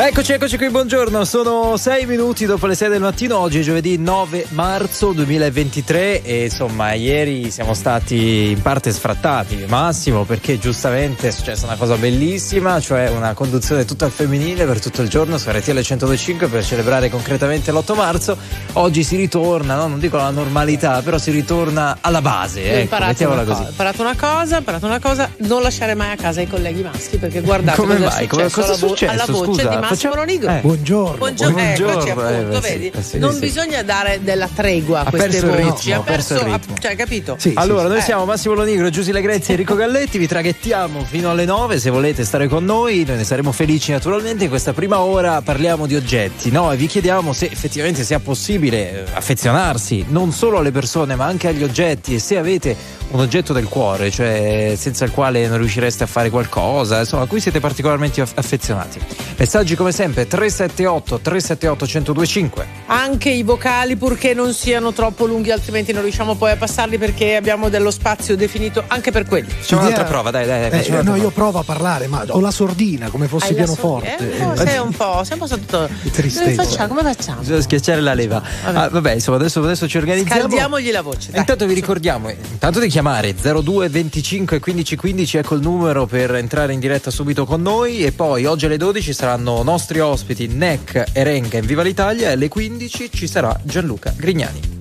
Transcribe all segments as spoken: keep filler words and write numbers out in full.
Eccoci, eccoci qui, buongiorno, sono sei minuti dopo le sei del mattino, oggi è giovedì nove marzo duemilaventitré e insomma ieri siamo stati in parte sfrattati, Massimo, perché giustamente è successa una cosa bellissima, cioè una conduzione tutta al femminile per tutto il giorno su R T L centodue e cinque per celebrare concretamente l'otto marzo. Oggi si ritorna, no? Non dico alla normalità, però si ritorna alla base, ecco, imparato una così. Ho imparato una cosa, ho imparato una cosa, non lasciare mai a casa i colleghi maschi, perché guardate come cosa mai? è successo Come, cosa alla, vo- successo? alla voce Scusa, di Massimo facciamo... Lonigro. Eh. Buongiorno. Buongiorno, buongiorno. eccoci appunto, eh, vedi? sì, sì, non sì. bisogna dare della tregua a Ha queste perso il voci, ritmo, ha perso, ha perso il ritmo. cioè, capito? Sì, allora, sì, noi eh. siamo Massimo Lonigro, Giusy Legrezzi e Enrico Galletti, vi traghettiamo fino alle nove, se volete stare con noi, noi ne saremo felici naturalmente. In questa prima ora parliamo di oggetti, no? E vi chiediamo se effettivamente sia possibile affezionarsi non solo alle persone ma anche agli oggetti, e se avete un oggetto del cuore, cioè senza il quale non riuscireste a fare qualcosa, insomma, a cui siete particolarmente affezionati. Messaggi come sempre tre sette otto tre sette otto uno zero due cinque. Anche i vocali, purché non siano troppo lunghi, altrimenti non riusciamo poi a passarli, perché abbiamo dello spazio definito anche per quelli. Facciamo un'altra prova, dai, dai, dai. Eh, no, prova. Io provo a parlare, ma ho la sordina come fossi Hai pianoforte. Eh, oh, sei un po', sei un po' sotto. Come facciamo? Come facciamo? Bisogna schiacciare la leva. Vabbè, ah, vabbè insomma, adesso, adesso ci organizziamo. Scaldiamogli la voce. Dai. Intanto vi ricordiamo, intanto di chiamare zero due venticinque quindici quindici, ecco il numero per entrare in diretta subito con noi. E poi oggi alle dodici saranno nostri ospiti Neck e Renga in Viva l'Italia, e alle quindici ci sarà Gianluca Grignani.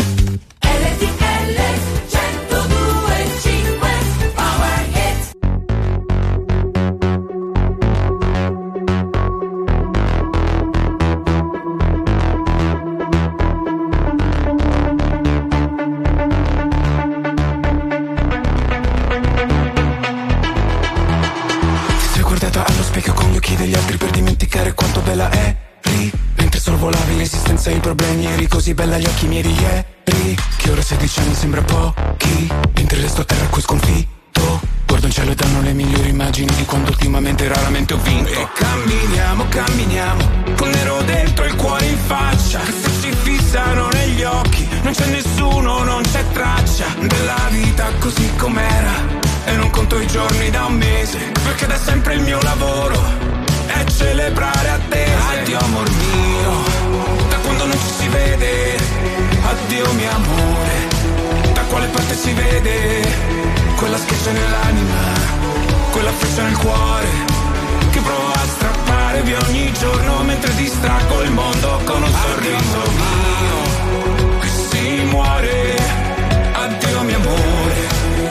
Degli altri per dimenticare quanto bella eri, mentre sorvolavi l'esistenza e i problemi, eri così bella agli occhi miei di ieri, che ora sedici anni sembra pochi, mentre resto a terra qui sconfitto, guardo in cielo e danno le migliori immagini di quando ultimamente raramente ho vinto. E camminiamo, camminiamo, con nero dentro e il cuore in faccia, che se ci fissano negli occhi non c'è nessuno, non c'è traccia della vita così com'era, e non conto i giorni da un mese, perché da sempre il mio lavoro è celebrare attese. Addio amor mio, da quando non ci si vede. Addio mio amore, da quale parte si vede quella schiaccia nell'anima, quella freccia nel cuore, che provo a strappare via ogni giorno mentre distraggo il mondo con un sorriso mio, che si muore. Addio mio amore,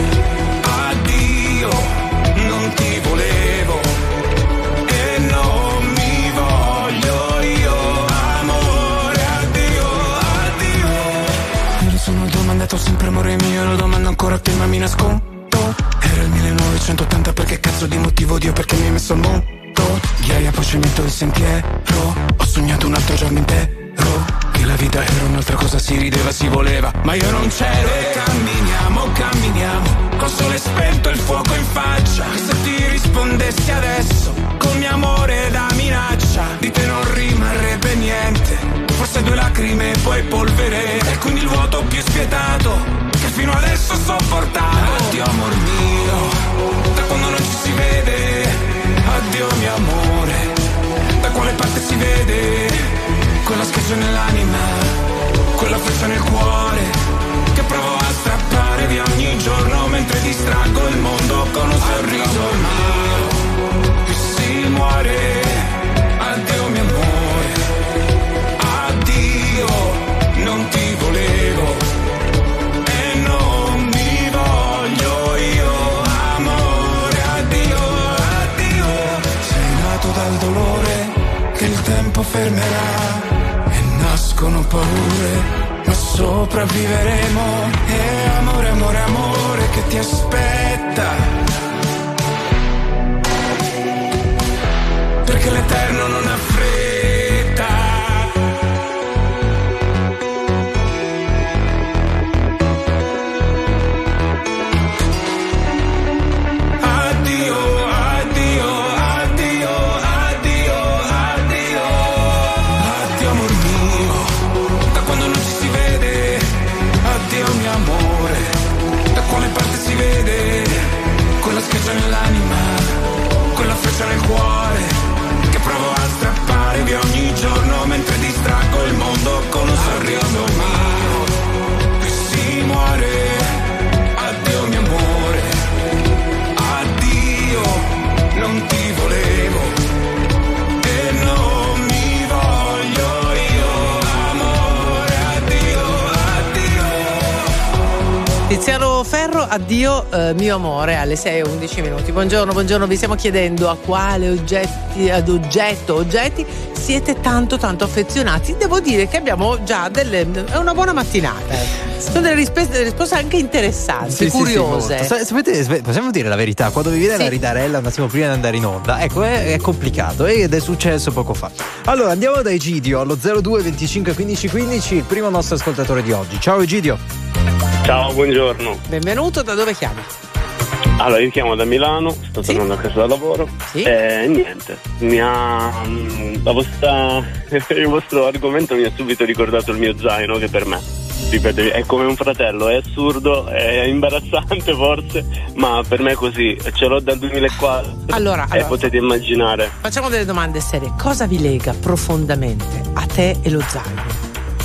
addio, non ti volevo e non mi voglio io, amore, addio, addio. Me lo sono domandato sempre, amore mio, lo domando ancora a te ma mi nascondo. Era il millenovecentottanta, perché cazzo di motivo Dio, perché mi hai messo al mondo. Ghiaia, poi cemento il sentiero, ho sognato un altro giorno intero, che la vita era un'altra cosa, si rideva, si voleva, ma io non c'ero. E camminiamo, camminiamo, col sole spento e il fuoco in faccia, che se ti rispondessi adesso con mio amore da minaccia, di te non rimarrebbe niente, forse due lacrime e poi polvere, e quindi il vuoto più spietato che fino adesso ho sopportato. Addio amor mio, da quando non ci si vede. Addio mio amore, da quale parte si vede quella schiaccia nell'anima, quella freccia nel cuore, che provo a strappare via ogni giorno mentre distraggo il mondo con un sorriso mio, che si muore. Addio mio amore, addio, non ti volevo e non mi voglio io, amore, addio, addio. Sei nato dal dolore che il tempo fermerà, e nascono paure, ma sopravviveremo. E amore, amore, amore che ti aspetta, perché l'eterno non ha fretta. Addio, addio, addio, addio, addio. Addio amor mio, da quando non ci si vede. Addio mio amore, da quale parte si vede quella schiaccia nell'anima, quella freccia nel cuore, che provo a strappare vai via ogni giorno mentre distraggo il mondo con un sorriso mio. E si muore. Addio mio amore, addio, non ti volevo e non mi voglio io, amore, addio, addio. Tiziano Ferro, addio eh, mio amore, alle sei e undici minuti. Buongiorno, buongiorno, vi stiamo chiedendo a quale oggetti, ad oggetto, oggetti siete tanto tanto affezionati. Devo dire che abbiamo già delle, è una buona mattinata. Sono delle risposte, delle risposte anche interessanti, sì, curiose. Sì, sì, sapete, possiamo dire la verità, quando vi viene sì. la ridarella un attimo prima di andare in onda, ecco, è, è complicato ed è successo poco fa. Allora andiamo da Egidio allo zero due venticinque quindici quindici, il primo nostro ascoltatore di oggi. Ciao Egidio. Ciao, buongiorno. Benvenuto, da dove chiami? Allora, io chiamo da Milano, sto sì? tornando a casa da lavoro sì? e niente, mi ha la vostra, il vostro argomento mi ha subito ricordato il mio zaino, che per me, ripeto, è come un fratello, è assurdo, è imbarazzante forse, ma per me è così, ce l'ho dal duemilaquattro allora, e allora, potete immaginare. Facciamo delle domande serie. Cosa vi lega profondamente a te e lo zaino?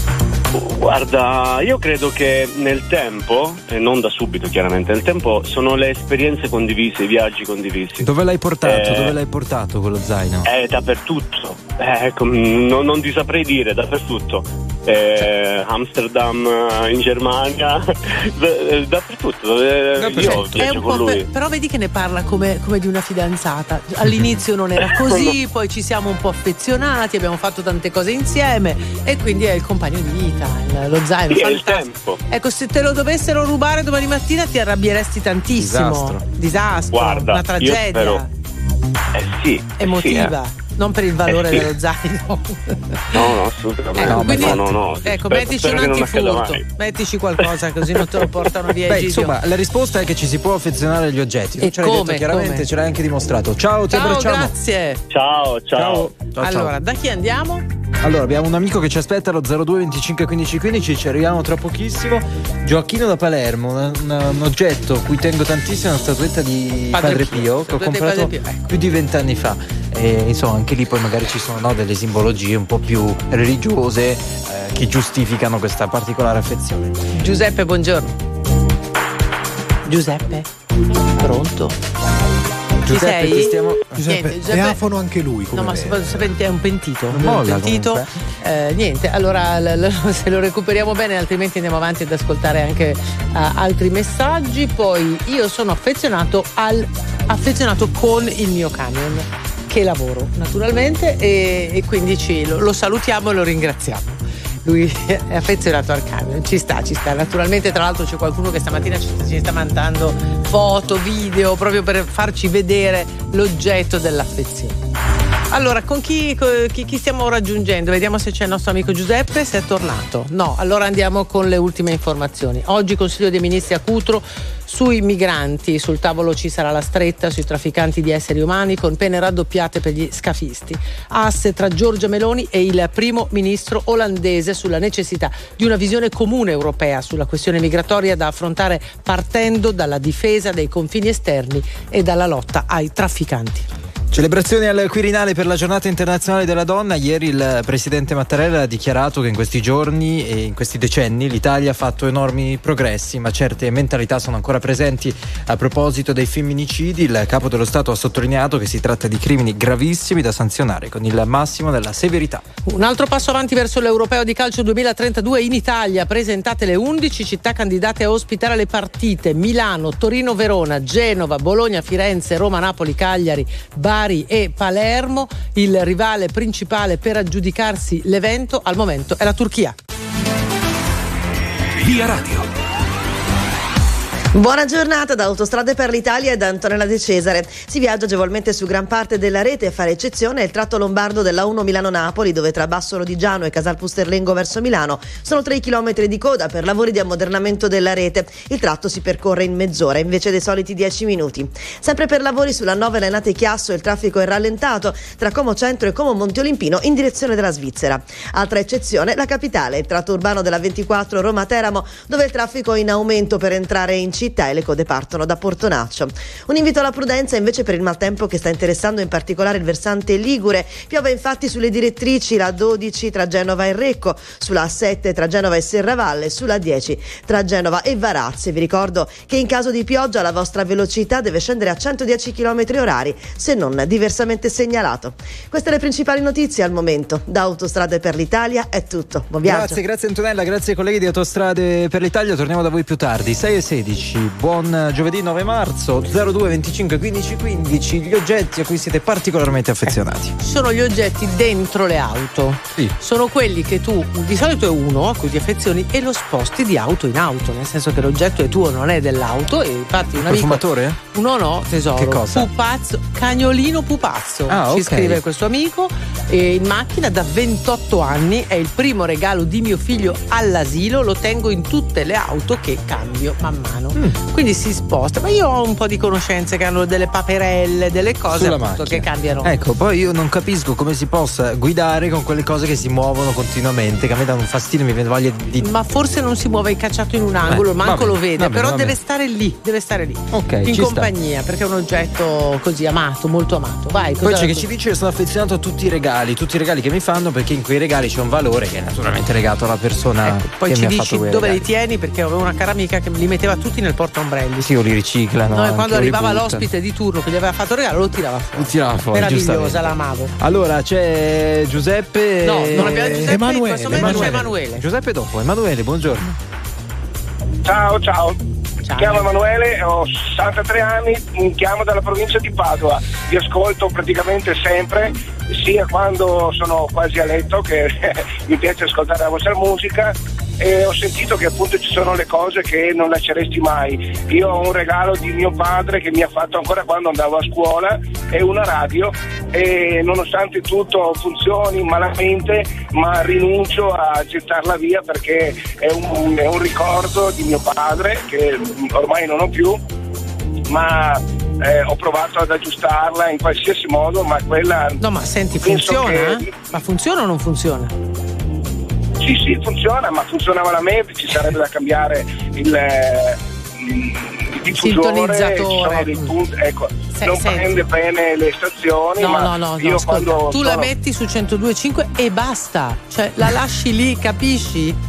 Guarda, io credo che nel tempo, e non da subito chiaramente, nel tempo sono le esperienze condivise, i viaggi condivisi. Dove l'hai portato? Eh, Dove l'hai portato quello zaino? Eh, dappertutto. Eh, ecco, non, non ti saprei dire, dappertutto. Eh, Amsterdam, in Germania, d- dappertutto. Dove io viaggio con lui. Per, però vedi che ne parla come, come di una fidanzata. All'inizio non era così, poi ci siamo un po' affezionati, abbiamo fatto tante cose insieme e quindi è il compagno di vita, il, lo zaino. Sì, è il tempo. Ecco, se te lo dovessero rubare domani mattina ti arrabbieresti tantissimo. Disastro. Disastro, Guarda, una tragedia. Spero... Eh sì. Emotiva. Eh sì, eh. Non per il valore eh sì. dello zaino. No, no, assolutamente. Ecco, no, quindi, no, no, no. Ecco, spero, mettici spero un antifurto, mettici qualcosa così non te lo portano via. Beh, insomma, la risposta è che ci si può affezionare agli oggetti. E ce l'hai come, detto chiaramente, come? ce l'hai anche dimostrato. Ciao, ti ciao, abbracciamo. Grazie. Ciao, ciao. Ciao. Ciao, allora, ciao. da chi andiamo? Allora, abbiamo un amico che ci aspetta allo zero due venticinque quindici quindici, ci arriviamo tra pochissimo. Gioacchino da Palermo, una, una, un oggetto a cui tengo tantissimo, una statuetta di Padre, Padre Pio, Pio che ho comprato Pio. più di vent'anni fa. E insomma, anche lì poi magari ci sono no, delle simbologie un po' più religiose eh, che giustificano questa particolare affezione. Giuseppe, buongiorno. Giuseppe, pronto? Giuseppe, ti stiamo... Giuseppe, niente, Giuseppe... Teafono anche lui. Come no, ma sapete, è un pentito. Non molla, un pentito. Eh, niente, allora l- l- se lo recuperiamo bene, altrimenti andiamo avanti ad ascoltare anche uh, altri messaggi. Poi io sono affezionato al affezionato con il mio camion, che lavoro naturalmente, e, e quindi ci, lo, lo salutiamo e lo ringraziamo. Lui è affezionato al camion, ci sta, ci sta. Naturalmente, tra l'altro, c'è qualcuno che stamattina ci, ci sta mandando foto, video, proprio per farci vedere l'oggetto dell'affezione. Allora, con chi, chi, chi stiamo raggiungendo? Vediamo se c'è il nostro amico Giuseppe, se è tornato. No, allora andiamo con le ultime informazioni. Oggi Consiglio dei Ministri a Cutro sui migranti. Sul tavolo ci sarà la stretta sui trafficanti di esseri umani con pene raddoppiate per gli scafisti. Asse tra Giorgia Meloni e il primo ministro olandese sulla necessità di una visione comune europea sulla questione migratoria da affrontare partendo dalla difesa dei confini esterni e dalla lotta ai trafficanti. Celebrazioni al Quirinale per la giornata internazionale della donna. Ieri il presidente Mattarella ha dichiarato che in questi giorni e in questi decenni l'Italia ha fatto enormi progressi, ma certe mentalità sono ancora presenti. A proposito dei femminicidi, il capo dello Stato ha sottolineato che si tratta di crimini gravissimi da sanzionare con il massimo della severità. Un altro passo avanti verso l'Europeo di calcio duemilatrentadue in Italia. Presentate le undici città candidate a ospitare le partite: Milano, Torino, Verona, Genova, Bologna, Firenze, Roma, Napoli, Cagliari, Bari e Palermo. Il rivale principale per aggiudicarsi l'evento al momento è la Turchia. Via Radio. Buona giornata da Autostrade per l'Italia e da Antonella De Cesare. Si viaggia agevolmente su gran parte della rete, a fare eccezione è il tratto lombardo della uno Milano-Napoli, dove tra Basso Lodigiano e Casal Pusterlengo verso Milano sono tre chilometri di coda per lavori di ammodernamento della rete. Il tratto si percorre in mezz'ora invece dei soliti dieci minuti. Sempre per lavori sulla nove Lenate Chiasso il traffico è rallentato tra Como Centro e Como Monte Olimpino in direzione della Svizzera. Altra eccezione la capitale, il tratto urbano della ventiquattro Roma-Teramo, dove il traffico è in aumento per entrare in città città e le code partono da Portonaccio. Un invito alla prudenza invece per il maltempo che sta interessando in particolare il versante ligure. Piove infatti sulle direttrici la dodici tra Genova e Recco, sulla A sette tra Genova e Serravalle, sulla dieci tra Genova e Varazze. Vi ricordo che in caso di pioggia la vostra velocità deve scendere a centodieci chilometri orari se non diversamente segnalato. Queste le principali notizie al momento. Da Autostrade per l'Italia è tutto. Buon viaggio. Grazie, grazie Antonella, grazie ai colleghi di Autostrade per l'Italia. Torniamo da voi più tardi. sei e sedici. Buon giovedì nove marzo. zero due venticinque quindici quindici. Gli oggetti a cui siete particolarmente affezionati. Ci sono gli oggetti dentro le auto. Sì. Sono quelli che tu, di solito è uno a cui ti affezioni e lo sposti di auto in auto, nel senso che l'oggetto è tuo, non è dell'auto. E infatti un amico. Profumatore? No, no, tesoro. Che cosa? Pupazzo, cagnolino pupazzo. Ah, Ci ok. scrive questo amico e in macchina da ventotto anni, è il primo regalo di mio figlio all'asilo, lo tengo in tutte le auto che cambio man mano. Mm. Quindi si sposta, ma io ho un po' di conoscenze che hanno delle paperelle, delle cose Sulla appunto macchina. che cambiano. Ecco, poi io non capisco come si possa guidare con quelle cose che si muovono continuamente, che a me danno un fastidio, mi viene voglia di. Ma forse non si muove incacciato in un angolo, Eh, manco vabbè, lo vede, vabbè, però vabbè. deve stare lì, deve stare lì. Ok, in ci compagnia, perché è un oggetto così amato, molto amato. Vai, Poi cosa- c'è che ci dice che sono affezionato a tutti i regali, tutti i regali che mi fanno, perché in quei regali c'è un valore che è naturalmente legato alla persona Ecco, poi che ci mi ha dici fatto quei dove regali. li tieni, perché avevo una cara amica che li metteva tutti nel portaombrelli. Sì, o li riciclano. No, e anche, quando o li arrivava buttano. l'ospite di turno che gli aveva fatto il regalo lo tirava fuori. Li tirava fuori, Meravigliosa, giustamente. l'amavo. Allora c'è Giuseppe. No, non abbiamo Giuseppe, Emanuele, in questo momento c'è Emanuele. Giuseppe dopo, Emanuele, buongiorno. Ciao, ciao. Ciao. Mi chiamo Emanuele, ho sessantatré anni, mi chiamo dalla provincia di Padova. Vi ascolto praticamente sempre, sia quando sono quasi a letto, che mi piace ascoltare la vostra musica, e ho sentito che appunto ci sono le cose che non lasceresti mai. Io ho un regalo di mio padre che mi ha fatto ancora quando andavo a scuola, è una radio, e nonostante tutto funzioni malamente, ma rinuncio a gettarla via perché è un, è un ricordo di mio padre che ormai non ho più, ma eh, ho provato ad aggiustarla in qualsiasi modo, ma quella. No, ma senti, penso funziona? che- Ma funziona o non funziona? Sì, sì, funziona, ma funziona malamente, ci sarebbe da cambiare il, eh, il diffusore, Sintonizzatore. ci sono dei punti, ecco, Se- non senti. prende bene le stazioni, No, ma no, no, io no, ascolta, quando tu la sono- metti su centodue e cinque e basta, cioè la lasci lì, capisci?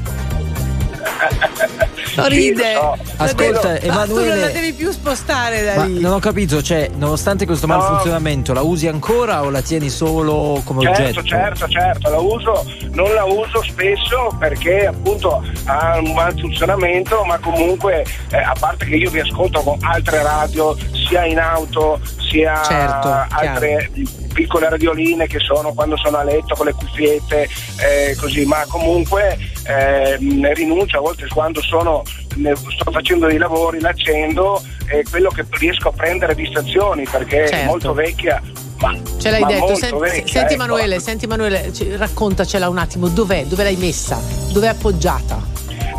No, Sì, ride. lo so. Ascolta, Ma tu Emanuele- non la devi più spostare da Ma lì. non ho capito, cioè, nonostante questo No. malfunzionamento, la usi ancora o la tieni solo come Certo, oggetto? certo, certo, la uso, non la uso spesso perché appunto ha un malfunzionamento, ma comunque eh, a parte che io vi ascolto con altre radio, sia in auto, sia Certo, altre piccole radioline che sono quando sono a letto con le cuffiette, eh, così, ma comunque eh, ne rinuncio a volte quando sono ne- sto facendo dei lavori, l'accendo e quello che riesco a prendere di stazioni perché è Certo. molto vecchia. Ma, Ce l'hai ma detto, molto senti, vecchia, senti ecco. Emanuele, senti Emanuele, ci- raccontacela un attimo, dov'è? Dove l'hai messa? Dove è appoggiata?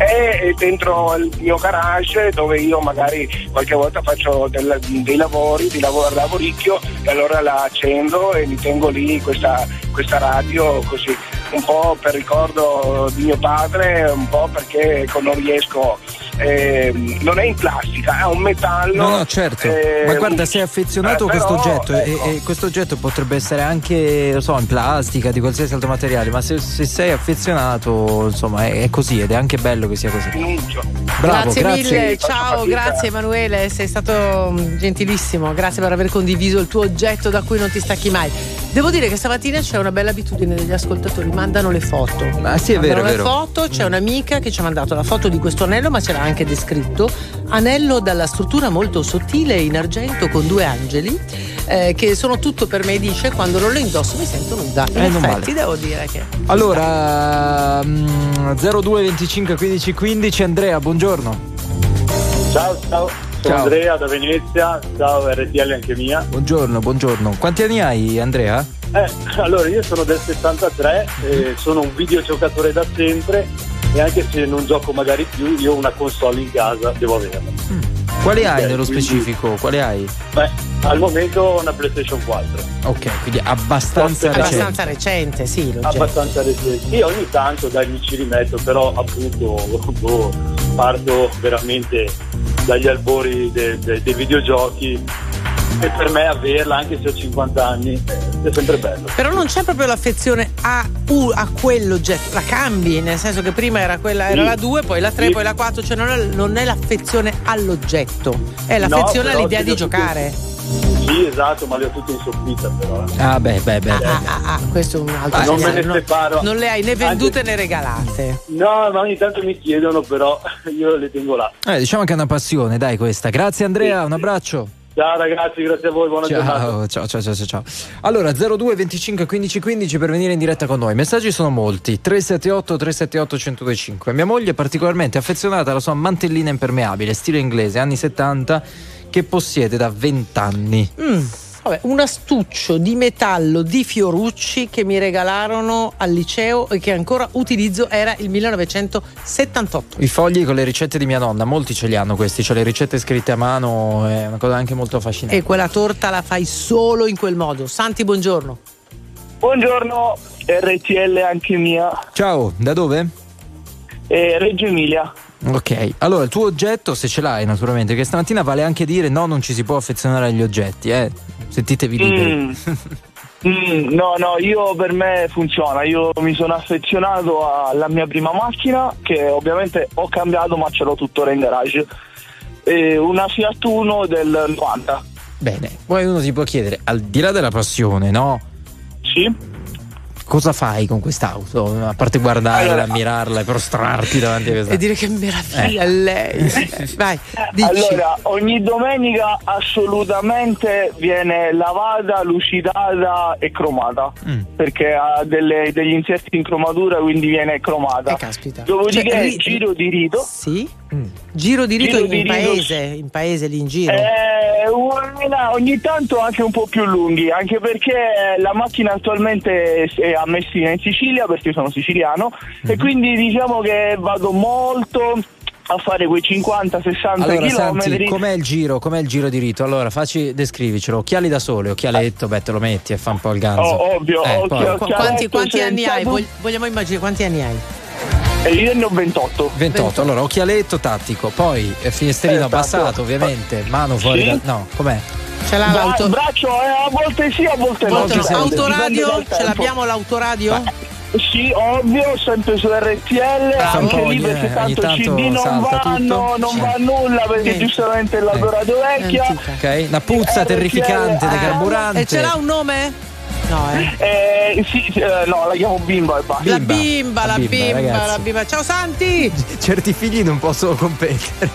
È dentro il mio garage dove io magari qualche volta faccio del- dei lavori, di lavoro, lavoricchio, e allora la accendo e mi tengo lì questa, questa radio così, un po' per ricordo di mio padre, un po' perché ecco, non riesco, eh, non è in plastica, è un metallo. No, no, certo. eh, Ma guarda, sei affezionato eh, a questo però, oggetto e- ecco. e, questo oggetto potrebbe essere anche, lo so, in plastica, di qualsiasi altro materiale, ma se, se sei affezionato, insomma, è, è così ed è anche bello che sia così. Rinuncio. Bravo, grazie, grazie. mille, Faccio ciao, fatica. grazie Emanuele, sei stato mm, gentilissimo, grazie per aver condiviso il tuo oggetto da cui non ti stacchi mai. Devo dire che stamattina c'è una bella abitudine degli ascoltatori, mandano le foto. Ah, sì, è vero, Mandano è le vero. foto, c'è un'amica che ci ha mandato la foto di questo anello, ma ce l'ha anche descritto. Anello dalla struttura molto sottile in argento con due angeli, eh, che sono tutto per me, dice, quando non lo indosso mi sento nuda. In Eh, non effetti male. devo dire che. Allora, mm, zero due venticinque quindici quindici, Andrea, buongiorno. Ciao, ciao, sono Ciao. Andrea da Venezia, ciao R T L anche mia. Buongiorno, buongiorno. Quanti anni hai, Andrea? Eh, allora io sono del sessantatré, eh, sono un videogiocatore da sempre e anche se non gioco magari più, io ho una console in casa, devo averla. Quali hai Ok, nello quindi- specifico? Quali hai? Beh, al momento ho una PlayStation quattro, Ok, quindi abbastanza Forse- recente. Abbastanza recente, sì, l'oggetto. abbastanza recente. Sì, ogni tanto dai mi ci rimetto, però appunto boh, parto veramente dagli albori de, de, dei videogiochi, e per me averla, anche se ho cinquanta anni, è sempre bello. Però non c'è proprio l'affezione a, uh, a quell'oggetto, la cambi, nel senso che prima era quella, era sì. la due, poi la tre, sì. poi la quattro, cioè non è, non è l'affezione all'oggetto, è l'affezione no, all'idea di giocare. Tutte, sì, esatto, ma le ho tutte in soffitta però. Ah beh, beh, beh. Ah, ah, ah, questo è un altro. Ah, non me ne separo. Non, non le hai né vendute Anche... né regalate. No, ma ogni tanto mi chiedono, però io le tengo là. Eh, diciamo che è una passione, dai, questa. Grazie Andrea, sì. un abbraccio. Ciao ragazzi, grazie a voi, buona ciao, giornata. Ciao, ciao, ciao, ciao, ciao. Allora, zero due venticinque quindici quindici per venire in diretta con noi. I messaggi sono molti. tre sette otto tre sette otto uno zero due cinque. Mia moglie è particolarmente affezionata alla sua mantellina impermeabile, stile inglese, anni settanta, che possiede da venti anni. Mm. Vabbè, un astuccio di metallo di Fiorucci che mi regalarono al liceo e che ancora utilizzo, era il millenovecentosettantotto. I fogli con le ricette di mia nonna, molti ce li hanno questi, cioè le ricette scritte a mano, è una cosa anche molto affascinante. E quella torta la fai solo in quel modo. Santi, buongiorno. Buongiorno, R T L anche mia. Ciao, da dove? Eh, Reggio Emilia. Ok, allora il tuo oggetto, se ce l'hai naturalmente, che stamattina vale anche dire no, non ci si può affezionare agli oggetti, eh? Sentitevi liberi. Mm. Mm, no, no, io per me funziona. Io mi sono affezionato alla mia prima macchina, che ovviamente ho cambiato ma ce l'ho tuttora in garage. E una Fiat Uno del novanta. Bene, poi uno si può chiedere, al di là della passione, no? Sì. Cosa fai con quest'auto? A parte guardarla, allora, ammirarla e prostrarti davanti a questa. E dire che meraviglia eh. lei. Vai, dici. Allora, ogni domenica assolutamente viene lavata, lucidata e cromata. Mm. Perché ha delle, degli inserti in cromatura, quindi viene cromata. Eh, caspita. Dopodiché cioè, ri- giro di rito. Sì. Mm. Giro di rito giro in di paese, rito. in paese lì in giro. Eh, una, ogni tanto anche un po' più lunghi, anche perché la macchina attualmente è a Messina in Sicilia, perché io sono siciliano, mm-hmm. e quindi diciamo che vado molto a fare quei cinquanta sessanta allora, chilometri. Senti, com'è il giro? Com'è il giro di rito? Allora, facci, descrivicelo. Occhiali da sole, occhialetto, beh, te lo metti e fa un po' il ganzo. Oh, ovvio, eh, occhio, quanti, quanti anni hai? Bu- Vogliamo immaginare quanti anni hai? E io ne ho ventotto. ventotto, allora occhialetto tattico, poi finestrino esatto. abbassato ovviamente, mano fuori sì? dal... no, com'è? Ce l'ha Bra- l'auto... Il braccio eh, a volte sì, a volte no. no. Autoradio? Ce l'abbiamo l'autoradio? Beh, sì, ovvio, sempre su R T L, Bravo, anche lì eh, perché tanto, tanto C D non vanno, non sì. va nulla perché eh. giustamente è l'autoradio eh. vecchia. Ok, una puzza terrificante R T L, di carburante. E ce l'ha un nome? No, eh. eh sì, eh, no, la chiamo bimba e basta. La bimba, la bimba, la bimba, la bimba. Ciao Santi! Certi figli non possono competere.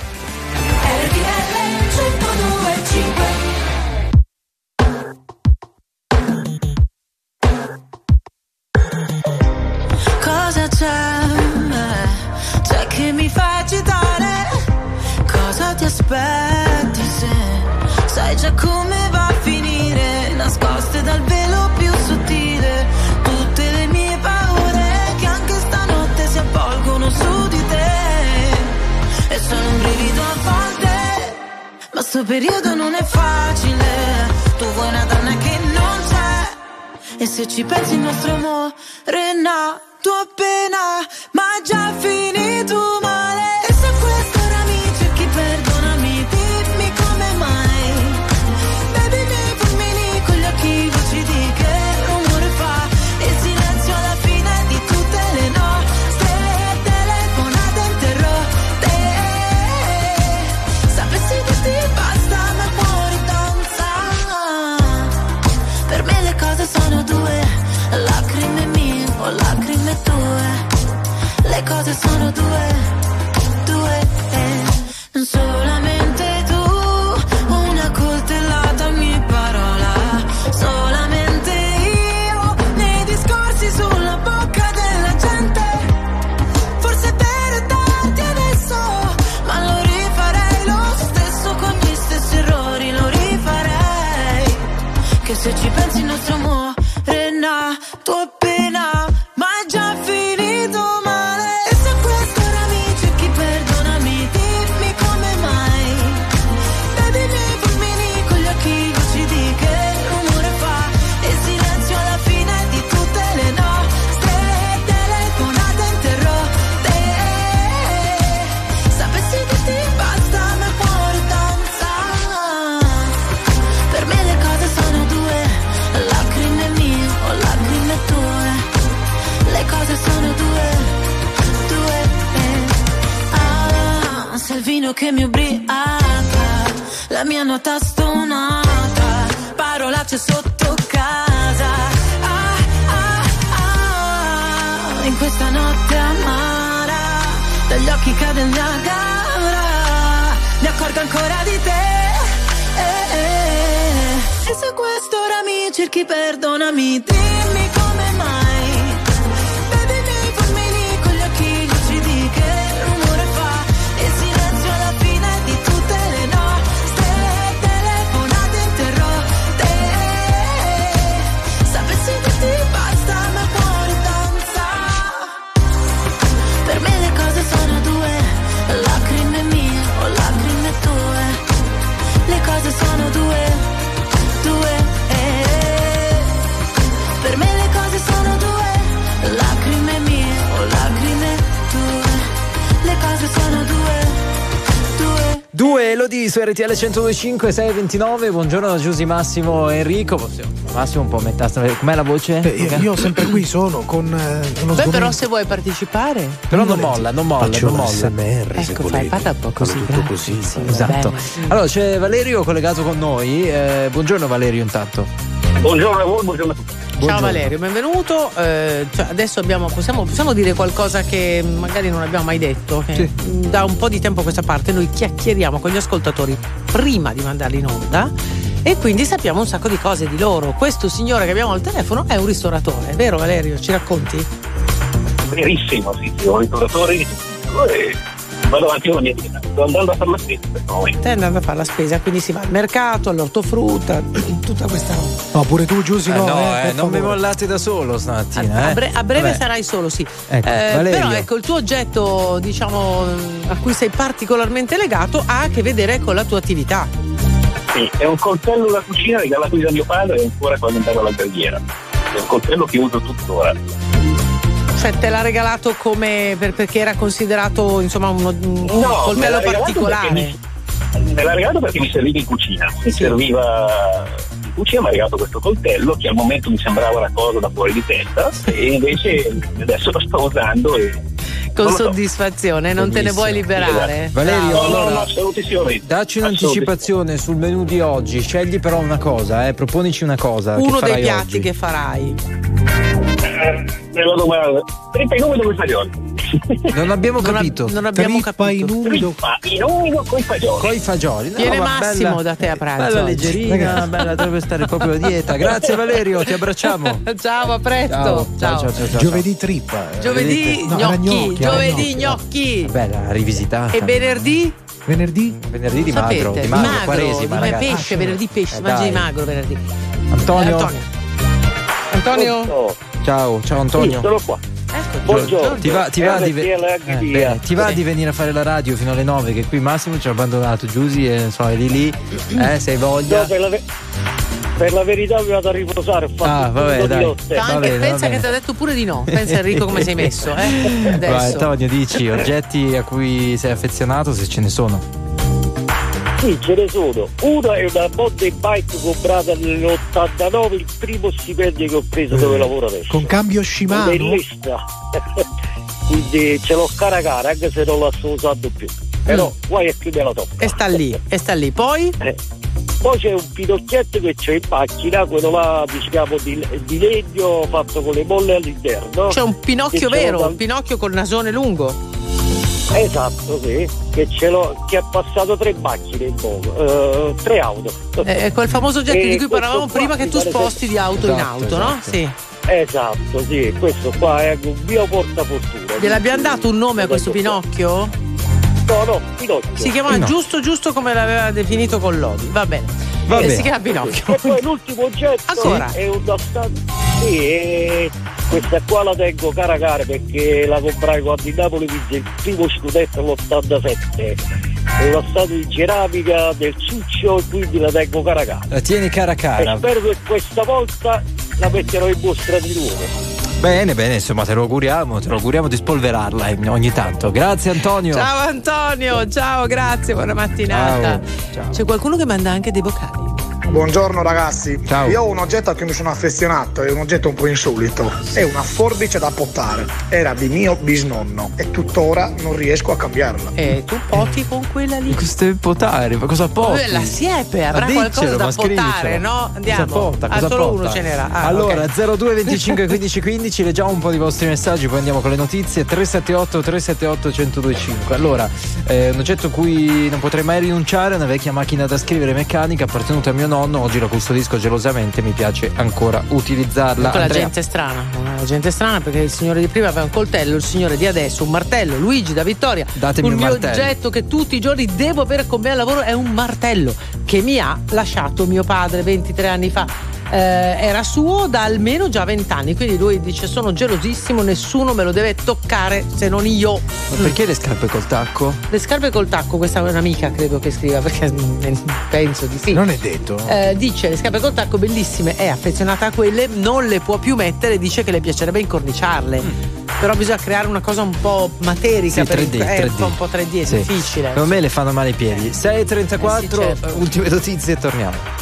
Cosa c'è? C'è che mi fa agitare? Cosa ti aspetti se sai già come va a finire? Nascoste dal velo più sottile tutte le mie paure che anche stanotte si avvolgono su di te. E sono un brivido a volte, ma sto periodo non è facile. Tu vuoi una donna che non c'è, e se ci pensi il nostro amore è nato appena, ma già finito male. E se questo era mi cerchi, perdonami, dimmi come mai. Baby, nei fulmini con gli occhi lucidi, che rumore fa il silenzio alla fine di tutte le nostre telefonate interrotte. Sapessi che ti basta ma il cuore danza. Per me le cose sono due, lacrime mie o lacrime tue. Le cose sono due, due, eh. Solamente tu, una coltellata ogni parola. Solamente io, nei discorsi sulla bocca della gente. Forse per darti adesso, ma lo rifarei lo stesso con gli stessi errori, lo rifarei. Che se ci pensi il nostro amore è nato appena, ma è già finito male. E se questo era mi cerchi, perdonami, dimmi come mai. Baby, nei fulmini con gli occhi lucidi, che rumore fa il silenzio alla fine di tutte le nostre telefonate interrotte. Sapessi che ti basta ma il cuore il vino che mi ubriaca, la mia nota stonata, parolacce sotto casa. Ah, ah, ah, in questa notte amara, dagli occhi cade il Niagara, mi accorgo ancora di te. Eh, eh. E se quest'ora mi cerchi, perdonami, dimmi come mai. Sono due, due, eh. Per me le cose sono due, lacrime mie o lacrime tue. Le cose sono due, due. Due Elodie su R T L centodue e cinque, sei e ventinove. Buongiorno da Giusy, Massimo, Enrico. Massimo un po' metà. Com'è la voce? Beh, io, io sempre qui sono con eh, uno Beh, sgomento. però se vuoi partecipare. Però non molla, non molla, Faccio non molla. S M R, ecco, se fai, volete. parla un po' così. Tutto grazie, così. sì, Esatto. bene. Allora c'è Valerio collegato con noi. Eh, buongiorno Valerio intanto. Buongiorno a voi, buongiorno a tutti. Ciao Buongiorno. Valerio, benvenuto. Eh, cioè adesso abbiamo, possiamo, possiamo dire qualcosa che magari non abbiamo mai detto. Che Sì. Da un po' di tempo a questa parte noi chiacchieriamo con gli ascoltatori prima di mandarli in onda e quindi sappiamo un sacco di cose di loro. Questo signore che abbiamo al telefono è un ristoratore, è vero Valerio? Ci racconti? Verissimo, sì, sì, ho ristoratori e vado avanti con la mia vita. Sto andando a fare la spesa per noi. Stai andando a fare la spesa, quindi si va al mercato, all'ortofrutta, tutta questa roba. No, pure tu Giusy, Eh, no, no, eh, eh, per non mi favore. mollate da solo stamattina. A, eh. bre- a breve Vabbè. sarai solo, sì. Ecco, Eh, Valerio. però ecco, il tuo oggetto, diciamo, a cui sei particolarmente legato ha a che vedere con la tua attività. Sì, è un coltello da cucina regalato da mio padre ancora quando andavo alla carriera. È un coltello che uso tuttora. Cioè te l'ha regalato come per- perché era considerato insomma uno, un No, me l'ha coltello regalato particolare. perché mi- Me l'ha regalato perché mi serviva in cucina. Mi Sì. serviva in cucina, mi ha regalato questo coltello che al momento mi sembrava una cosa da fuori di testa e invece adesso lo sto usando e Con non lo so. soddisfazione, non te ne vuoi liberare. Valerio, Bravo. No, no, allora, no, assolutissimamente. dacci un'anticipazione sul menù di oggi. Scegli però una cosa, eh, proponici una cosa. Uno che dei farai piatti oggi. che farai. Eh, me lo domando. Trippa in umido con i fagioli. Non abbiamo Non, capito. ab- non abbiamo Trippa capito. in umido. Trippa in umido con i fagioli. Coi fagioli. No, Viene ma Massimo bella- da te a pranzo Bella oggi. leggerina, Ragazzi. bella, deve stare proprio a dieta. Grazie Valerio, ti abbracciamo. Ciao, a presto. Ciao, ciao, ciao, ciao, ciao. Giovedì trippa. eh. Giovedì No, era gnocchi, gnocchi, era giovedì gnocchi. gnocchi. Bella, rivisitata. E venerdì? Venerdì? Venerdì di magro, Sapete, di magro, magro, quaresima, di ragazzi. pesce, venerdì pesce, Eh, mangi di dai. magro venerdì. Antonio. Eh, Antonio? Oh, Ciao, ciao sì, Antonio. sono qua. Ecco, Buongiorno. Ti va, ti va di, ve- R T L eh, H D. bene, ti va Sì. di venire a fare la radio fino alle nove, che qui Massimo ci ha abbandonato. Giusy e so, eri lì, eh, sei voglia. No, per, la ve- per la verità mi vado a riposare, ho fatto Ah, un vabbè, turno dai. di notte. Anche, Va bene, va pensa bene. che ti ha detto pure di no. Pensa Enrico come sei messo, eh? Vai Adesso. Antonio, dici oggetti a cui sei affezionato, se ce ne sono. Sì, ce ne sono. Una è una mountain bike comprata nell'ottantanove, il primo stipendio che ho preso dove lavoro adesso. Con cambio Shimano? Bellissima. Quindi ce l'ho cara cara, anche se non la sto usando più. Però guai è più della tocca. E sta lì, e sta lì. Poi? Eh. Poi c'è un pinocchietto che c'è in macchina, quello là diciamo di, di legno fatto con le molle all'interno. C'è un Pinocchio Che ce l'ho vero, da- un Pinocchio col nasone lungo. Esatto, sì, che ce l'ho, che ha passato tre macchine in poco, eh, tre auto. Eh, È quel famoso oggetto E di cui questo parlavamo qua prima che mi tu pare sposti di auto in Esatto, auto, no? esatto. Sì. Esatto, sì, questo qua è un mio portafortuna. Gliel'abbiamo dato un nome a questo Pinocchio? No, no, Pinocchio. Si chiamava Pinocchio. giusto giusto come l'aveva definito con Lodi. Va bene. Va Eh, bene. Si chiama Pinocchio. E poi l'ultimo oggetto Ancora? è un dastan- sì, e questa qua la tengo cara cara perché la comprai quando in Napoli vinse il primo scudetto all'ottantasette. È una statua di ceramica del Ciuccio e quindi la tengo cara cara. La tieni cara E cara. spero che questa volta la metterò in mostra di nuovo. Bene, bene, insomma te lo auguriamo, te lo auguriamo di spolverarla ogni tanto. Grazie Antonio. Ciao Antonio, ciao, grazie, buona mattinata. Ciao. Ciao. C'è qualcuno che manda anche dei vocali. Buongiorno ragazzi, Ciao. Io ho un oggetto a cui mi sono affezionato, è un oggetto un po' insolito, è una forbice da potare, era di mio bisnonno e tuttora non riesco a cambiarla. E tu poti con quella lì? Questo è potare, ma cosa poti? La siepe, avrà Ma qualcosa diccelo, da ma potare, scrivicelo. no? Andiamo. Cosa pota, ah, cosa solo pota? uno ce n'era. Ah, allora, ok. zero due venticinque quindici quindici, leggiamo un po' di vostri messaggi, poi andiamo con le notizie. Tre sette otto tre sette otto uno zero due cinque. Allora, eh, un oggetto a cui non potrei mai rinunciare è una vecchia macchina da scrivere meccanica appartenuta a mio nonno, oggi la custodisco gelosamente, mi piace ancora utilizzarla. Ecco, la Andrea. gente è strana, la gente è strana perché il signore di prima aveva un coltello, il signore di adesso un martello. Luigi da Vittoria, Datemi il un mio martello. oggetto che tutti i giorni devo avere con me al lavoro è un martello che mi ha lasciato mio padre ventitré anni fa. Eh, era suo da almeno già vent'anni, quindi lui dice sono gelosissimo, nessuno me lo deve toccare se non io. Ma perché le scarpe col tacco? Le scarpe col tacco, questa è un'amica credo che scriva, perché penso di sì. Non è detto. Eh, dice le scarpe col tacco bellissime, è affezionata a quelle, non le può più mettere, dice che le piacerebbe incorniciarle. Mm. Però bisogna creare una cosa un po' materica, Sì, per tre D, inc- è tre D. un po', un po' tre D, è Sì. difficile. Secondo me le fanno male i piedi. sei e trentaquattro, Eh sì, certo. ultime notizie e torniamo.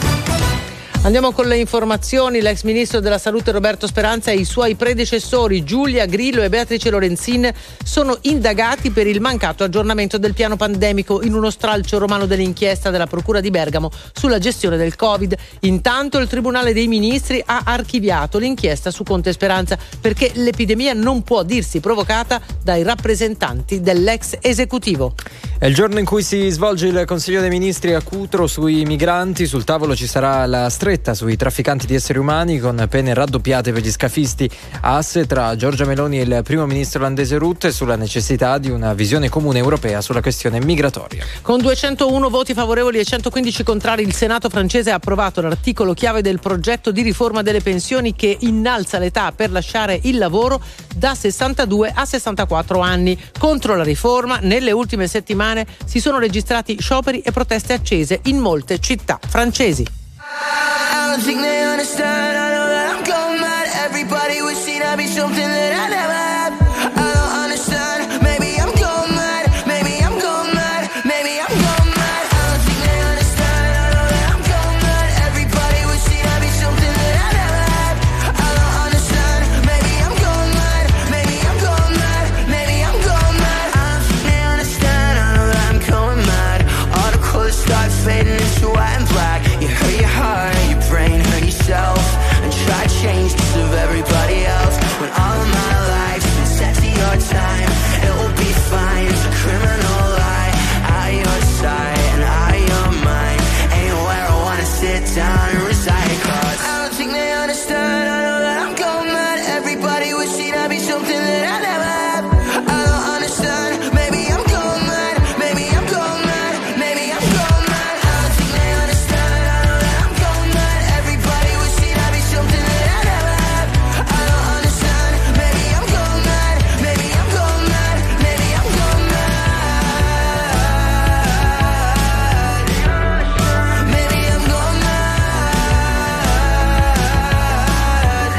Andiamo con le informazioni. L'ex ministro della salute Roberto Speranza e i suoi predecessori Giulia Grillo e Beatrice Lorenzin sono indagati per il mancato aggiornamento del piano pandemico in uno stralcio romano dell'inchiesta della Procura di Bergamo sulla gestione del Covid. Intanto il Tribunale dei Ministri ha archiviato l'inchiesta su Conte e Speranza perché l'epidemia non può dirsi provocata dai rappresentanti dell'ex esecutivo. È il giorno in cui si svolge il Consiglio dei Ministri a Cutro sui migranti. Sul tavolo ci sarà la stretta sui trafficanti di esseri umani con pene raddoppiate per gli scafisti. Asse tra Giorgia Meloni e il primo ministro olandese Rutte sulla necessità di una visione comune europea sulla questione migratoria. Con duecentouno voti favorevoli e centoquindici contrari, il Senato francese ha approvato l'articolo chiave del progetto di riforma delle pensioni che innalza l'età per lasciare il lavoro da sessantadue a sessantaquattro anni. Contro la riforma, nelle ultime settimane si sono registrati scioperi e proteste accese in molte città francesi. I don't think they understand. I know that I'm going mad. Everybody wishing I'd be something that I never had. I don't understand. Maybe I'm going mad. Maybe I'm going mad. Maybe I'm going mad. I don't think they understand. I know that I'm going mad. Everybody wishing I'd be something that I never had. I don't understand. Maybe I'm going mad. Maybe I'm going mad. Maybe I'm going mad. I don't think they understand. I know that I'm going mad. All the colors start fading into white and black. You hurt your heart, your brain, hurt yourself, and try to change because of everybody else. When all of my life's been set to your time, it will be fine. It's a criminal lie. Out of your sight and out of your mind. Ain't where I wanna sit down and reside. Cause I don't think they understand. I know that I'm going mad. Everybody wishing I'd be something that I never had. I don't understand. Maybe I'm going mad. Maybe I'm going mad. Maybe I'm going mad. I don't think they understand. I know that I'm going mad. Everybody wishing I'd be something that I never had. I don't understand. Maybe I'm going mad. Maybe I'm going mad. Maybe I'm going mad. Maybe I'm going mad.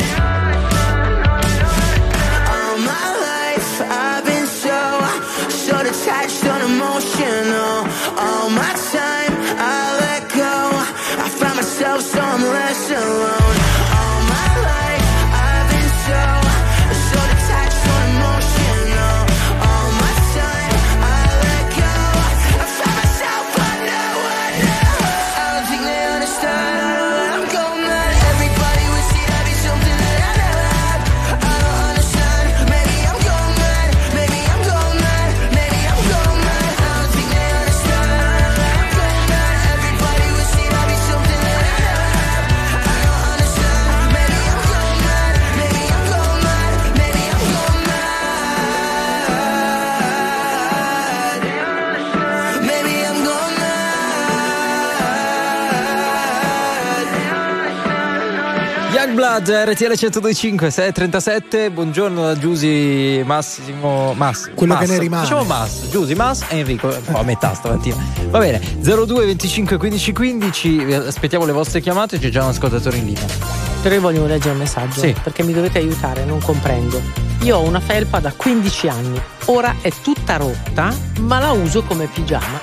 All my life I've been so, so detached, unemotional. All my time I let go. I find myself so I'm less alone. All my life I've been so, so detached, unemotional. All my time I let go. I find myself underwater. I don't think they understand. I know that I'm going mad. Everybody wishing I'd be something that I never had. I don't understand. Maybe I'm going mad. Maybe I'm going mad. Maybe I'm going mad. I don't think they understand. I know that I'm going mad. Everybody wishing I'd be something that I never had. I don't understand. Maybe I'm going mad. Maybe I'm going mad. Maybe I'm going mad. Maybe I'm going mad. Youngblood, R T L centodue e cinque, sei e trentasette. Buongiorno da Giusy, Massimo, Mass, Quello Mass. che ne rimane. Facciamo Mass, Giusy, Mass e Enrico, un po' a metà stamattina. Va bene, zero due venticinque quindici quindici, aspettiamo le vostre chiamate, c'è già un ascoltatore in linea. Però io voglio leggere un messaggio, sì, perché mi dovete aiutare, non comprendo. Io ho una felpa da quindici anni, ora è tutta rotta, ma la uso come pigiama.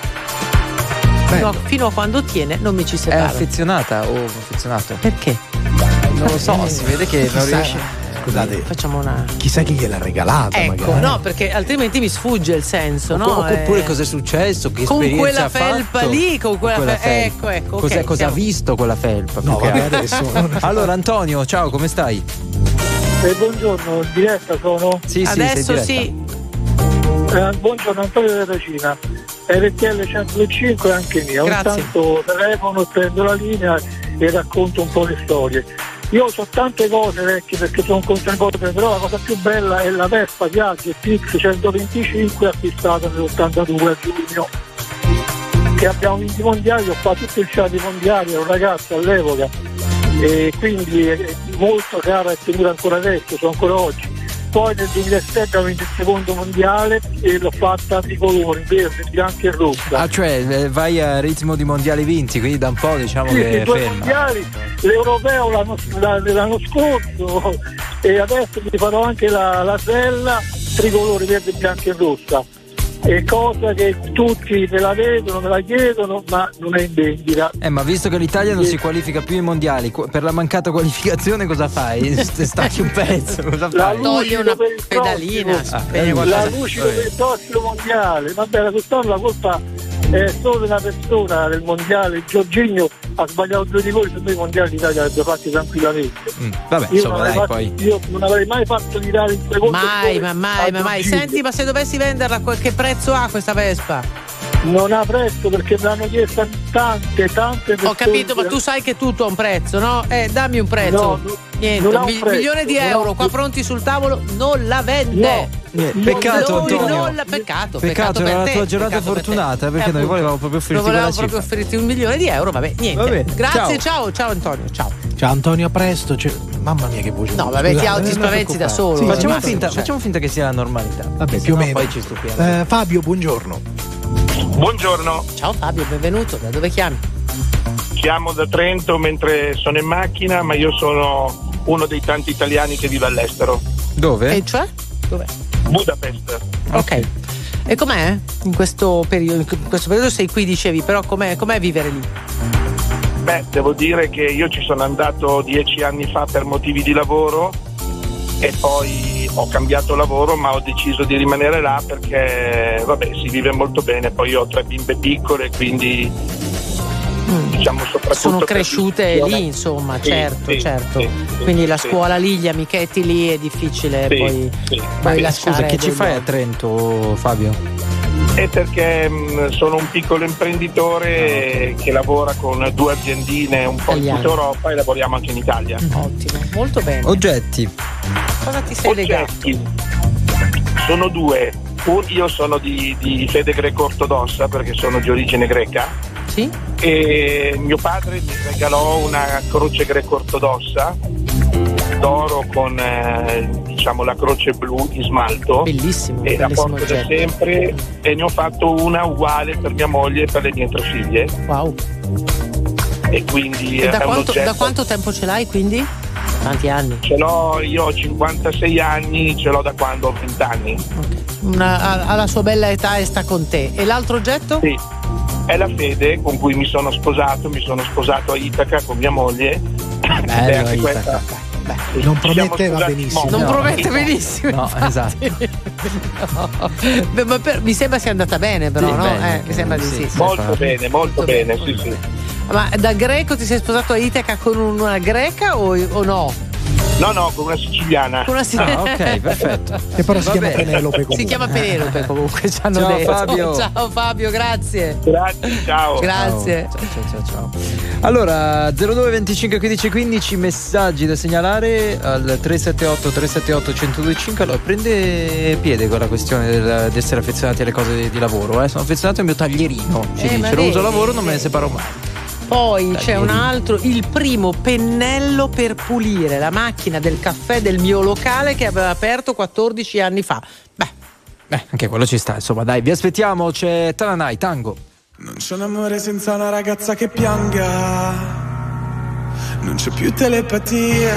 Fino a, fino a quando tiene non mi ci separo. È affezionata o affezionato? Perché? Non lo so, si vede che non riesce. Scusate, facciamo una. Chissà chi gliel'ha regalata, ecco, magari. no, perché altrimenti mi sfugge il senso, no? Oppure eh... cosa è successo? Che con esperienza quella ha felpa fatto? lì, con quella, quella felpa. Ecco, ecco. Cos'è, okay, cosa siamo... ha visto quella felpa? No, vabbè, adesso. Allora, Antonio, ciao, come stai? Eh, buongiorno, in diretta sono? Sì, adesso sì, sì. Eh, buongiorno, Antonio della Regina. R T L centocinque anche mia. Grazie. Ogni tanto telefono, prendo la linea e racconto un po' le storie. Io ho tante cose vecchie perché sono conservato, però la cosa più bella è la Vespa Piaggio P X centoventicinque acquistata nell'ottantadue a giugno, che abbiamo vinto i mondiali, ho fatto tutti i sciati mondiali, ero un ragazzo all'epoca e quindi è molto cara e tenuta ancora adesso, sono ancora oggi. Poi nel duemilasette ho vinto il secondo mondiale e l'ho fatta di colori, verde, bianco e rossa. Ah, cioè vai a ritmo di mondiali vinti, quindi da un po' diciamo sì, che sì, due ferma. mondiali, l'europeo l'anno, l'anno scorso e adesso mi farò anche la, la sella tricolore verde, bianco e rossa. È cosa che tutti me la vedono, me la chiedono, ma non è in vendita. Eh, ma visto che l'Italia non si qualifica più ai mondiali, per la mancata qualificazione cosa fai? Stacchi un pezzo, cosa la fai? Togli una pedalina, ah, la luce per il prossimo mondiale. Vabbè, quest'anno la colpa è solo di una persona del mondiale. Giorginio ha sbagliato due rigori, per me i mondiali l'Italia l'avrebbe fatti tranquillamente. Mm, vabbè, io, insomma, non dai, fatto, poi. io non avrei mai fatto tirare in secondo. Mai, ma mai, ma mai. Senti, ma se dovessi venderla, che prezzo ha questa Vespa? Non ha prezzo perché me l'hanno chiesta tante, tante persone. Ho capito, ma tu sai che tutto ha un prezzo, no? Eh, dammi un prezzo. No, no, niente, non ha un un mi- prezzo, milione di non ha euro un- qua pronti sul tavolo, non la vende. No. Niente, peccato, Noi Antonio. non la- peccato, Peccato, peccato era per la te, tua giornata peccato per te. fortunata, perché Eh, noi appunto. volevamo proprio offrirti Non volevamo quella proprio cifra. offrirti un milione di euro, vabbè, niente. Va bene, Grazie, ciao. ciao, ciao Antonio, ciao. Ciao Antonio, a presto. Cioè, mamma mia che voce. No, vabbè, ti, Scusate, ti non spaventi da preoccupare. solo. Sì, Facciamo Massimo, finta, cioè. facciamo finta che sia la normalità. Vabbè, Se più o no meno. poi ci stupiamo. Eh, Fabio, buongiorno. Buongiorno, Ciao Fabio, benvenuto. Da dove chiami? chiamo da Trento mentre sono in macchina, ma io sono uno dei tanti italiani che vive all'estero. Dove? E cioè? Dov'è? Budapest. Ok. E com'è in questo periodo? In questo periodo sei qui, dicevi, però com'è, com'è vivere lì? Beh, devo dire che io ci sono andato dieci anni fa per motivi di lavoro e poi ho cambiato lavoro, ma ho deciso di rimanere là perché, vabbè, si vive molto bene. Poi io ho tre bimbe piccole, quindi Mm. diciamo soprattutto Sono per cresciute l'istruzione. lì, insomma, Sì, certo, sì, certo. sì, sì, Quindi la sì. scuola lì, gli amichetti lì, è difficile Sì, poi, sì. poi Ma lasciare. scusa, che ci dei fai a luoghi. Trento, Fabio? È perché mh, sono un piccolo imprenditore che lavora con due aziendine un po' in Italiane. tutta Europa e lavoriamo anche in Italia. Ottimo, molto bene. Oggetti. Cosa ti sei legato? Oggetti. Sono due. Un- io sono di, di fede greco-ortodossa perché sono di origine greca. Sì? E mio padre mi regalò una croce greco-ortodossa d'oro con eh, diciamo la croce blu in smalto. Bellissimo, E la bellissimo porto da oggetto. sempre e ne ho fatto una uguale per mia moglie e per le mie tre figlie. Wow. E quindi E è da un quanto, oggetto. da quanto tempo ce l'hai quindi? Tanti anni. Ce l'ho, io ho cinquantasei anni, ce l'ho da quando ho venti anni. Una, ha, ha la sua bella età e sta con te. E l'altro oggetto? Sì, è la fede con cui mi sono sposato, mi sono sposato a Itaca con mia moglie. Ed è anche Itaca. questa- Non Ci siamo prometteva sposati benissimo. molto. Non No. promette benissimo. No, infatti. esatto. No. Beh, ma per- mi sembra sia andata bene, però, Sì, no? bene, Eh, mi sembra di sì, sì. sì. Molto Molto bene, molto bene, sì, sì. Ma da greco ti sei sposato a Itaca con una greca o, o no? No, no, con una siciliana. Con una Ah, ok, perfetto. Che però si Va chiama bene. Penelope comunque. Si chiama Penelope comunque, ci hanno Ciao, detto. Fabio. Ciao Fabio, grazie. Grazie, ciao. Grazie. Ciao, ciao, ciao, ciao. Allora, zero due venticinque quindici quindici, messaggi da segnalare al tre sette otto tre sette otto uno zero due cinque. Allora, prende piede con la questione del- di essere affezionati alle cose di, di lavoro. Eh. Sono affezionato al mio taglierino. Ci Eh, ma dice, lo uso vedi, lavoro, non me ne vedi. separo mai. Poi c'è un Taglierino. altro, il primo pennello per pulire la macchina del caffè del mio locale che aveva aperto quattordici anni fa. Beh, Beh, anche quello ci sta, insomma, dai, vi aspettiamo. C'è Tananai, tango. Non c'è un amore senza una ragazza che pianga. non c'è più telepatia.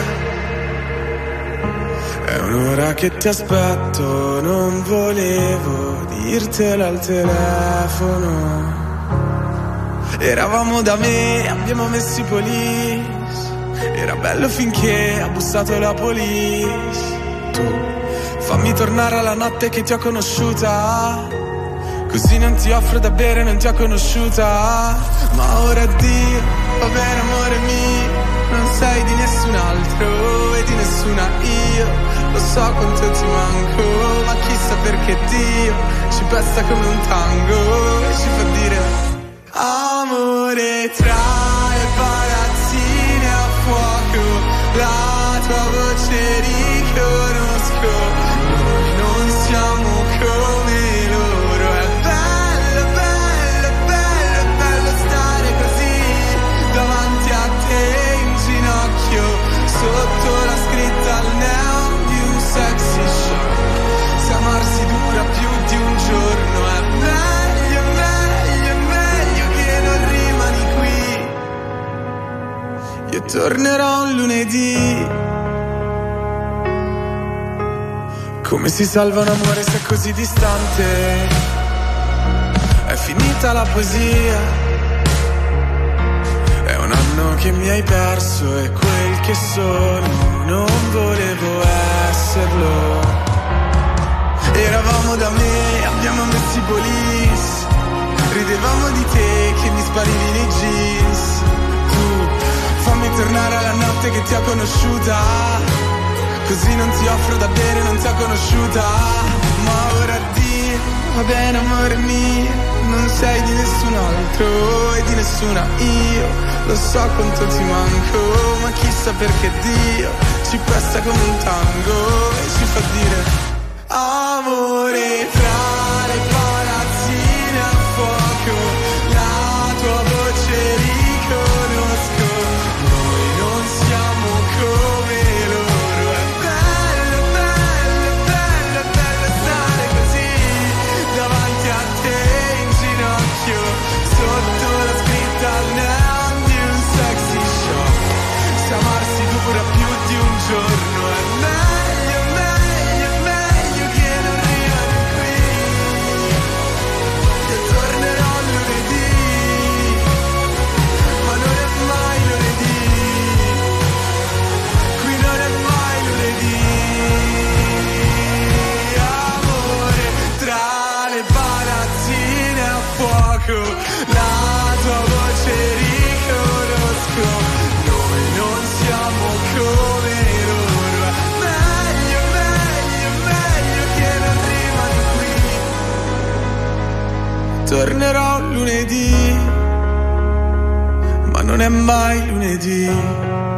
È un'ora che ti aspetto, non volevo dirtelo al telefono. Eravamo da me, abbiamo messo i police. Era bello finché ha bussato la police. Tu fammi tornare alla notte che ti ho conosciuta, così non ti offro da bere, non ti ho conosciuta. Ma ora addio, va bene amore mio, non sei di nessun altro e di nessuna io. Lo so quanto ti manco, ma chissà perché Dio ci pesta come un tango e ci fa dire amore tra le palazzine a fuoco. La tua voce riconosco, noi non siamo come loro. È bello, bello, bello, bello stare così davanti a te in ginocchio, sotto la scritta al neon di un sexy show. Se amarsi dura più di un giorno è meglio, meglio, meglio che non rimani qui. Io tornerò un lunedì. Come si salva un amore se è così distante? È finita la poesia. È un anno che mi hai perso e quel che sono non volevo esserlo. Eravamo da me, abbiamo messo i police. Ridevamo di te che mi sparivi nei jeans. Tu fammi tornare alla notte che ti ho conosciuta, così non ti offro da bere, non ti ho conosciuta. Ma ora addio, va bene amore mio, non sei di nessun altro e di nessuna io. Lo so quanto ti manco, ma chissà perché Dio ci pesta come un tango e ci fa dire amore tra le palazzine a fuoco. La tua voce riconosco, noi non siamo come loro. È bello, bello, bello, bello stare così davanti a te in ginocchio, sotto la scritta al neon di un sexy show. Se amarsi dura più di un giorno è meglio, meglio, meglio che non rimani qui. Io tornerò lunedì, ma non è mai lunedì. Qui non è mai lunedì. Amore tra le palazzine a fuoco, la tua voce riconosco, noi non siamo come loro. Meglio, meglio, meglio che non rimani qui. Tornerò lunedì, ma non è mai lunedì.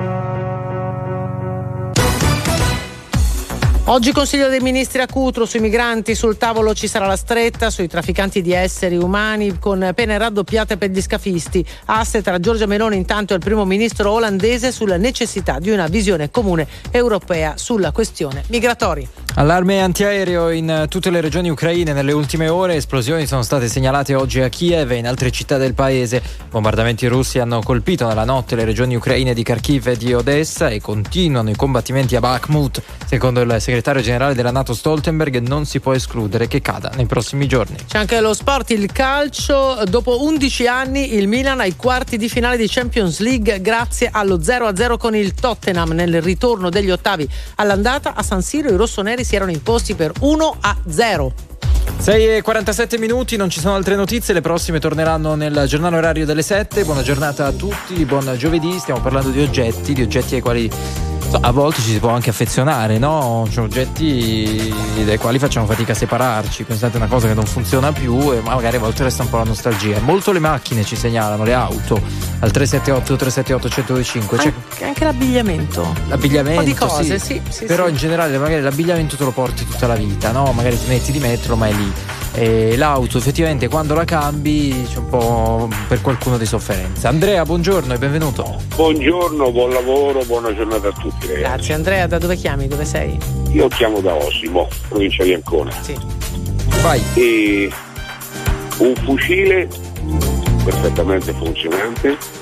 Oggi Consiglio dei Ministri a Cutro, sui migranti sul tavolo ci sarà la stretta, sui trafficanti di esseri umani con pene raddoppiate per gli scafisti. Asse tra Giorgia Meloni intanto e il primo ministro olandese sulla necessità di una visione comune europea sulla questione migratoria. Allarme antiaereo in tutte le regioni ucraine nelle ultime ore, esplosioni sono state segnalate oggi a Kiev e in altre città del paese. Bombardamenti russi hanno colpito nella notte le regioni ucraine di Kharkiv e di Odessa e continuano i combattimenti a Bakhmut. Secondo il segretario generale della NATO Stoltenberg non si può escludere che cada nei prossimi giorni. C'è anche lo sport, il calcio. Dopo undici anni il Milan ai quarti di finale di Champions League grazie allo zero a zero con il Tottenham. Nel ritorno degli ottavi all'andata a San Siro i rossoneri si erano imposti per uno a zero. sei e quarantasette minuti, non ci sono altre notizie, le prossime torneranno nel giornale orario delle sette. Buona giornata a tutti, buon giovedì. Stiamo parlando di oggetti, di oggetti ai quali a volte ci si può anche affezionare, no? C'è oggetti dai quali facciamo fatica a separarci. Pensate a una cosa che non funziona più e magari a volte resta un po' la nostalgia. Molto le macchine ci segnalano, le auto al tre sette otto tre sette otto uno zero due cinque. C'è anche, anche l'abbigliamento. L'abbigliamento, un po' di cose, sì. sì, sì Però sì. in generale magari l'abbigliamento te lo porti tutta la vita, no? Magari ti metti di metro ma è lì. E l'auto effettivamente quando la cambi c'è un po' per qualcuno di sofferenza. Andrea, buongiorno e benvenuto. Buongiorno, buon lavoro, buona giornata a tutti ragazzi. Grazie Andrea, da dove chiami? Dove sei? Io chiamo da Osimo, provincia di Ancona. Sì. Vai. E un fucile perfettamente funzionante,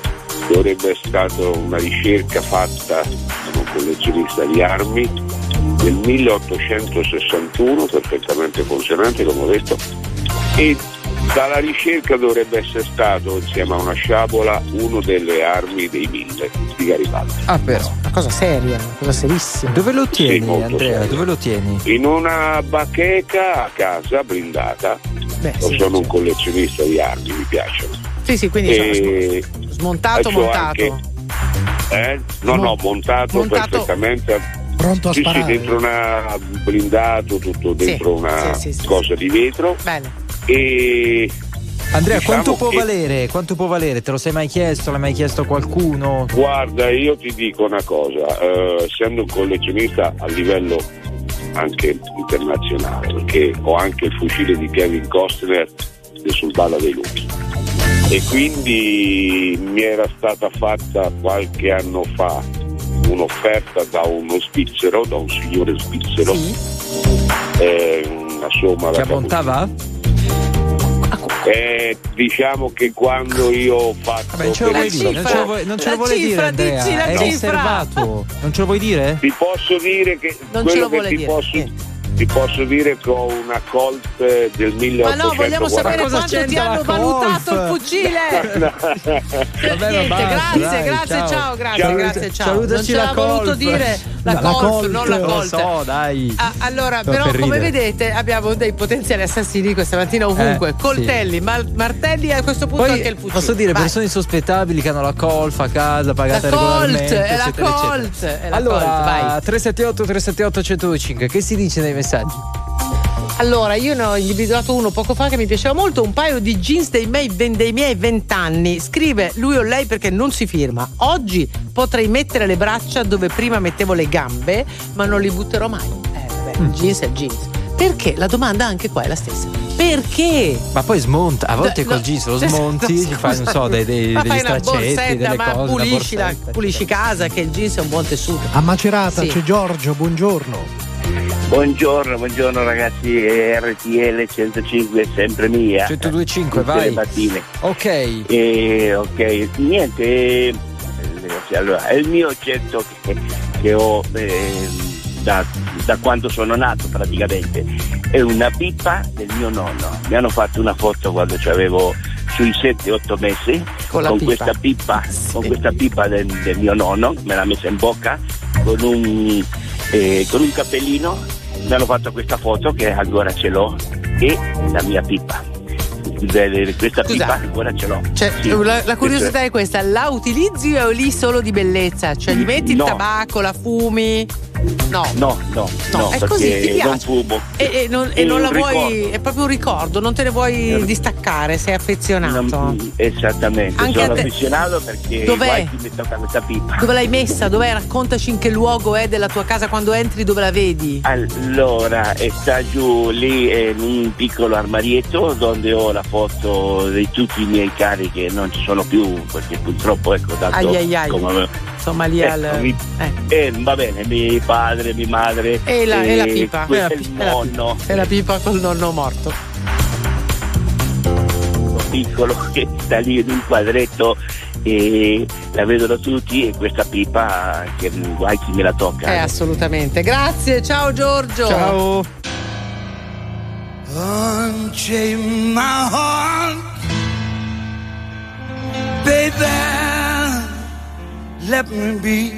dovrebbe essere stata una ricerca fatta da un collezionista di armi del milleottocentosessantuno, perfettamente funzionante come ho detto, e dalla ricerca dovrebbe essere stato, insieme a una sciabola, uno delle armi dei mille di Garibaldi. Ah, però, una cosa seria, una cosa serissima. Dove lo ottieni, Sì, Andrea? serio. Dove lo ottieni? In una bacheca a casa blindata. Beh, Io sì, sono un sì. collezionista di armi, mi piacciono. Sì, sì, quindi E sono smontato, faccio montato. anche- eh? No, no, montato, montato- perfettamente. Pronto a Sì, sì, sparare. dentro una blindato, tutto dentro una sì, sì, sì, cosa di vetro. Bene. E Andrea, diciamo quanto può che- valere? Quanto può valere? Te lo sei mai chiesto? L'hai mai chiesto a qualcuno? Guarda, io ti dico una cosa, eh, essendo un collezionista a livello anche internazionale, perché ho anche il fucile di Kevin Costner sul Balla dei Lupi, e quindi mi era stata fatta qualche anno fa un'offerta da uno svizzero, da un signore svizzero, eh, una somma Che da ammontava? Eh, diciamo che quando io ho fatto Vabbè, non ce lo vuoi dire, non ce lo vuoi, non ce lo vuole dire, Andrea. dici la È cifra. riservato. Non ce lo vuoi dire? Ti posso dire che Non ce quello lo che vuole ti dire, posso, ti posso dire che ho una Colt del Ma no, vogliamo sapere milleottocentoquaranta. quanto ti hanno valutato il fucile. Vabbè, Niente, basta, grazie, dai, grazie, ciao, ciao. grazie, Ciao. grazie, ciao. Salutaci Non ce la l'ha voluto Colf. dire la, La- la Colf, Colt, non la lo Colt. so, dai. Ah, allora, No, però, per come ridere. vedete, abbiamo dei potenziali assassini questa mattina ovunque. Eh, Coltelli, mal- martelli e a questo punto Poi anche il fucile. posso dire Vai. persone insospettabili che hanno la colf a casa pagata La Colt, regolarmente, è la eccetera, Colt, eccetera. è la allora, Colt, vai. tre sette otto tre sette otto uno zero due cinque, che si dice nei messaggi? Allora, io ne ho individuato uno poco fa che mi piaceva molto, un paio di jeans dei miei, dei miei vent'anni. Scrive lui o lei perché non si firma. Oggi potrei mettere le braccia dove prima mettevo le gambe, ma non li butterò mai. Eh, vabbè, il jeans è il jeans. Perché? La domanda anche qua è la stessa. Perché? Ma poi smonta, a volte No, col jeans lo cioè, smonti, no, ci fai, non so, dei, dei, ma degli fai una straccetti, borsetta, delle ma cose, pulisci, una la, borsetta. pulisci casa, che il jeans è un buon tessuto. A Macerata Sì. c'è Giorgio, buongiorno. Buongiorno, buongiorno ragazzi, R T L centocinque è sempre mia. centodue e cinque, Tutte vai. le mattine. Ok. E, ok, niente, eh, allora, è il mio oggetto che, che ho eh, da, da quando sono nato praticamente. È una pipa del mio nonno. Mi hanno fatto una foto quando avevo sui sette otto mesi Con la pipa. questa pipa, con questa pipa del, del mio nonno, me l'ha messa in bocca con un, eh, con un cappellino. Mi hanno fatto questa foto che ancora ce l'ho, e la mia pipa. Questa Scusa. pipa ancora ce l'ho. Cioè, Sì. la, la curiosità è questa: la utilizzi o è lì solo di bellezza? Cioè, gli metti il No. tabacco, la fumi? No. No, no, No, no, è perché così, ti piace? non fumo. E, e non, e È non un la vuoi, ricordo. è proprio un ricordo, non te ne vuoi distaccare, sei affezionato. Non- esattamente, Anche sono a te. affezionato perché Dov'è? guai chi mi tocca questa pipa. Dove l'hai messa? Dov'è? Raccontaci in che luogo è della tua casa quando entri, dove la vedi. Allora, e sta giù lì in un piccolo armadietto dove ho la foto di tutti i miei cari che non ci sono più, perché purtroppo ecco dato Ai ai ai. come Insomma, lì ecco, al. mi- eh. eh, va bene, mio padre, mia madre E la, e la pipa. questo E la, è il e la nonno pipa. E la pipa col nonno morto. piccolo che sta lì in un quadretto e la vedono tutti, e questa pipa che guai chi me la tocca. Eh, assolutamente. Grazie, ciao Giorgio. Ciao. Unchain my heart, baby, let me be.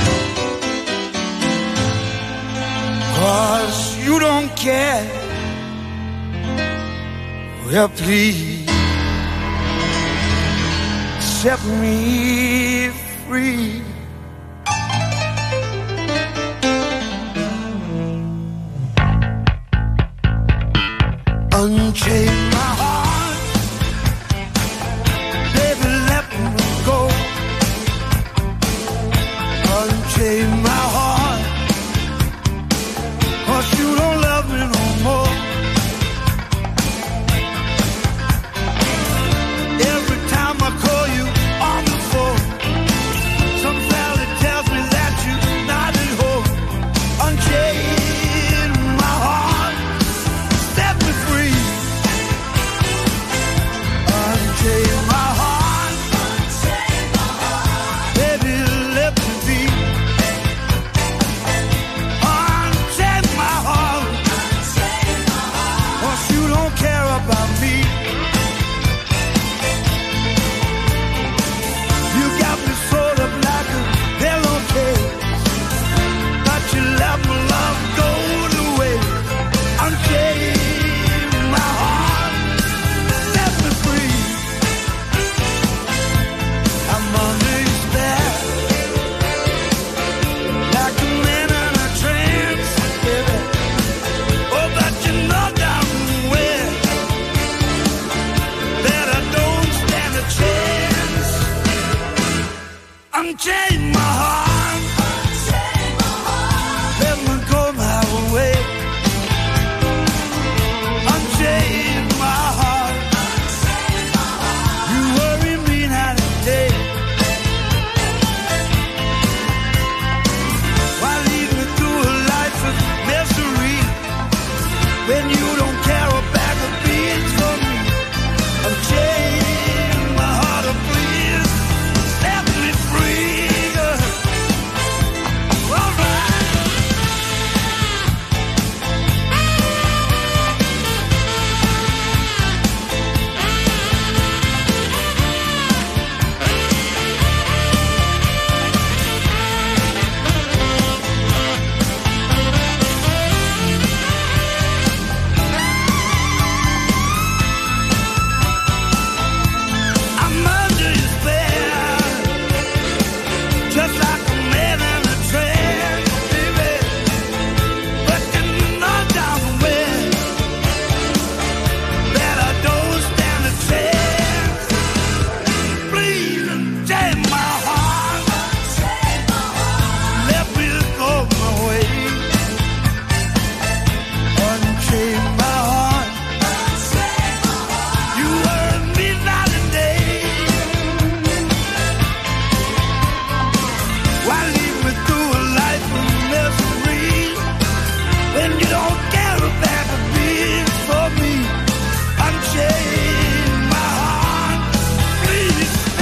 'Cause you don't care. Well, please set me free. Unchain my heart, baby, let me go. Unchain my heart, 'cause you don't love me no more. Every time I call you on the phone, some fella tells me that you're not at home. Unchain my heart, set me free.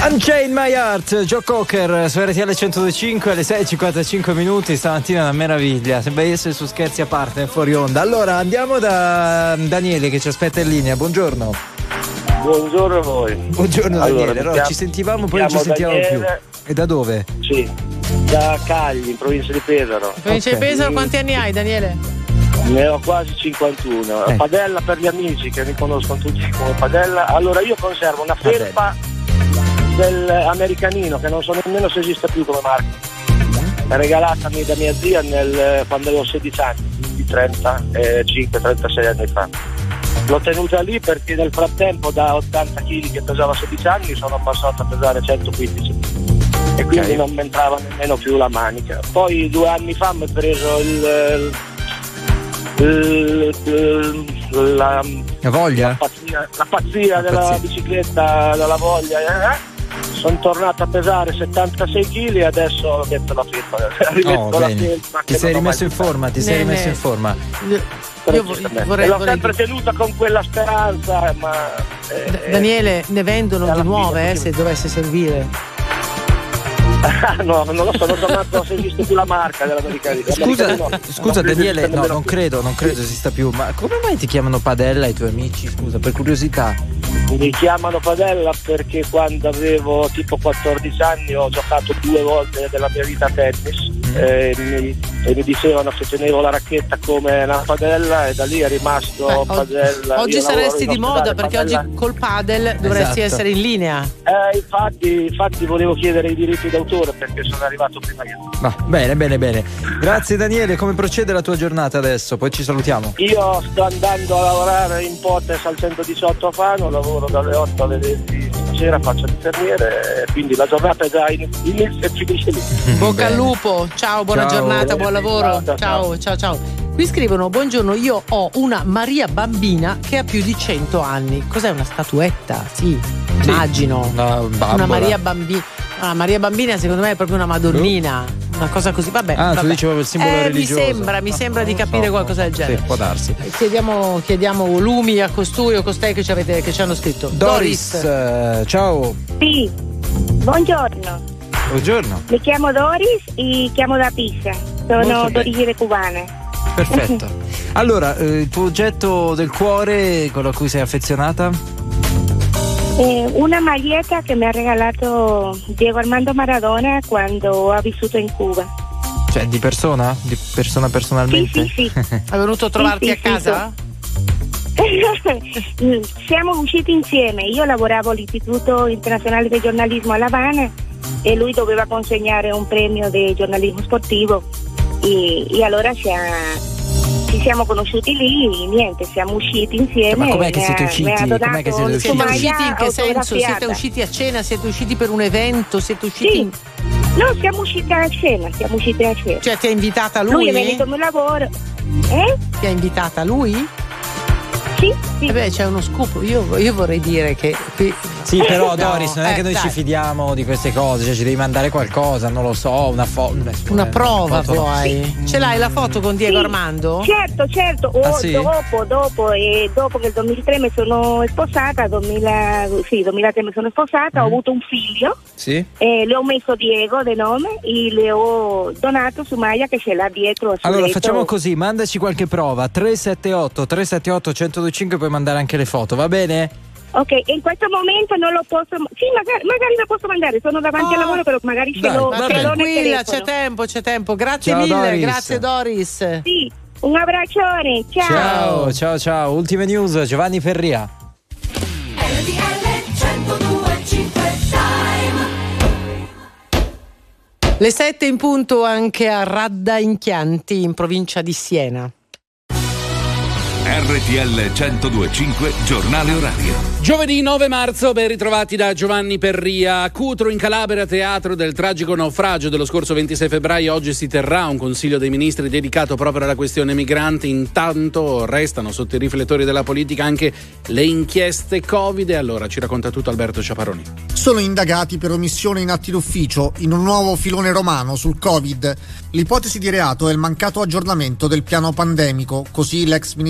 Unchain My Heart, Joe Cocker su R T L centodue e cinque alle sei e cinquantacinque minuti. Stamattina una meraviglia, sembra di essere su Scherzi a parte fuori onda. Allora andiamo da Daniele che ci aspetta in linea. Buongiorno. Buongiorno a voi. Buongiorno allora, Daniele, allora, ci sentivamo poi non ci sentiamo Daniele, più. E da dove? Sì, da Cagli, in provincia di Pesaro. In provincia okay. di Pesaro, quanti anni hai Daniele? Ne ho quasi cinquantuno. Eh. Padella per gli amici che mi conoscono tutti come Padella. Allora io conservo una felpa dell'americanino che non so nemmeno se esiste più come marca, mm-hmm. regalatami da mia zia nel, quando avevo sedici anni, quindi trentacinque trentasei anni fa. L'ho tenuta lì perché nel frattempo da ottanta chili che pesava sedici anni sono passato a pesare centoquindici e quindi okay. non mi entrava nemmeno più la manica. Poi due anni fa mi ho preso il, il, il la, la voglia la pazzia, la pazzia la della pazzia. bicicletta, della voglia, eh? Sono tornato a pesare settantasei chili e adesso ho detto la firma. Oh, la firma ti sei rimesso in forma, ti sei rimesso in forma. Io vorrei, l'ho vorrei sempre dire. tenuta con quella speranza, ma eh, Daniele, ne vendono di nuove eh, se dovesse servire. no, non lo so, non so manco se esiste più la marca dell'americano. Scusa, no, scusa Daniele, no, non credo, non credo esista più, ma come mai ti chiamano Padella i tuoi amici? Scusa, per curiosità. Mi chiamano Padella perché quando avevo tipo quattordici anni ho giocato due volte della mia vita a tennis mm. e, mi, e mi dicevano che tenevo la racchetta come una padella e da lì è rimasto Beh, Padella. Oggi saresti di moda perché padella. Oggi col padel dovresti esatto. essere in linea. Eh, infatti, infatti volevo chiedere i diritti d'autore perché sono arrivato prima io. Ma bene, bene, bene. Grazie Daniele, come procede la tua giornata adesso? Poi ci salutiamo. Io sto andando a lavorare in Potes al centodiciotto a Fano, lavoro dalle otto alle venti sera, faccio l'infermiere, quindi la giornata è già inizia e finisce lì. Bocca al lupo, ciao, buona ciao. giornata, buon lavoro. Ciao, ciao, ciao, ciao. Qui scrivono: buongiorno, io ho una Maria Bambina che ha più di cento anni. Cos'è, una statuetta? Sì, sì. immagino. Una, una Maria Bambina. Una Maria Bambina secondo me è proprio una Madonnina, una cosa così, vabbè. Ah, vabbè. tu dicevo il simbolo eh, religioso. Mi sembra, mi sembra no, di capire so, qualcosa del genere. Sì, può darsi. Chiediamo, chiediamo lumi a costui o costei che ci, avete, che ci hanno scritto. Doris, Doris. Uh, ciao. Sì, buongiorno. Buongiorno. Mi chiamo Doris e chiamo da Pisa. Sono d'origine cubana. Perfetto. Allora, eh, il tuo oggetto del cuore, quello a cui sei affezionata? Eh, una maglietta che mi ha regalato Diego Armando Maradona quando ha vissuto in Cuba. Cioè di persona? Di persona personalmente? Sì, sì, sì. È venuto a trovarti sì, a sì, casa? Sì. Siamo usciti insieme. Io lavoravo all'Istituto Internazionale di Giornalismo a La Habana e lui doveva consegnare un premio di giornalismo sportivo e, e allora ci ha ci siamo conosciuti lì, niente, siamo usciti insieme. Ma com'è che siete usciti? Com'è che siete usciti? Siete usciti in che senso? Siete usciti a cena? Siete usciti per un evento? Siete usciti? Sì. In... No, siamo usciti a cena, siamo usciti a cena. Cioè ti ha invitata lui? Lui è venuto al mio lavoro. Eh? Ti ha invitata lui? Sì, sì. Eh beh, c'è uno scoop. Io, io vorrei dire che qui... Sì, però Doris, non è eh, che noi dai. ci fidiamo di queste cose, cioè ci devi mandare qualcosa, non lo so, una foto. Una prova poi. Ce l'hai la foto con Diego sì, Armando? Certo, certo. Oh, ah, sì? Dopo, dopo, e dopo che nel duemilatré mi sono sposata, duemila, sì, duemilatré mi sono sposata, mm. ho avuto un figlio. Sì. Eh, le ho messo Diego di nome e le ho donato su maglia che ce l'ha dietro. Allora letto. Facciamo così, mandaci qualche prova, tre sette otto tre sette otto uno zero due cinque, puoi mandare anche le foto, va bene? Ok, in questo momento non lo posso. Sì, magari, magari lo posso mandare, sono davanti oh, al lavoro, però magari ce l'ho. Tranquilla, c'è tempo, c'è tempo. Grazie ciao, mille, Doris. Grazie Doris. Sì, un abbraccione, ciao. Ciao, ciao, ciao. Ultime news, Giovanni Ferria. Le sette in punto anche a Radda in Chianti, in provincia di Siena. R T L centodue e cinque, giornale orario. Giovedì nove marzo, ben ritrovati da Giovanni Perria. A Cutro in Calabria, teatro del tragico naufragio dello scorso ventisei febbraio, oggi si terrà un consiglio dei ministri dedicato proprio alla questione migranti. Intanto restano sotto i riflettori della politica anche le inchieste Covid e allora ci racconta tutto Alberto Ciaparoni. Sono indagati per omissione in atti d'ufficio in un nuovo filone romano sul Covid. L'ipotesi di reato è il mancato aggiornamento del piano pandemico, così l'ex ministro della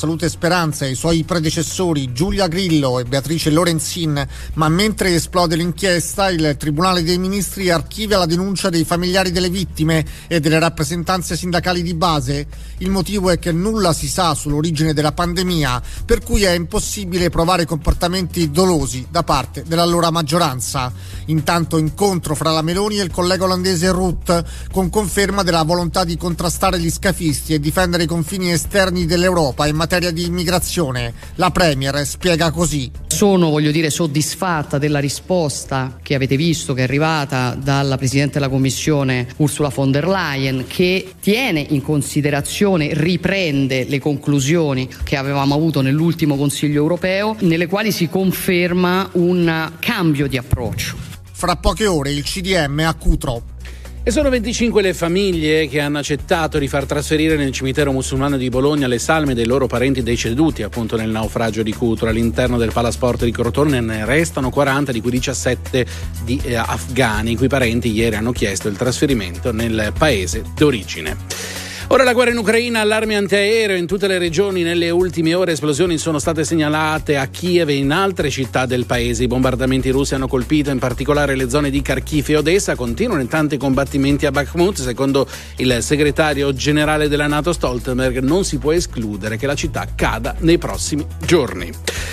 Salute e Speranza e i suoi predecessori Giulia Grillo e Beatrice Lorenzin, ma mentre esplode l'inchiesta il Tribunale dei Ministri archivia la denuncia dei familiari delle vittime e delle rappresentanze sindacali di base. Il motivo è che nulla si sa sull'origine della pandemia, per cui è impossibile provare comportamenti dolosi da parte dell'allora maggioranza. Intanto incontro fra la Meloni e il collega olandese Rutte, con conferma della volontà di contrastare gli scafisti e difendere i confini esterni dell'Europa in materia di immigrazione. La Premier spiega così. Sono, voglio dire, soddisfatta della risposta che avete visto, che è arrivata dalla Presidente della Commissione Ursula von der Leyen, che tiene in considerazione, riprende le conclusioni che avevamo avuto nell'ultimo Consiglio europeo, nelle quali si conferma un cambio di approccio. Fra poche ore il C D M a Cutro. E sono venticinque le famiglie che hanno accettato di far trasferire nel cimitero musulmano di Bologna le salme dei loro parenti deceduti appunto nel naufragio di Cutro. All'interno del Palasport di Crotone ne restano quaranta, di cui diciassette di eh, afghani, i cui parenti ieri hanno chiesto il trasferimento nel paese d'origine. Ora la guerra in Ucraina, allarme antiaereo in tutte le regioni. Nelle ultime ore esplosioni sono state segnalate a Kiev e in altre città del paese. I bombardamenti russi hanno colpito in particolare le zone di Kharkiv e Odessa. Continuano intanto i combattimenti a Bakhmut. Secondo il segretario generale della NATO Stoltenberg non si può escludere che la città cada nei prossimi giorni.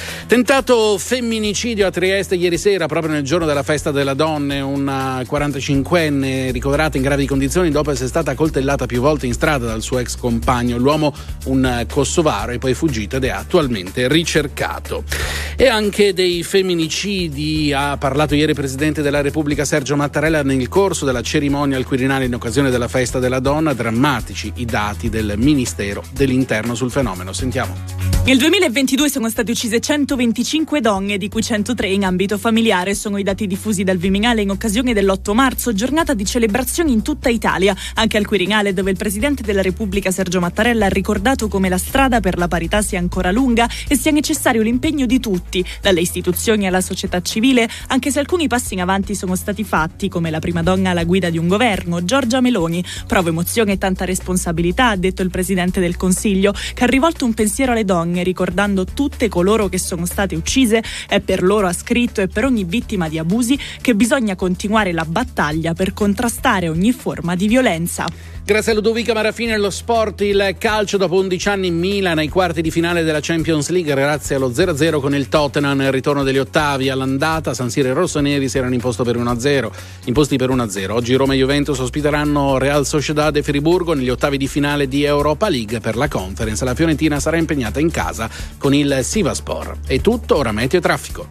Tentato femminicidio a Trieste ieri sera, proprio nel giorno della festa della donna. Una quarantacinquenne ricoverata in gravi condizioni dopo essere stata coltellata più volte in strada dal suo ex compagno. L'uomo, un kosovaro, è poi fuggito ed è attualmente ricercato. E anche dei femminicidi ha parlato ieri il Presidente della Repubblica Sergio Mattarella nel corso della cerimonia al Quirinale in occasione della festa della donna. Drammatici i dati del Ministero dell'Interno sul fenomeno. Sentiamo. Nel duemilaventidue sono state uccise centoventicinque donne, di cui centotré in ambito familiare. Sono i dati diffusi dal Viminale in occasione dell'otto marzo, giornata di celebrazioni in tutta Italia, anche al Quirinale, dove il Presidente della Repubblica Sergio Mattarella ha ricordato come la strada per la parità sia ancora lunga e sia necessario l'impegno di tutti, dalle istituzioni alla società civile, anche se alcuni passi in avanti sono stati fatti, come la prima donna alla guida di un governo, Giorgia Meloni. Provo emozione e tanta responsabilità, ha detto il Presidente del Consiglio, che ha rivolto un pensiero alle donne, ricordando tutte coloro che sono state uccise. È per loro, ha scritto, e per ogni vittima di abusi che bisogna continuare la battaglia per contrastare ogni forma di violenza. Grazie a Ludovica Marafini. Allo sport, il calcio dopo undici anni in Milan ai quarti di finale della Champions League grazie allo zero a zero con il Tottenham. Il ritorno degli ottavi all'andata, San Siro e rossoneri si erano imposto per uno a zero, imposti per uno a zero. Oggi Roma e Juventus ospiteranno Real Sociedad e Friburgo negli ottavi di finale di Europa League per la Conference. La Fiorentina sarà impegnata in casa con il Sivasspor. È tutto, ora meteo e traffico.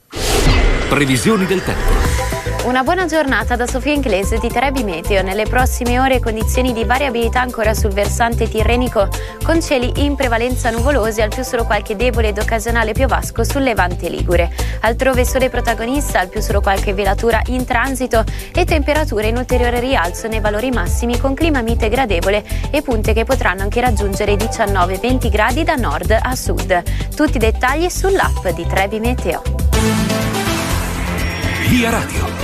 Previsioni del tempo. Una buona giornata da Sofia Inglese di Trebi Meteo. Nelle prossime ore condizioni di variabilità ancora sul versante tirrenico, con cieli in prevalenza nuvolosi, al più solo qualche debole ed occasionale piovasco sul levante ligure. Altrove sole protagonista, al più solo qualche velatura in transito e temperature in ulteriore rialzo nei valori massimi, con clima mite gradevole e punte che potranno anche raggiungere i diciannove venti gradi da nord a sud. Tutti i dettagli sull'app di Trebi Meteo. Via Radio.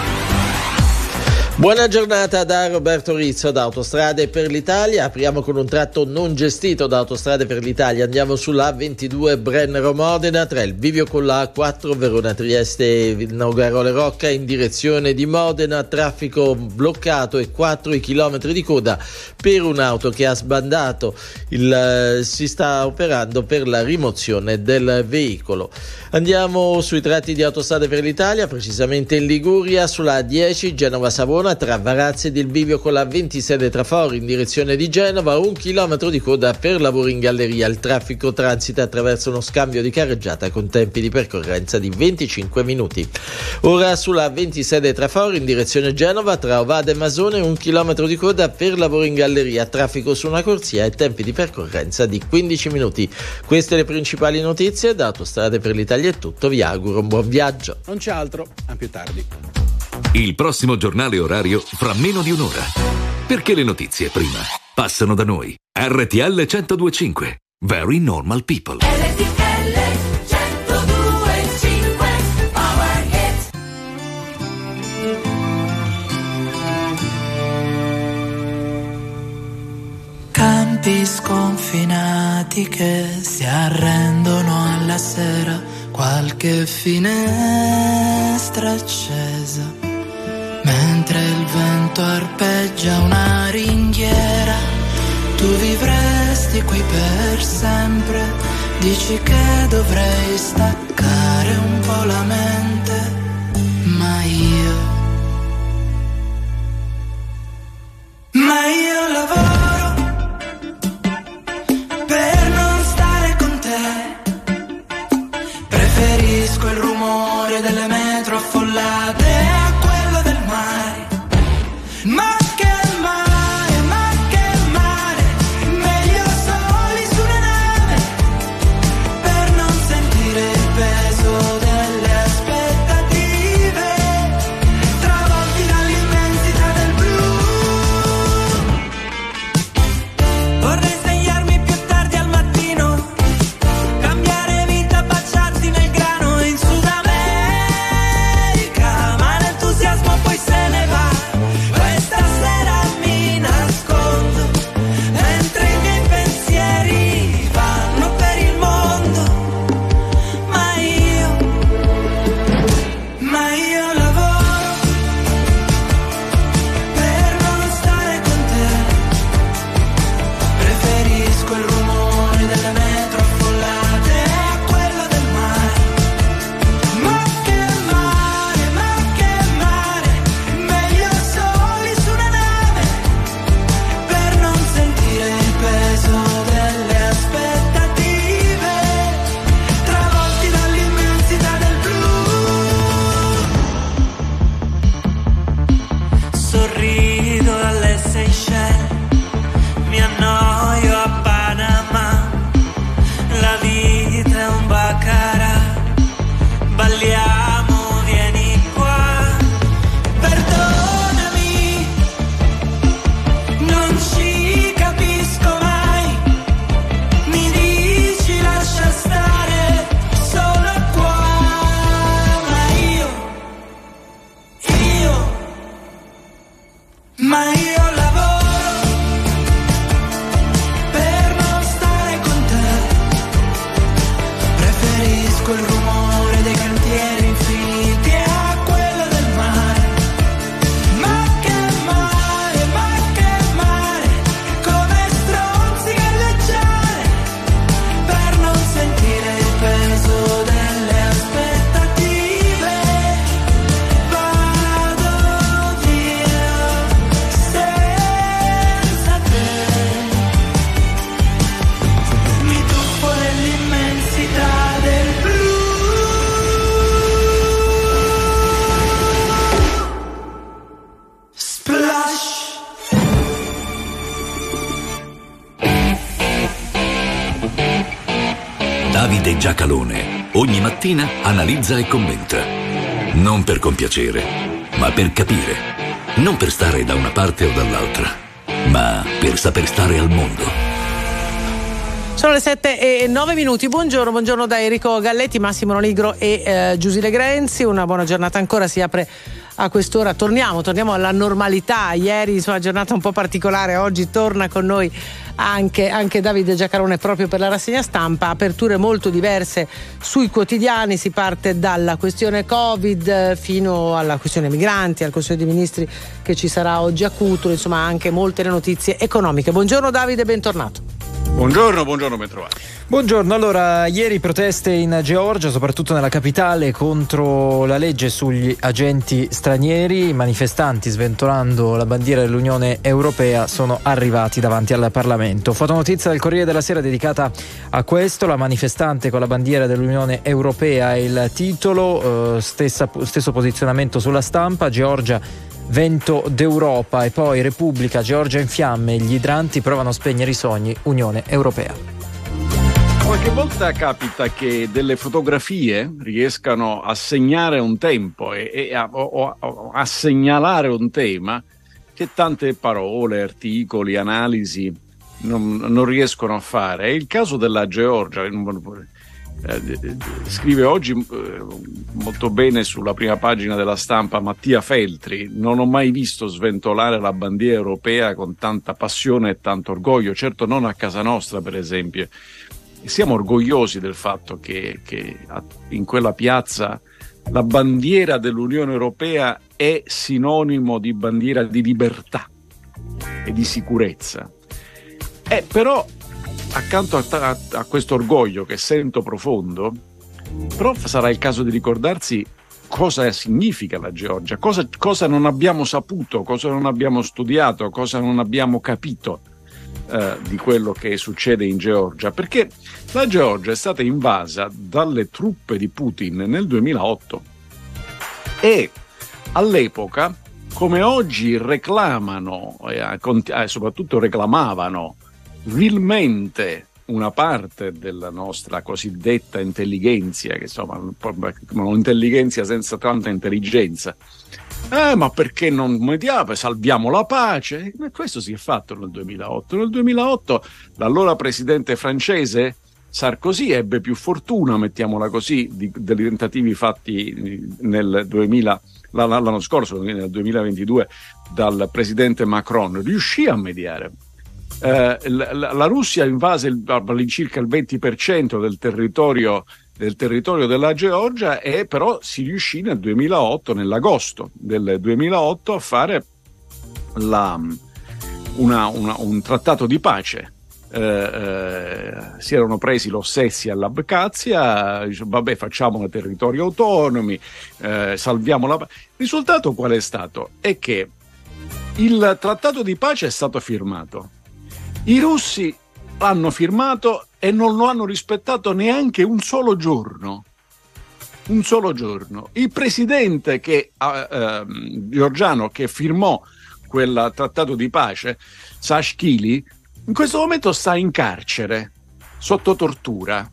Buona giornata da Roberto Rizzo da Autostrade per l'Italia. Apriamo con un tratto non gestito da Autostrade per l'Italia. Andiamo sulla A ventidue Brennero-Modena tra il bivio con la A quattro Verona-Trieste Nogarole Rocca in direzione di Modena. Traffico bloccato e quattro chilometri di coda per un'auto che ha sbandato. Il, si sta operando per la rimozione del veicolo. Andiamo sui tratti di Autostrade per l'Italia, precisamente in Liguria, sulla A dieci Genova-Savona tra Varazze ed il bivio con la ventisei Trafori in direzione di Genova, un chilometro di coda per lavori in galleria. Il traffico transita attraverso uno scambio di carreggiata con tempi di percorrenza di venticinque minuti. Ora sulla ventisei Trafori in direzione Genova tra Ovada e Masone, un chilometro di coda per lavori in galleria, traffico su una corsia e tempi di percorrenza di quindici minuti. Queste le principali notizie. Da Autostrade per l'Italia è tutto, vi auguro un buon viaggio. Non c'è altro, a più tardi. Il prossimo giornale orario fra meno di un'ora. Perché le notizie prima passano da noi. R T L centodue e cinque. Very Normal People. R T L centodue e cinque. Power Hit. Campi sconfinati amanti che si arrendono alla sera, qualche finestra accesa, mentre il vento arpeggia una ringhiera. Tu vivresti qui per sempre, dici che dovrei staccare un po' la mente, ma io, ma io lavoro per non stare con te, preferisco il rumore delle metro affollate a quello del mare, ma Davide Giacalone ogni mattina analizza e commenta. Non per compiacere, ma per capire. Non per stare da una parte o dall'altra, ma per saper stare al mondo. Sono le sette e nove minuti. Buongiorno, buongiorno da Enrico Galletti, Massimo Nigro e eh, Giusile Grenzi. Una buona giornata ancora, si apre a quest'ora. Torniamo, torniamo alla normalità. Ieri, insomma, giornata un po' particolare. Oggi torna con noi anche, anche Davide Giacalone proprio per la rassegna stampa. Aperture molto diverse sui quotidiani. Si parte dalla questione Covid fino alla questione migranti, al Consiglio dei Ministri che ci sarà oggi a Cutro. Insomma, anche molte le notizie economiche. Buongiorno Davide, bentornato. Buongiorno, buongiorno, ben trovati. Buongiorno, allora ieri proteste in Georgia, soprattutto nella capitale, contro la legge sugli agenti stranieri. I manifestanti, sventolando la bandiera dell'Unione Europea, sono arrivati davanti al Parlamento. Fotonotizia del Corriere della Sera dedicata a questo, la manifestante con la bandiera dell'Unione Europea è il titolo, eh, stessa, stesso posizionamento sulla stampa. Georgia, vento d'Europa. E poi Repubblica, Georgia in fiamme, gli idranti provano a spegnere i sogni, Unione Europea. Qualche volta capita che delle fotografie riescano a segnare un tempo e, e a, o, o, a segnalare un tema che tante parole, articoli, analisi non, non riescono a fare. È il caso della Georgia. Eh, scrive oggi eh, molto bene sulla prima pagina della Stampa Mattia Feltri: non ho mai visto sventolare la bandiera europea con tanta passione e tanto orgoglio, certo non a casa nostra per esempio. E siamo orgogliosi del fatto che, che in quella piazza la bandiera dell'Unione Europea è sinonimo di bandiera di libertà e di sicurezza. Eh, però accanto a, a, a questo orgoglio che sento profondo, però sarà il caso di ricordarsi cosa significa la Georgia, cosa, cosa non abbiamo saputo, cosa non abbiamo studiato, cosa non abbiamo capito eh, di quello che succede in Georgia, perché la Georgia è stata invasa dalle truppe di Putin nel duemilaotto e all'epoca, come oggi reclamano e eh, soprattutto reclamavano vilmente una parte della nostra cosiddetta intelligenza, che insomma un'intelligenza senza tanta intelligenza, eh, ma perché non mediamo, salviamo la pace? E questo si è fatto nel duemilaotto. Nel duemilaotto l'allora presidente francese Sarkozy ebbe più fortuna, mettiamola così, di, dei tentativi fatti nel duemila, l'anno scorso, nel duemilaventidue, dal presidente Macron. Riuscì a mediare. Eh, la, la Russia invase il, all'incirca il venti per cento del territorio, del territorio della Georgia, e però si riuscì nel duemilaotto, nell'agosto del duemilaotto, a fare la, una, una, un trattato di pace. Eh, eh, si erano presi l'Ossessia e l'Abkhazia, dice, vabbè, facciamo territori autonomi, eh, salviamo la pace. Il risultato qual è stato? È che il trattato di pace è stato firmato. I russi l'hanno firmato e non lo hanno rispettato neanche un solo giorno. Un solo giorno. Il presidente che, eh, eh, georgiano che firmò quel trattato di pace, Saakashvili, in questo momento sta in carcere, sotto tortura.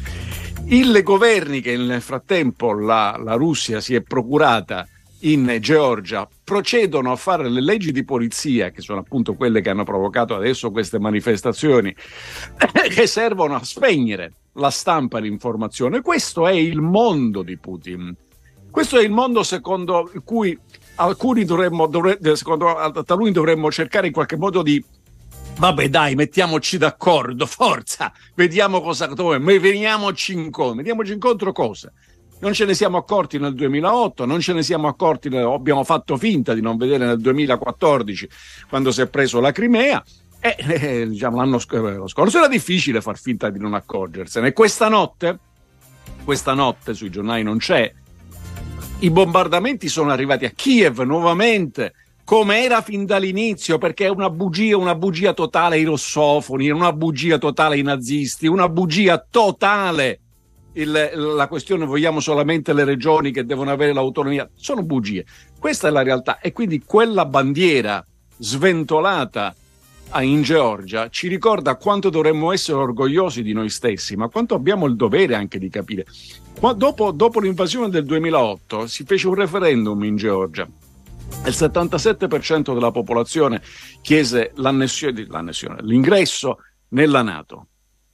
I governi che nel frattempo la, la Russia si è procurata in Georgia procedono a fare le leggi di polizia, che sono appunto quelle che hanno provocato adesso queste manifestazioni, che servono a spegnere la stampa e l'informazione. Questo è il mondo di Putin. Questo è il mondo secondo cui alcuni dovremmo, dovre, secondo taluni dovremmo cercare in qualche modo di vabbè dai, mettiamoci d'accordo, forza, vediamo cosa, dove, veniamoci incontro, vediamoci incontro cosa? Non ce ne siamo accorti nel duemilaotto, non ce ne siamo accorti, abbiamo fatto finta di non vedere nel duemilaquattordici, quando si è preso la Crimea, e eh, diciamo l'anno lo scorso era difficile far finta di non accorgersene. E questa notte, questa notte sui giornali non c'è, i bombardamenti sono arrivati a Kiev nuovamente, come era fin dall'inizio, perché è una bugia, una bugia totale ai russofoni, una bugia totale ai nazisti, una bugia totale il, la questione vogliamo solamente le regioni che devono avere l'autonomia, sono bugie. Questa è la realtà, e quindi quella bandiera sventolata in Georgia ci ricorda quanto dovremmo essere orgogliosi di noi stessi, ma quanto abbiamo il dovere anche di capire. Dopo, dopo l'invasione del duemilaotto si fece un referendum in Georgia. Il settantasette per cento della popolazione chiese l'annessione, l'annessione, l'ingresso nella NATO.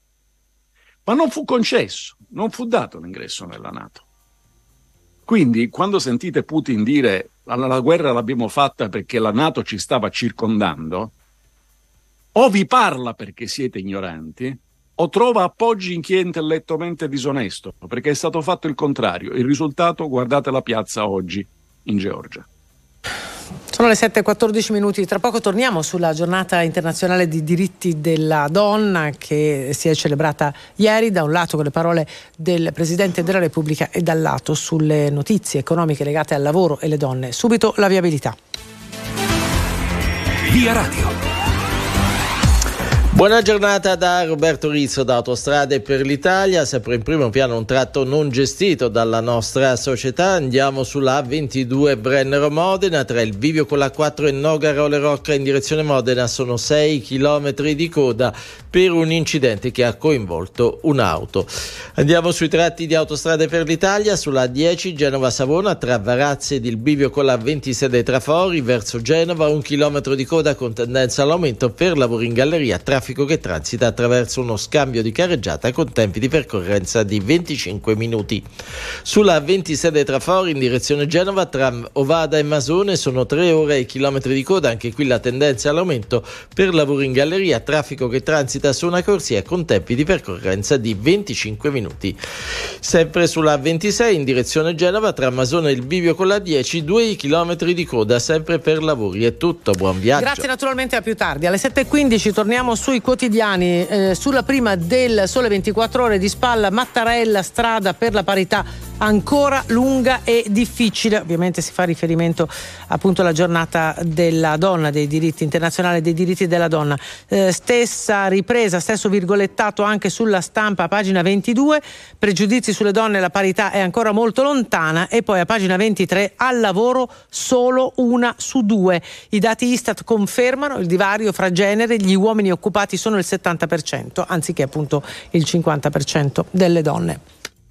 Ma non fu concesso, non fu dato l'ingresso nella NATO. Quindi, quando sentite Putin dire la, la guerra l'abbiamo fatta perché la NATO ci stava circondando, o vi parla perché siete ignoranti, o trova appoggi in chi è intellettualmente disonesto, perché è stato fatto il contrario. Il risultato, guardate la piazza oggi in Georgia. Sono le sette e quattordici minuti, tra poco torniamo sulla giornata internazionale di diritti della donna che si è celebrata ieri, da un lato con le parole del Presidente della Repubblica e dal lato sulle notizie economiche legate al lavoro e le donne. Subito la viabilità. Via Radio. Buona giornata da Roberto Rizzo da Autostrade per l'Italia. Sempre in primo piano un tratto non gestito dalla nostra società. Andiamo sulla A ventidue Brennero-Modena, tra il bivio con la quattro e Nogaro-Le Rocca in direzione Modena sono sei chilometri di coda per un incidente che ha coinvolto un'auto. Andiamo sui tratti di Autostrade per l'Italia, sulla A dieci Genova-Savona tra Varazze ed il bivio con la ventisei dei Trafori verso Genova, un chilometro di coda con tendenza all'aumento per lavori in galleria, traffico traffico che transita attraverso uno scambio di carreggiata con tempi di percorrenza di venticinque minuti. Sulla ventisei Trafori in direzione Genova tra Ovada e Masone sono tre ore e chilometri di coda, anche qui la tendenza è all'aumento per lavori in galleria, traffico che transita su una corsia con tempi di percorrenza di venticinque minuti. Sempre sulla ventisei in direzione Genova tra Masone e il bivio con la dieci, due chilometri di coda sempre per lavori. È tutto, buon viaggio. Grazie, naturalmente a più tardi. Alle sette e quindici torniamo sui quotidiani, eh, sulla prima del Sole ventiquattro Ore di Spalla, Mattarella, strada per la parità ancora lunga e difficile. Ovviamente si fa riferimento appunto alla giornata della donna, dei diritti internazionali dei diritti della donna. Eh, stessa ripresa, stesso virgolettato anche sulla Stampa, pagina ventidue, pregiudizi sulle donne, la parità è ancora molto lontana, e poi a pagina ventitré, al lavoro solo una su due. I dati Istat confermano il divario fra genere, gli uomini occupati sono il settanta per cento anziché appunto il cinquanta per cento delle donne.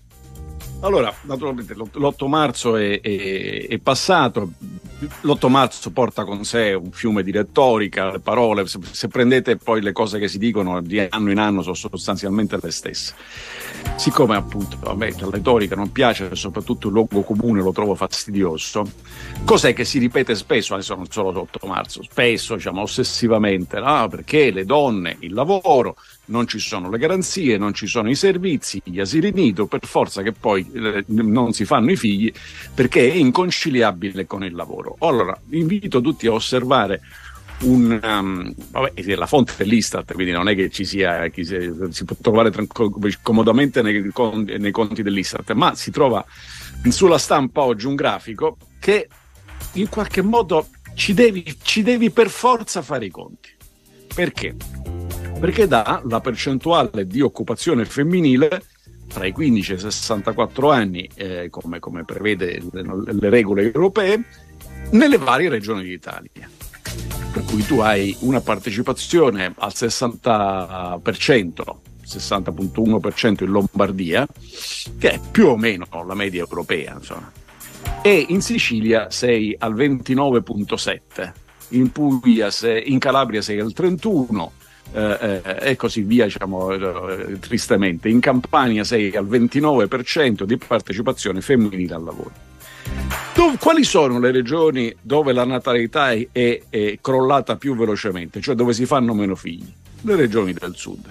Allora, naturalmente l'otto marzo è, è, è passato, l'otto marzo porta con sé un fiume di retorica, le parole, se, se prendete poi le cose che si dicono di anno in anno sono sostanzialmente le stesse. Siccome appunto a me la retorica non piace, soprattutto il luogo comune lo trovo fastidioso, cos'è che si ripete spesso, adesso non solo l'otto marzo, spesso, diciamo ossessivamente, no? Perché le donne, il lavoro, non ci sono le garanzie, non ci sono i servizi, gli asili nido, per forza che poi eh, non si fanno i figli perché è inconciliabile con il lavoro. Allora, invito tutti a osservare un um, vabbè, la fonte è l'Istat, quindi non è che ci sia, chi si, si può trovare tranqu- comodamente nei conti, nei conti dell'Istat, ma si trova sulla Stampa oggi un grafico che in qualche modo ci devi, ci devi per forza fare i conti. Perché? Perché dà la percentuale di occupazione femminile tra i quindici e i sessantaquattro anni, eh, come, come prevede le, le regole europee, nelle varie regioni d'Italia. Per cui tu hai una partecipazione al sessanta per cento, sessanta virgola uno per cento in Lombardia, che è più o meno la media europea, insomma. E in Sicilia sei al ventinove virgola sette, in Puglia sei, in Calabria sei al trentuno, eh, eh, e così via, diciamo, eh, tristemente. In Campania sei al ventinove per cento di partecipazione femminile al lavoro. Dove, quali sono le regioni dove la natalità è, è, è crollata più velocemente, cioè dove si fanno meno figli? Le regioni del sud.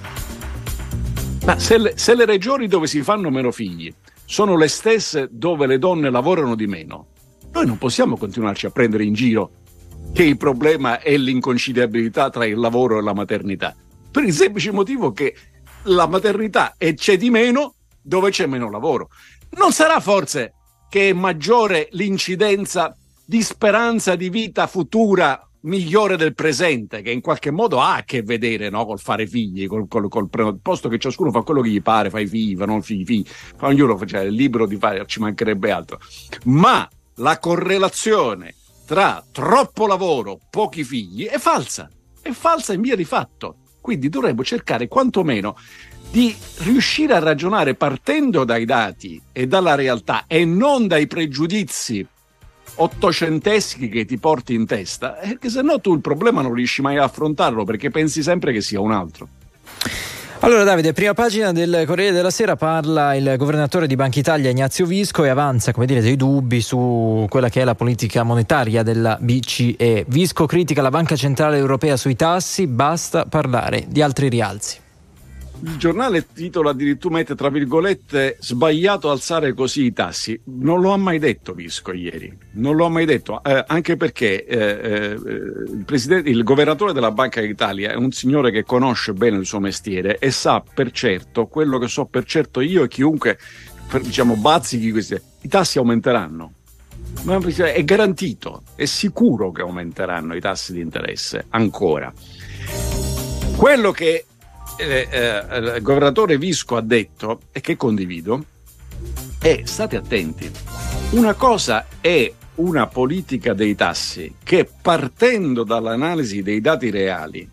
Ma se le, se le regioni dove si fanno meno figli sono le stesse dove le donne lavorano di meno, noi non possiamo continuarci a prendere in giro che il problema è l'inconciliabilità tra il lavoro e la maternità, per il semplice motivo che la maternità c'è di meno dove c'è meno lavoro. Non sarà forse che è maggiore l'incidenza di speranza di vita futura migliore del presente, che in qualche modo ha a che vedere, no, col fare figli, col, col, col posto che ciascuno fa quello che gli pare, fa i figli, fa non figli, figli, fa ognuno, cioè, è libero di fare, ci mancherebbe altro. Ma la correlazione tra troppo lavoro, pochi figli è falsa, è falsa in via di fatto. Quindi dovremmo cercare quantomeno di riuscire a ragionare partendo dai dati e dalla realtà e non dai pregiudizi ottocenteschi che ti porti in testa, perché se no tu il problema non riesci mai a affrontarlo, perché pensi sempre che sia un altro. Allora Davide, prima pagina del Corriere della Sera, parla il governatore di Banca Italia Ignazio Visco e avanza, come dire, dei dubbi su quella che è la politica monetaria della B C E. Visco critica la Banca Centrale Europea sui tassi, basta parlare di altri rialzi. Il giornale titola addirittura, mette tra virgolette, sbagliato alzare così i tassi. Non lo ha mai detto Visco ieri, non lo ha mai detto, eh, anche perché eh, eh, il, presidente, il governatore della Banca d'Italia è un signore che conosce bene il suo mestiere e sa per certo quello che so per certo io e chiunque, per, diciamo, bazzichi questi, i tassi aumenteranno. Ma è garantito, è sicuro che aumenteranno i tassi di interesse ancora. Quello che Eh, eh, il governatore Visco ha detto e che condivido è: state attenti, una cosa è una politica dei tassi che, partendo dall'analisi dei dati reali,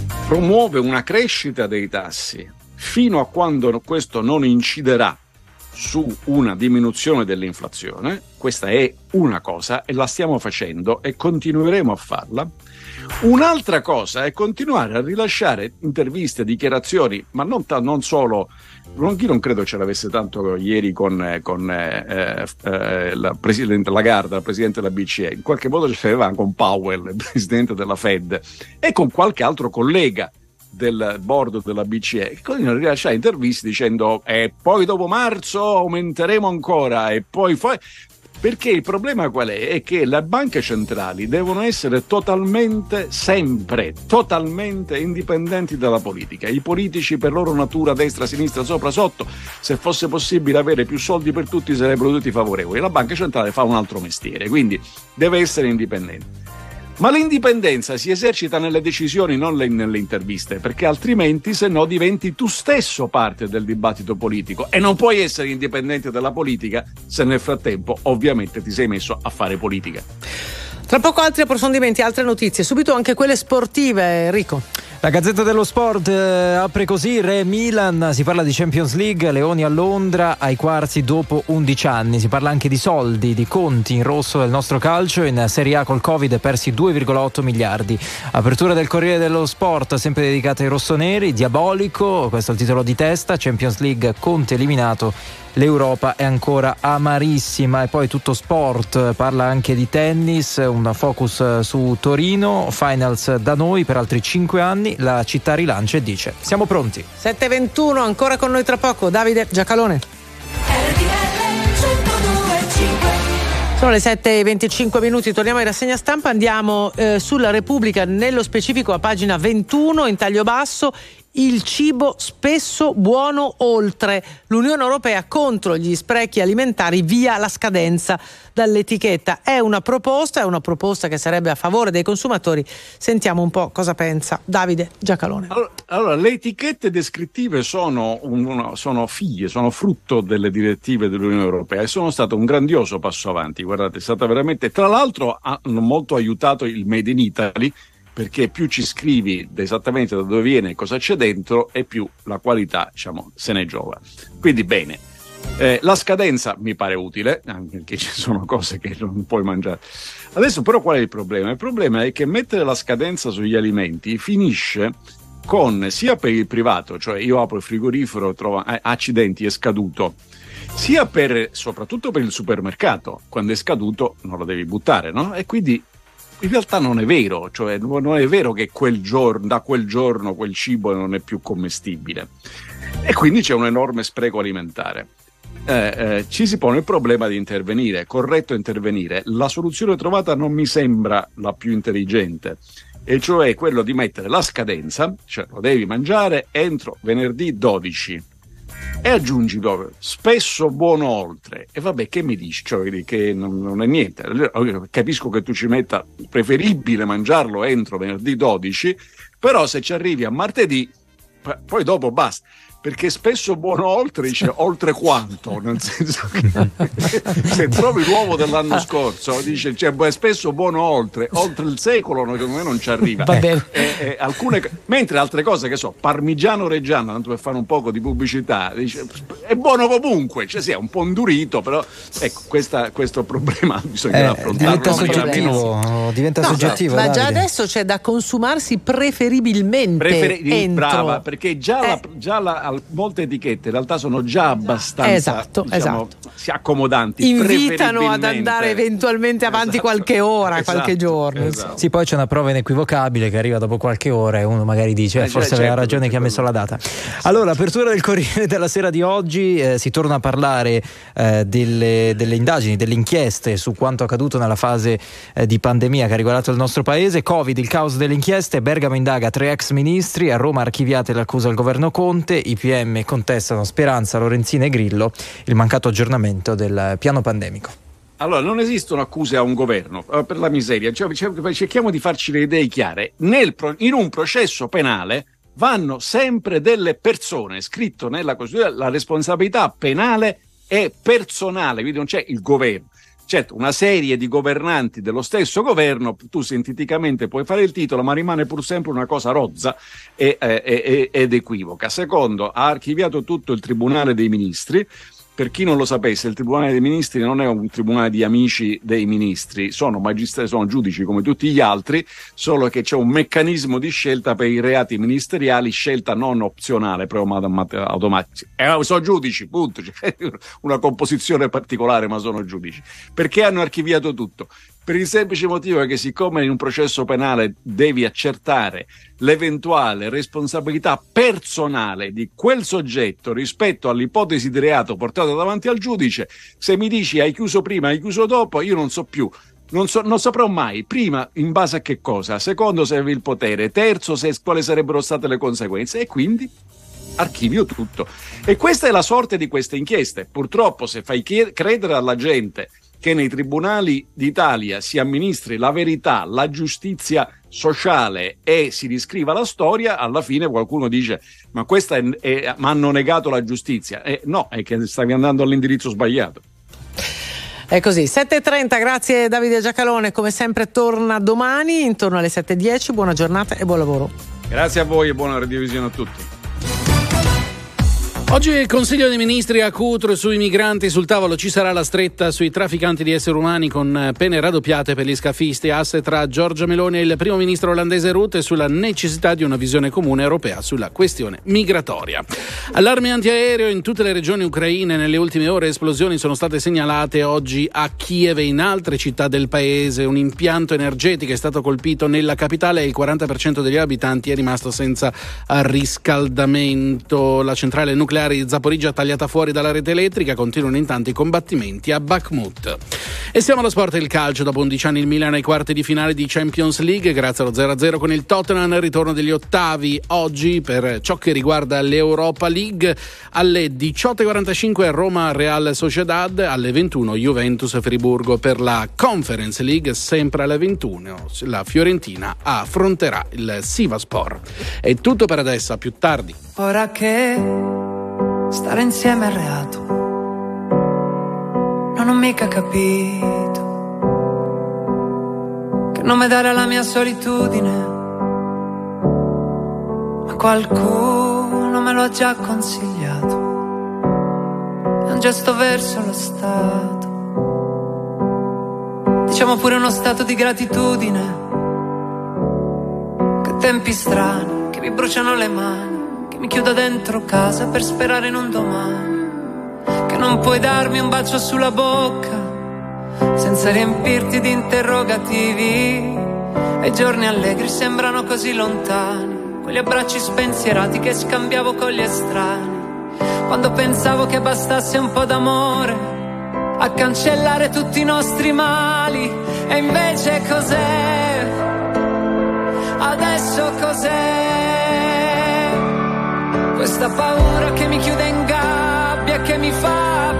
promuove una crescita dei tassi fino a quando questo non inciderà su una diminuzione dell'inflazione. Questa è una cosa e la stiamo facendo e continueremo a farla. Un'altra cosa è continuare a rilasciare interviste, dichiarazioni, ma non, ta- non solo, non, io non credo ce l'avesse tanto ieri con, con eh, eh, la Presidente Lagarde, la Presidente della B C E, in qualche modo ce l'aveva con Powell, il Presidente della Fed, e con qualche altro collega del board della B C E, che continuano a rilasciare interviste dicendo e poi dopo marzo aumenteremo ancora e poi... poi perché il problema qual è? È che le banche centrali devono essere totalmente, sempre, totalmente indipendenti dalla politica. I politici per loro natura, destra, sinistra, sopra, sotto, se fosse possibile avere più soldi per tutti sarebbero tutti favorevoli. La banca centrale fa un altro mestiere, quindi deve essere indipendente. Ma l'indipendenza si esercita nelle decisioni, non nelle interviste, perché altrimenti se no diventi tu stesso parte del dibattito politico e non puoi essere indipendente dalla politica se nel frattempo ovviamente ti sei messo a fare politica. Tra poco altri approfondimenti, altre notizie, subito anche quelle sportive, Enrico. La Gazzetta dello Sport eh, apre così: Re Milan, si parla di Champions League, Leoni a Londra ai quarti dopo undici anni, si parla anche di soldi, di conti in rosso del nostro calcio. In Serie A col Covid persi due virgola otto miliardi. Apertura del Corriere dello Sport sempre dedicata ai rossoneri, diabolico, questo è il titolo di testa, Champions League, Conte eliminato, l'Europa è ancora amarissima. E poi tutto sport, parla anche di tennis, un focus su Torino, finals da noi per altri cinque anni, la città rilancia e dice siamo pronti. sette e ventuno, ancora con noi tra poco Davide Giacalone. Sono le sette e venticinque minuti, torniamo in rassegna stampa, andiamo eh, sulla Repubblica, nello specifico a pagina ventuno in taglio basso. Il cibo spesso buono oltre. L'Unione Europea contro gli sprechi alimentari via la scadenza dall'etichetta. È una proposta, è una proposta che sarebbe a favore dei consumatori. Sentiamo un po' cosa pensa Davide Giacalone. Allora, allora le etichette descrittive sono, un, sono figlie, sono frutto delle direttive dell'Unione Europea e sono stato un grandioso passo avanti. Guardate, è stata veramente, tra l'altro hanno molto aiutato il Made in Italy, perché più ci scrivi esattamente da dove viene e cosa c'è dentro e più la qualità, diciamo, se ne giova. Quindi bene, eh, la scadenza mi pare utile, anche perché ci sono cose che non puoi mangiare. Adesso però qual è il problema? Il problema è che mettere la scadenza sugli alimenti finisce con, sia per il privato, cioè io apro il frigorifero, trovo eh, accidenti, è scaduto, sia per, soprattutto per il supermercato, quando è scaduto non lo devi buttare, no? E quindi in realtà non è vero, cioè non è vero che quel giorno, da quel giorno quel cibo non è più commestibile e quindi c'è un enorme spreco alimentare. Eh, eh, ci si pone il problema di intervenire, corretto intervenire. La soluzione trovata non mi sembra la più intelligente, e cioè quello di mettere la scadenza, cioè lo devi mangiare entro venerdì dodici. E aggiungi proprio spesso buono oltre, e vabbè, che mi dici? Cioè che non, non è niente. Capisco che tu ci metta preferibile mangiarlo entro venerdì dodici, però se ci arrivi a martedì poi dopo basta, perché spesso buono oltre dice oltre quanto, nel senso che se trovi l'uovo dell'anno scorso dice cioè, beh, spesso buono oltre oltre il secolo, secondo me non ci arriva. Va bene. E, e alcune, mentre altre cose che so, parmigiano reggiano, tanto per fare un poco di pubblicità, dice, è buono comunque, cioè sì, è un po' indurito, però ecco, questa, questo problema bisogna eh, affrontarlo. diventa soggettivo, diventa no, soggettivo ma Davide. già adesso c'è da consumarsi preferibilmente Preferi- entro. Brava, perché già, eh. la, già la, molte etichette in realtà sono già abbastanza esatto, diciamo, esatto. si accomodanti, invitano ad andare eventualmente avanti esatto. qualche ora, esatto. qualche giorno. Esatto. Sì, poi c'è una prova inequivocabile che arriva dopo qualche ora e uno magari dice eh, eh, forse certo, aveva ragione chi ha messo la data. Allora, apertura del Corriere della Sera di oggi, eh, si torna a parlare eh, delle, delle indagini, delle inchieste su quanto accaduto nella fase eh, di pandemia che ha riguardato il nostro paese. Covid, il caos delle inchieste, Bergamo indaga tre ex ministri, a Roma archiviate le accuse al governo Conte, i P M contestano Speranza, Lorenzin e Grillo il mancato aggiornamento del piano pandemico. Allora, non esistono accuse a un governo, per la miseria, cioè, cerchiamo di farci le idee chiare. Nel, in un processo penale vanno sempre delle persone, scritto nella Costituzione, la responsabilità penale è personale, quindi non c'è il governo. Certo, una serie di governanti dello stesso governo, tu sinteticamente puoi fare il titolo, ma rimane pur sempre una cosa rozza e, e, e, ed equivoca. Secondo, ha archiviato tutto il Tribunale dei Ministri, per chi non lo sapesse, il Tribunale dei Ministri non è un tribunale di amici dei ministri, sono magistrati, sono giudici come tutti gli altri, solo che c'è un meccanismo di scelta per i reati ministeriali, scelta non opzionale, proprio automatica. Eh, sono giudici, punto. C'è una composizione particolare, ma sono giudici. Perché hanno archiviato tutto? Per il semplice motivo che siccome in un processo penale devi accertare l'eventuale responsabilità personale di quel soggetto rispetto all'ipotesi di reato portata davanti al giudice, se mi dici hai chiuso prima, hai chiuso dopo, io non so più. Non, so, non saprò mai, prima in base a che cosa, secondo se avevi il potere, terzo se quali sarebbero state le conseguenze, e quindi archivio tutto. E questa è la sorte di queste inchieste. Purtroppo, se fai credere alla gente che nei tribunali d'Italia si amministri la verità, la giustizia sociale e si riscriva la storia, alla fine qualcuno dice ma questa è, è, mi hanno negato la giustizia. Eh, no, è che stavi andando all'indirizzo sbagliato. È così. sette e trenta, grazie Davide Giacalone, come sempre torna domani intorno alle sette e dieci. Buona giornata e buon lavoro. Grazie a voi e buona radiovisione a tutti. Oggi il Consiglio dei Ministri a Cutro sui migranti, sul tavolo ci sarà la stretta sui trafficanti di esseri umani con pene raddoppiate per gli scafisti, asse tra Giorgia Meloni e il primo ministro olandese Rutte e sulla necessità di una visione comune europea sulla questione migratoria. Allarme antiaereo in tutte le regioni ucraine, nelle ultime ore esplosioni sono state segnalate oggi a Kiev e in altre città del paese, un impianto energetico è stato colpito nella capitale e il quaranta per cento degli abitanti è rimasto senza riscaldamento. La centrale nucleare di Zaporizhzhia tagliata fuori dalla rete elettrica, continuano intanto i combattimenti a Bakhmut. E siamo allo sport e il calcio. Dopo undici anni il Milan ai quarti di finale di Champions League grazie allo zero a zero con il Tottenham, il ritorno degli ottavi oggi per ciò che riguarda l'Europa League. Alle diciotto e quarantacinque Roma Real Sociedad, alle ventuno Juventus Friburgo. Per la Conference League sempre alle ventuno la Fiorentina affronterà il Sivasspor. È tutto per adesso, a più tardi. Ora che stare insieme è reato, non ho mica capito che nome dare alla mia solitudine, ma qualcuno me lo ha già consigliato, è un gesto verso lo Stato, diciamo pure uno stato di gratitudine, che tempi strani che mi bruciano le mani, mi chiudo dentro casa per sperare in un domani, che non puoi darmi un bacio sulla bocca senza riempirti di interrogativi, e i giorni allegri sembrano così lontani, quegli abbracci spensierati che scambiavo con gli estranei, quando pensavo che bastasse un po' d'amore a cancellare tutti i nostri mali, e invece cos'è? Adesso cos'è? Questa paura che mi chiude in gabbia, che mi fa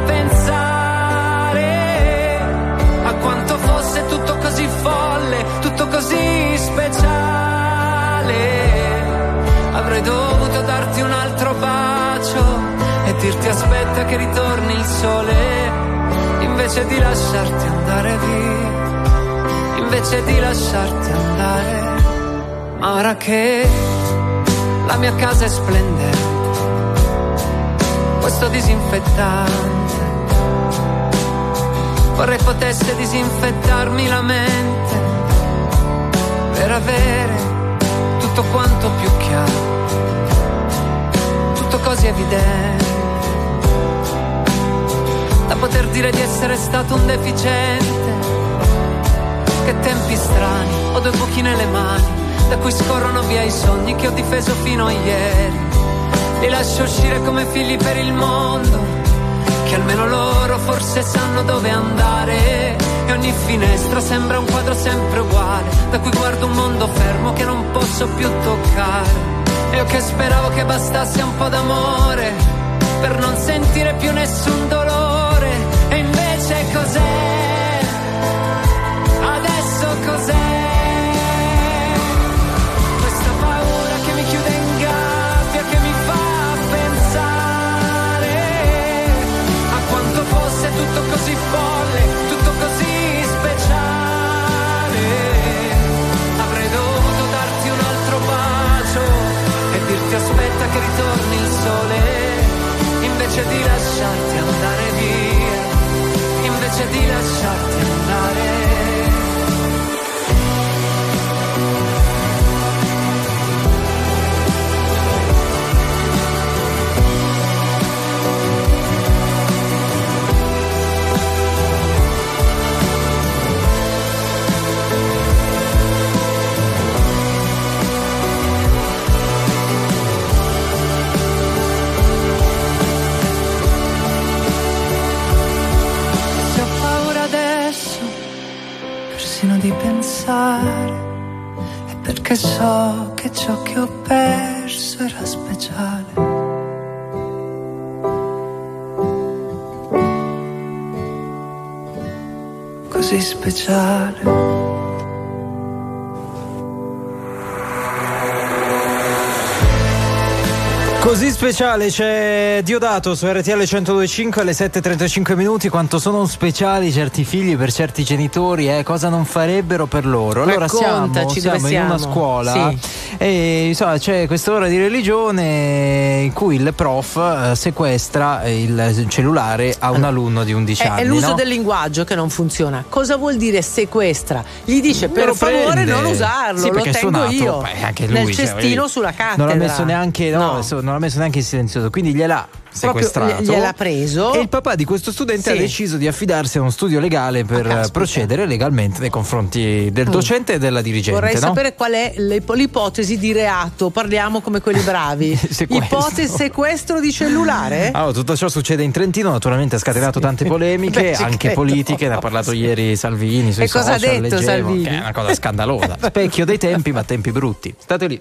pensare a quanto fosse tutto così folle, tutto così speciale. Avrei dovuto darti un altro bacio e dirti aspetta che ritorni il sole, invece di lasciarti andare via, invece di lasciarti andare. Ma ora che la mia casa è splendente, questo disinfettante vorrei potesse disinfettarmi la mente per avere tutto quanto più chiaro, tutto così evidente, da poter dire di essere stato un deficiente. Che tempi strani, ho due buchi nelle mani da cui scorrono via i sogni che ho difeso fino a ieri, li lascio uscire come figli per il mondo, che almeno loro forse sanno dove andare, e ogni finestra sembra un quadro sempre uguale, da cui guardo un mondo fermo che non posso più toccare, e io che speravo che bastasse un po' d'amore per non sentire più nessun dolore, e invece cos'è? Adesso cos'è? Tutto così folle, tutto così speciale. Avrei dovuto darti un altro bacio e dirti aspetta che ritorni il sole, invece di lasciarti andare via. lasciarti andare. Di pensare è perché so che ciò che ho perso era speciale. Così speciale. Così speciale, c'è Diodato su R T L centodue e cinque alle sette e trentacinque minuti. Quanto sono speciali certi figli per certi genitori, eh? Cosa non farebbero per loro. Allora Raccontaci, siamo, siamo in una scuola, sì. E insomma c'è quest'ora di religione in cui il prof eh, sequestra il cellulare a un allora, alunno di undici è, anni. È l'uso no? del linguaggio che non funziona. Cosa vuol dire sequestra? Gli dice per favore prende. non usarlo, sì, lo tengo suonato, io beh, anche lui, nel cioè, cestino sulla cattedra. Non l'ha messo neanche no, no. non l'ha messo neanche in silenzioso, quindi gliel'ha sequestrato, gliel'ha preso e il papà di questo studente sì. ha deciso di affidarsi a uno studio legale per ah, procedere legalmente nei confronti del docente mm. e della dirigente. Vorrei no? sapere qual è l'ipotesi di reato, parliamo come quelli bravi. Ipotesi sequestro di cellulare? Allora, tutto ciò succede in Trentino, naturalmente ha scatenato sì. tante polemiche, Beh, anche credo. politiche, ne ha parlato sì. ieri Salvini sui e social, cosa ha detto leggevo, Salvini? che è una cosa scandalosa. Specchio dei tempi, ma tempi brutti. State lì.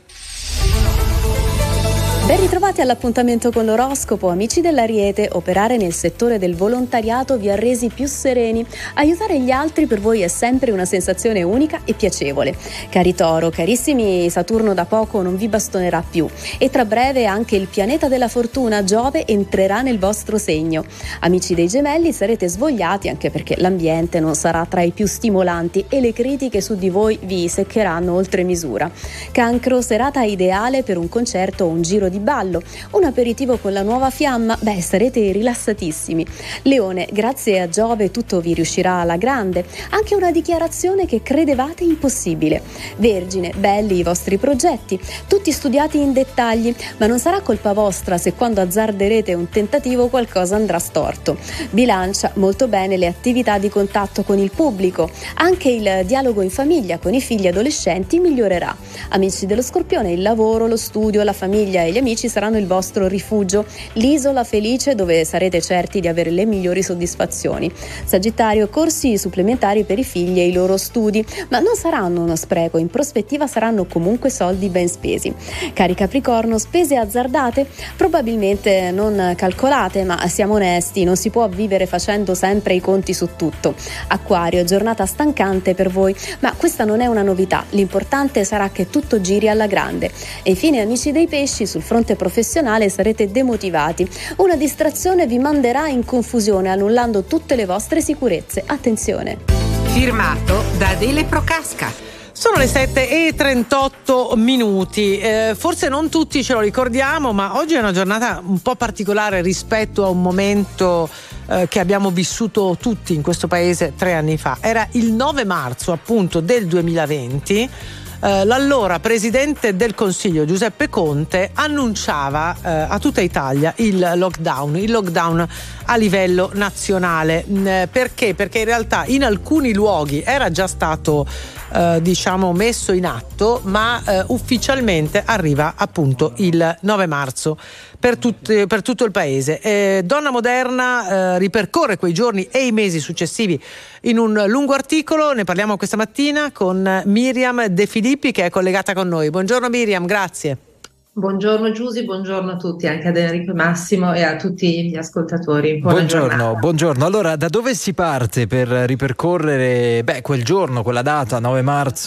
Ben ritrovati all'appuntamento con l'oroscopo, amici dell'Ariete. Operare nel settore del volontariato vi ha resi più sereni. Aiutare gli altri per voi è sempre una sensazione unica e piacevole. Cari Toro, carissimi, Saturno da poco non vi bastonerà più e tra breve anche il pianeta della fortuna, Giove, entrerà nel vostro segno. Amici dei Gemelli, sarete svogliati anche perché l'ambiente non sarà tra i più stimolanti e le critiche su di voi vi seccheranno oltre misura. Cancro, serata ideale per un concerto o un giro di ballo, un aperitivo con la nuova fiamma, beh, sarete rilassatissimi. Leone, grazie a Giove tutto vi riuscirà alla grande, anche una dichiarazione che credevate impossibile. Vergine, belli i vostri progetti, tutti studiati in dettagli, ma non sarà colpa vostra se quando azzarderete un tentativo qualcosa andrà storto. Bilancia, molto bene le attività di contatto con il pubblico, anche il dialogo in famiglia con i figli adolescenti migliorerà. Amici dello Scorpione, il lavoro, lo studio, la famiglia e gli amici saranno il vostro rifugio, l'isola felice dove sarete certi di avere le migliori soddisfazioni. Sagittario, corsi supplementari per i figli e i loro studi, ma non saranno uno spreco, in prospettiva saranno comunque soldi ben spesi. Cari Capricorno, spese azzardate? Probabilmente non calcolate, ma siamo onesti, non si può vivere facendo sempre i conti su tutto. Acquario, giornata stancante per voi, ma questa non è una novità, l'importante sarà che tutto giri alla grande. E infine, amici dei pesci, sul fronte professionale sarete demotivati. Una distrazione vi manderà in confusione, annullando tutte le vostre sicurezze. Attenzione. Firmato da Adele Procasca. Sono le sette e trentotto minuti, eh, forse non tutti ce lo ricordiamo, ma oggi è una giornata un po' particolare rispetto a un momento eh, che abbiamo vissuto tutti in questo paese tre anni fa. Era il nove marzo appunto del duemilaventi. Uh, l'allora presidente del Consiglio Giuseppe Conte annunciava uh, a tutta Italia il lockdown, il lockdown a livello nazionale. Uh, perché? Perché in realtà in alcuni luoghi era già stato uh, diciamo messo in atto, ma uh, ufficialmente arriva appunto il nove marzo per, tut- per tutto il paese. Eh, Donna Moderna uh, ripercorre quei giorni e i mesi successivi in un lungo articolo. Ne parliamo questa mattina con Miriam De Filippi, che è collegata con noi. Buongiorno Miriam, grazie. Buongiorno Giusy, buongiorno a tutti, anche ad Enrico Massimo e a tutti gli ascoltatori. Buona buongiorno, giornata. buongiorno. Allora, da dove si parte per ripercorrere beh, quel giorno, quella data, nove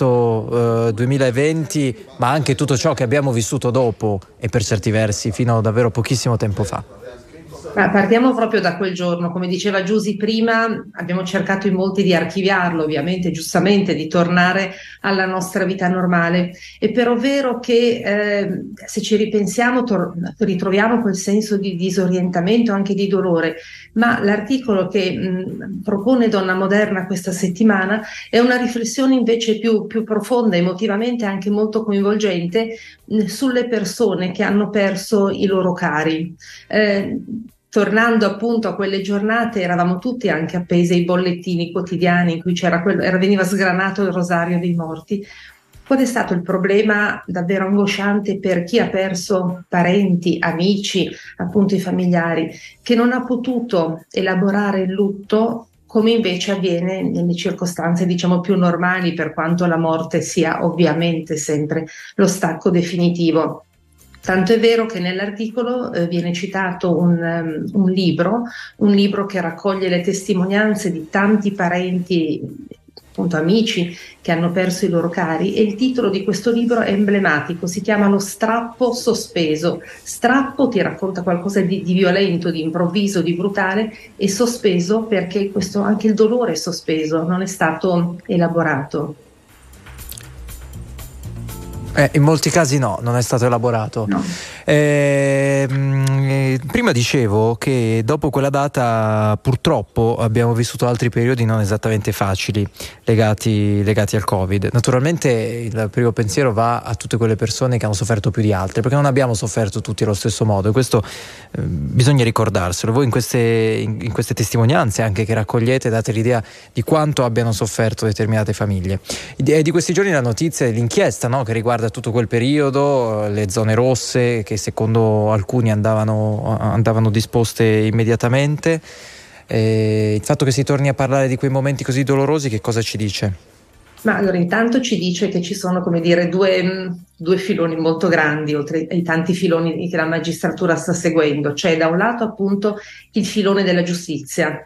marzo eh, duemilaventi, ma anche tutto ciò che abbiamo vissuto dopo e per certi versi fino a davvero pochissimo tempo fa? Ma partiamo proprio da quel giorno, come diceva Giusy prima, abbiamo cercato in molti di archiviarlo, ovviamente, giustamente, di tornare alla nostra vita normale. È però vero che eh, se ci ripensiamo tor- ritroviamo quel senso di disorientamento, anche di dolore, ma l'articolo che mh, propone Donna Moderna questa settimana è una riflessione invece più, più profonda, emotivamente anche molto coinvolgente, mh, sulle persone che hanno perso i loro cari. Eh, Tornando appunto a quelle giornate, eravamo tutti anche appesi ai bollettini quotidiani in cui c'era quello, era, veniva sgranato il rosario dei morti. Qual è stato il problema davvero angosciante per chi ha perso parenti, amici, appunto i familiari, che non ha potuto elaborare il lutto come invece avviene nelle circostanze, diciamo, più normali, per quanto la morte sia ovviamente sempre lo stacco definitivo. Tanto è vero che nell'articolo eh, viene citato un, um, un libro, un libro che raccoglie le testimonianze di tanti parenti, appunto amici, che hanno perso i loro cari, e il titolo di questo libro è emblematico, si chiama Lo strappo sospeso. Strappo ti racconta qualcosa di, di violento, di improvviso, di brutale, e sospeso perché questo, anche il dolore è sospeso, non è stato elaborato. Eh, in molti casi no, non è stato elaborato. No. Eh, mh, prima dicevo che dopo quella data purtroppo abbiamo vissuto altri periodi non esattamente facili legati, legati al Covid. Naturalmente il primo pensiero va a tutte quelle persone che hanno sofferto più di altre, perché non abbiamo sofferto tutti allo stesso modo, e questo eh, bisogna ricordarselo. Voi in queste, in, in queste testimonianze anche che raccogliete date l'idea di quanto abbiano sofferto determinate famiglie. È di questi giorni la notizia dell'inchiesta, no, che riguarda tutto quel periodo, le zone rosse che secondo alcuni andavano, andavano disposte immediatamente. E il fatto che si torni a parlare di quei momenti così dolorosi, che cosa ci dice? Ma allora, intanto ci dice che ci sono, come dire, due, due filoni molto grandi, oltre ai tanti filoni che la magistratura sta seguendo. C'è da un lato appunto il filone della giustizia.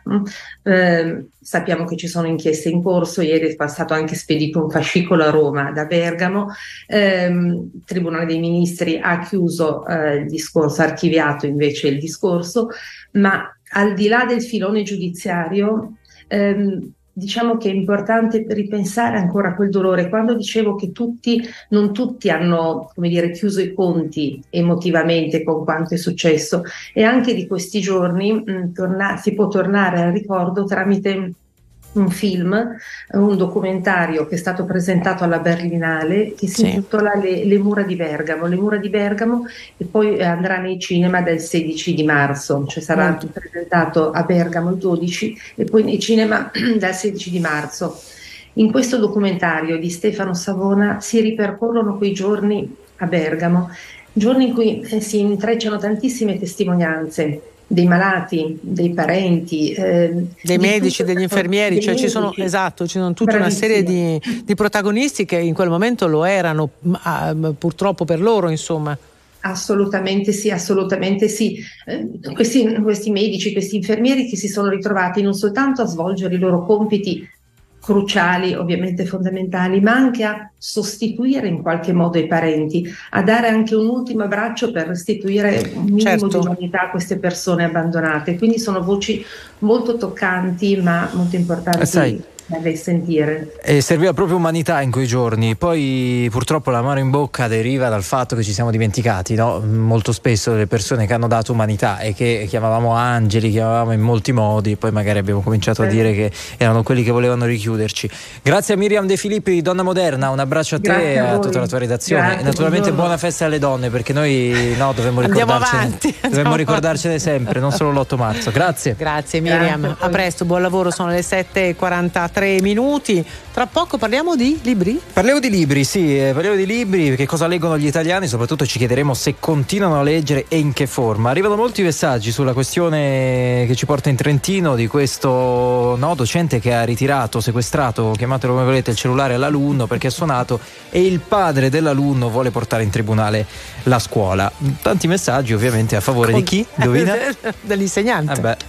Eh, sappiamo che ci sono inchieste in corso, ieri è passato anche spedito un fascicolo a Roma da Bergamo. Eh, il Tribunale dei Ministri ha chiuso eh, il discorso, ha archiviato invece il discorso, ma al di là del filone giudiziario, ehm, diciamo che è importante ripensare ancora a quel dolore. Quando dicevo che tutti, non tutti hanno, come dire, chiuso i conti emotivamente con quanto è successo, e anche di questi giorni mh, torna- si può tornare al ricordo tramite un film, un documentario che è stato presentato alla Berlinale, che si Sì. intitola le, le mura di Bergamo, le mura di Bergamo, e poi andrà nei cinema dal sedici di marzo, cioè sarà Molto. presentato a Bergamo il dodici e poi nei cinema dal sedici di marzo. In questo documentario di Stefano Savona si ripercorrono quei giorni a Bergamo, giorni in cui eh, si intrecciano tantissime testimonianze dei malati, dei parenti, eh, dei di medici, tutto- degli infermieri, dei cioè ci sono, medici. esatto, ci sono tutta una Bravissima. serie di, di protagonisti che in quel momento lo erano, ma, purtroppo per loro, insomma. Assolutamente sì, assolutamente sì. Eh, questi, questi medici, questi infermieri che si sono ritrovati non soltanto a svolgere i loro compiti cruciali, ovviamente fondamentali, ma anche a sostituire in qualche modo i parenti, a dare anche un ultimo abbraccio per restituire un minimo Certo. di umanità a queste persone abbandonate. Quindi sono voci molto toccanti, ma molto importanti Eh, sai, da sentire. E serviva proprio umanità in quei giorni. Poi purtroppo l'amaro in bocca deriva dal fatto che ci siamo dimenticati, no? Molto spesso delle persone che hanno dato umanità e che chiamavamo angeli, chiamavamo in molti modi, poi magari abbiamo cominciato a Eh. dire che erano quelli che volevano richiuderci. Grazie a Miriam De Filippi di Donna Moderna, un abbraccio a te Grazie e a a voi. tutta la tua redazione. Grazie, e naturalmente buongiorno. buona festa alle donne, perché noi no, dovremmo Andiamo ricordarcene, avanti, andiamo dovremmo ricordarcene sempre, non solo l'otto marzo. Grazie. Grazie Miriam, Grazie a voi. a presto, buon lavoro, sono le sette e quarantatré minuti. Tra poco parliamo di libri? Parliamo di libri, sì, eh, parliamo di libri, che cosa leggono gli italiani, soprattutto ci chiederemo se continuano a leggere e in che forma. Arrivano molti messaggi sulla questione che ci porta in Trentino di questo no, docente che ha ritirato, sequestrato, chiamatelo come volete, il cellulare all'alunno perché ha suonato, e il padre dell'alunno vuole portare in tribunale la scuola. Tanti messaggi ovviamente a favore di chi? Indovina? Dell'insegnante. Eh beh.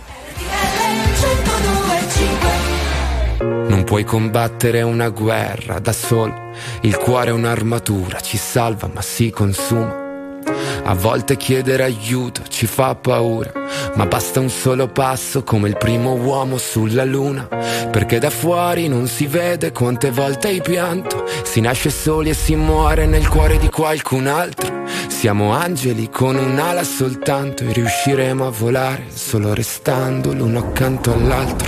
Non puoi combattere una guerra da solo, il cuore è un'armatura, ci salva ma si consuma. A volte chiedere aiuto ci fa paura, ma basta un solo passo come il primo uomo sulla luna, perché da fuori non si vede quante volte hai pianto. Si nasce soli e si muore nel cuore di qualcun altro. Siamo angeli con un'ala soltanto e riusciremo a volare solo restando l'uno accanto all'altro.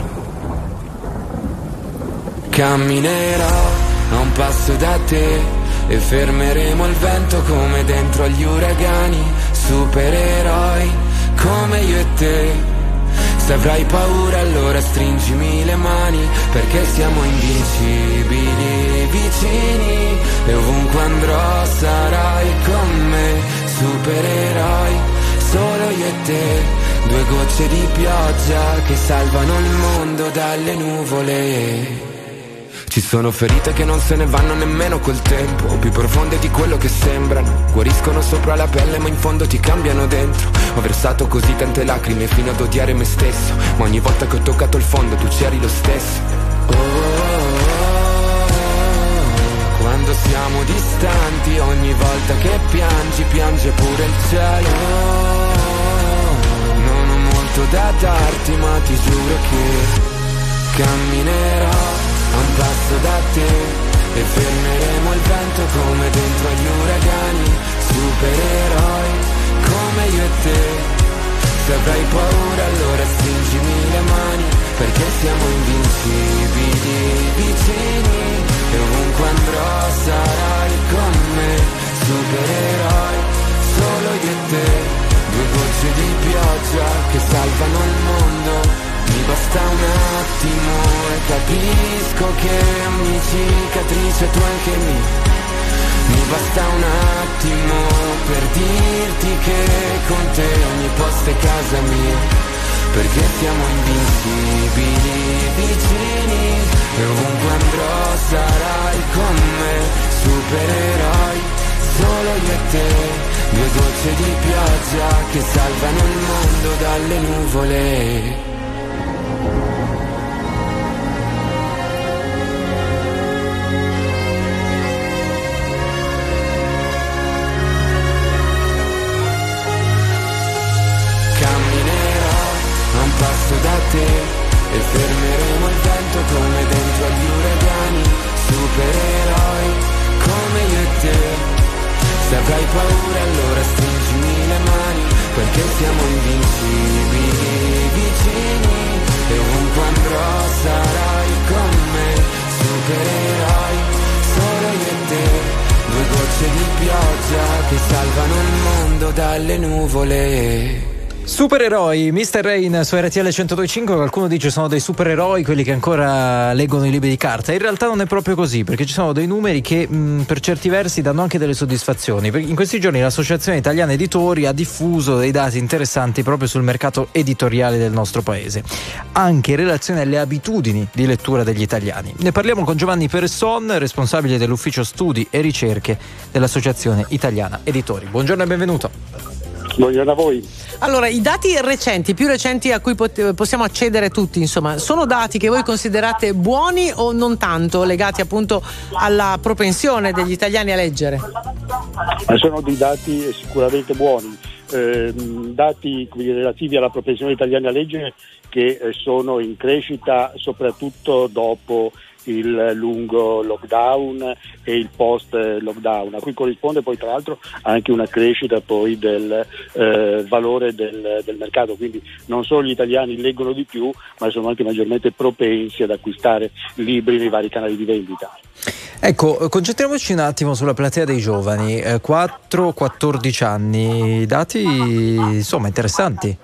Camminerò a un passo da te e fermeremo il vento come dentro agli uragani. Supereroi come io e te. Se avrai paura allora stringimi le mani, perché siamo invincibili, vicini, e ovunque andrò sarai con me. Supereroi solo io e te, due gocce di pioggia che salvano il mondo dalle nuvole. Ci sono ferite che non se ne vanno nemmeno col tempo, più profonde di quello che sembrano. Guariscono sopra la pelle ma in fondo ti cambiano dentro. Ho versato così tante lacrime fino ad odiare me stesso, ma ogni volta che ho toccato il fondo tu c'eri lo stesso. Oh, oh, oh, quando siamo distanti, ogni volta che piangi, piange pure il cielo. Oh, non ho molto da darti ma ti giuro che camminerò a un passo da te e fermeremo il vento come dentro agli uragani. Supereroi come io e te. Se avrai paura allora stringimi le mani, perché siamo invincibili, vicini, e ovunque andrò sarai con me. Supereroi solo io e te, due gocce di pioggia che salvano il mondo. Mi basta un attimo e capisco che ogni cicatrice tu anche mi. Mi basta un attimo per dirti che con te ogni posto è casa mia, perché siamo invincibili, vicini, e ovunque andrò sarai con me. Supereroi solo io e te, due gocce di pioggia che salvano il mondo dalle nuvole. Passo da te e fermeremo il vento come dentro agli uragani. Supereroi come io e te. Se avrai paura allora stringimi le mani, perché siamo invincibili, vicini, e ovunque andrò sarai con me. Supereroi solo io e te, due gocce di pioggia che salvano il mondo dalle nuvole. Supereroi, mister Rain su R T L centodue e cinque. Qualcuno dice sono dei supereroi quelli che ancora leggono i libri di carta. In realtà non è proprio così, perché ci sono dei numeri che mh, per certi versi danno anche delle soddisfazioni. In questi giorni l'Associazione Italiana Editori ha diffuso dei dati interessanti proprio sul mercato editoriale del nostro paese, anche in relazione alle abitudini di lettura degli italiani. Ne parliamo con Giovanni Peresson, responsabile dell'ufficio studi e ricerche dell'Associazione Italiana Editori. Buongiorno e benvenuto. Buongiorno a voi. Allora, i dati recenti, più recenti a cui pot- possiamo accedere tutti, insomma, sono dati che voi considerate buoni o non tanto, legati appunto alla propensione degli italiani a leggere? Sono dei dati sicuramente buoni, eh, dati relativi alla propensione degli italiani a leggere che eh, sono in crescita soprattutto dopo il lungo lockdown e il post lockdown, a cui corrisponde poi tra l'altro anche una crescita poi del eh, valore del, del mercato, quindi non solo gli italiani leggono di più, ma sono anche maggiormente propensi ad acquistare libri nei vari canali di vendita. Ecco, concentriamoci un attimo sulla platea dei giovani, eh, quattro quattordici anni, dati insomma interessanti.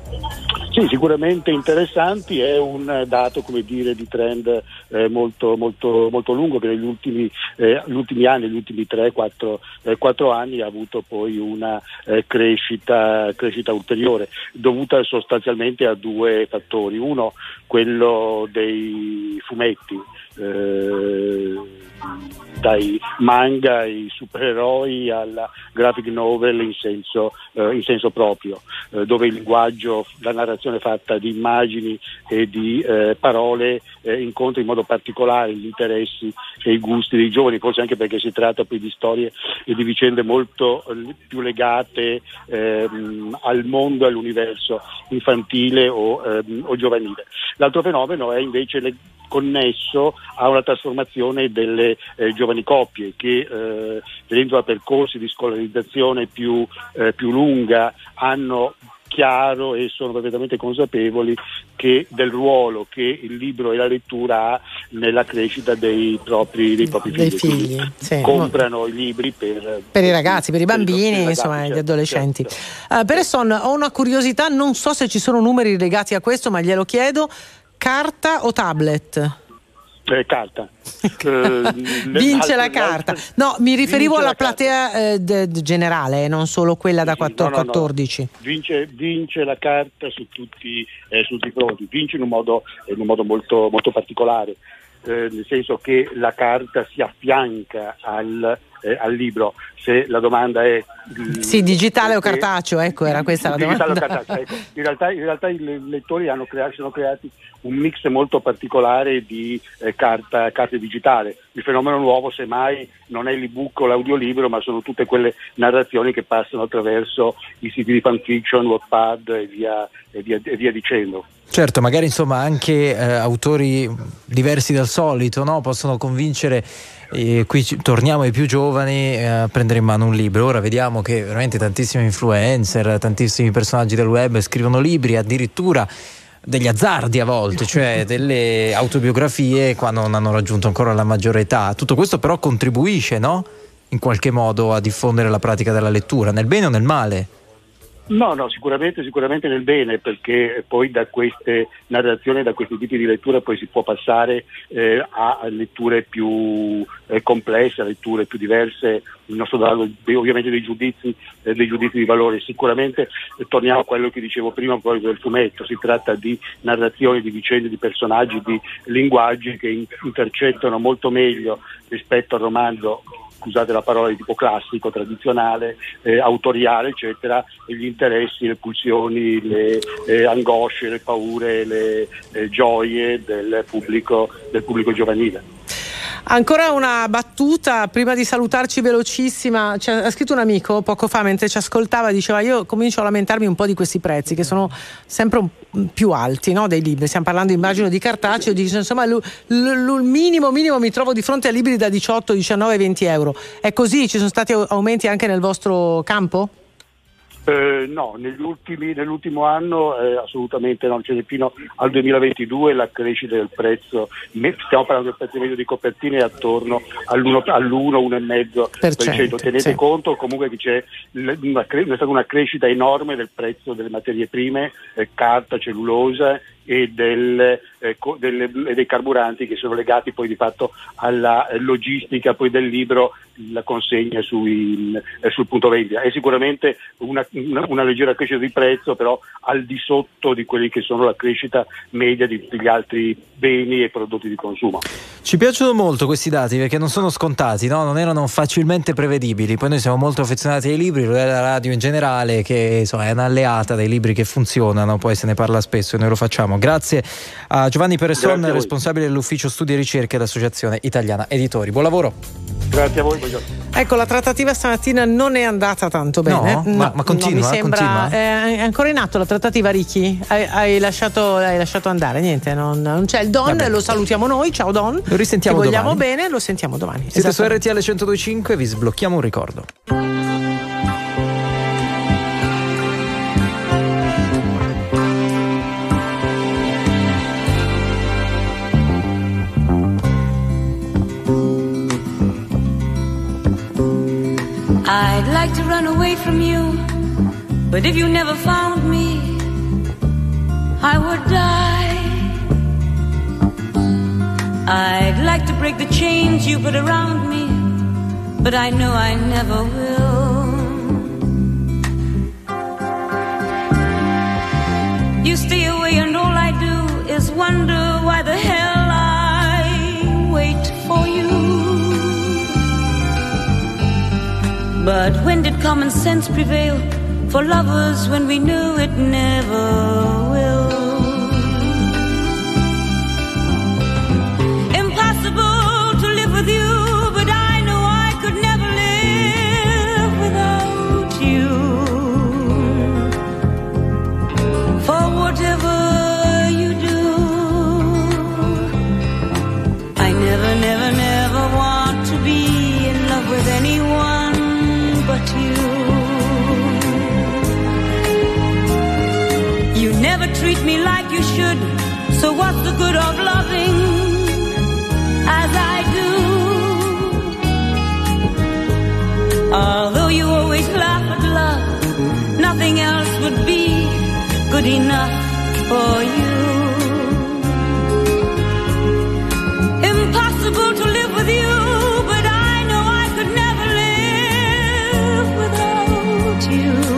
Sì, sicuramente interessanti, è un dato, come dire, di trend eh, molto, molto, molto lungo che negli ultimi, eh, gli ultimi anni, negli ultimi tre quattro eh, anni ha avuto poi una eh, crescita, crescita ulteriore, dovuta sostanzialmente a due fattori. Uno, quello dei fumetti. eh, dai manga ai supereroi alla graphic novel in senso, eh, in senso proprio, eh, dove il linguaggio, la narrazione fatta di immagini e di eh, parole eh, incontra in modo particolare gli interessi e i gusti dei giovani, forse anche perché si tratta poi di storie e di vicende molto eh, più legate ehm, al mondo, all'universo infantile o, ehm, o giovanile. L'altro fenomeno è invece le connesso a una trasformazione delle eh, giovani coppie che eh, venendo a percorsi di scolarizzazione più, eh, più lunga hanno chiaro e sono perfettamente consapevoli che del ruolo che il libro e la lettura ha nella crescita dei propri, dei propri dei figli, figli sì. comprano i libri per, per i ragazzi, per i bambini, per i ragazzi, insomma, certo, gli adolescenti. certo. Uh, Peresson, ho una curiosità, non so se ci sono numeri legati a questo, ma glielo chiedo: carta o tablet? Eh, carta. Eh, Vince la carta. No, mi riferivo alla platea eh, de, de generale, non solo quella da sì, no, no, quattordici. No. Vince, vince la carta su tutti, eh, su tutti i fronti, vince in un modo, in un modo molto, molto particolare, eh, nel senso che la carta si affianca al, eh, al libro. Se la domanda è sì, digitale o cartaceo, ecco, era questa la domanda. O cartaceo, ecco. In realtà, in realtà i lettori hanno creato, sono creati un mix molto particolare di eh, carta, carta digitale. Il fenomeno nuovo, semmai, non è l'ebook o l'audiolibro, ma sono tutte quelle narrazioni che passano attraverso i siti di fanfiction, Wattpad e via, e via, e via dicendo. Certo, magari insomma anche eh, autori diversi dal solito, no? Possono convincere. E qui ci, torniamo ai più giovani eh, a prendere in mano un libro. Ora vediamo che veramente tantissimi influencer, tantissimi personaggi del web scrivono libri, addirittura degli azzardi a volte, cioè delle autobiografie quando non hanno raggiunto ancora la maggiore età. Tutto questo però contribuisce, no? In qualche modo a diffondere la pratica della lettura, nel bene o nel male? No, no, sicuramente, sicuramente nel bene, perché poi da queste narrazioni, da questi tipi di lettura poi si può passare eh, a letture più eh, complesse, a letture più diverse, non sto dando ovviamente dei giudizi, eh, dei giudizi di valore. Sicuramente eh, torniamo a quello che dicevo prima, quello del fumetto, si tratta di narrazioni, di vicende, di personaggi, di linguaggi che in- intercettano molto meglio rispetto al romanzo, scusate la parola, di tipo classico, tradizionale, eh, autoriale, eccetera, e gli interessi, le pulsioni, le eh, angosce, le paure, le eh, gioie del pubblico, del pubblico giovanile. Ancora una battuta prima di salutarci, velocissima. Ci ha scritto un amico poco fa mentre ci ascoltava, diceva: io comincio a lamentarmi un po' di questi prezzi che sono sempre un, più alti, no, dei libri. Stiamo parlando, immagino, di cartaceo, dice, insomma il minimo minimo mi trovo di fronte a libri da diciotto, diciannove, venti euro. È così? Ci sono stati aumenti anche nel vostro campo? Eh, no, negli ultimi, nell'ultimo anno eh, assolutamente no, cioè fino al duemilaventidue la crescita del prezzo, stiamo parlando del prezzo medio di copertine, è attorno all'uno, all'uno, uno e mezzo per cento. Tenete sì. conto comunque che c'è una, è stata una crescita enorme del prezzo delle materie prime, eh, carta, cellulosa e del, eh, co, delle, e dei carburanti, che sono legati poi di fatto alla eh, logistica poi del libro, la consegna sui, eh, sul punto vendita. È sicuramente una, una, una leggera crescita di prezzo, però al di sotto di quelli che sono la crescita media di tutti gli altri beni e prodotti di consumo. Ci piacciono molto questi dati perché non sono scontati, no? Non erano facilmente prevedibili. Poi noi siamo molto affezionati ai libri, la radio in generale, che insomma, è un'alleata dei libri che funzionano, poi se ne parla spesso e noi lo facciamo. Grazie a Giovanni Peresson, a responsabile dell'ufficio studi e ricerche dell'Associazione Italiana Editori. Buon lavoro. Grazie a voi. Buongiorno. Ecco, la trattativa stamattina non è andata tanto bene. No? Ma, ma continua? No, mi sembra, continua? È ancora in atto la trattativa, Ricky? Hai, hai, lasciato, hai lasciato andare, niente, non, non c'è il Don, lo salutiamo noi, ciao Don. Lo risentiamo Ti vogliamo domani. bene, lo sentiamo domani. Siete su R T L centodue e cinque, vi sblocchiamo un ricordo. I'd like to run away from you, but if you never found me, I would die. I'd like to break the chains you put around me, but I know I never will. You stay away and all I do is wonder why the hell I But when did common sense prevail for lovers when we knew it never will? Impossible to live with you, but I know I could never live without you. For whatever you do, I never, never, never want to be in love with anyone but you. You never treat me like you should, so what's the good of loving as I do? Although you always laugh at love, nothing else would be good enough for you. Impossible to live with you, but I know I could never live without you.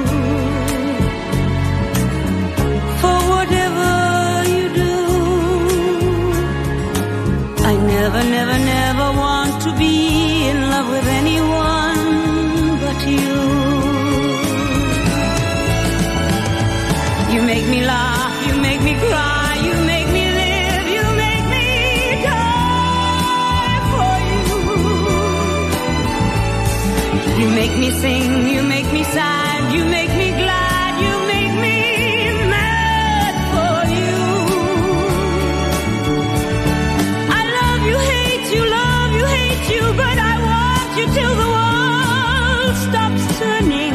Never, never, never want to be in love with anyone but you. You make me laugh, you make me cry, you make me live, you make me die for you. You make me sing, you make me sad, you make me glad, you make me mad for you. You, but I want you till the world stops turning.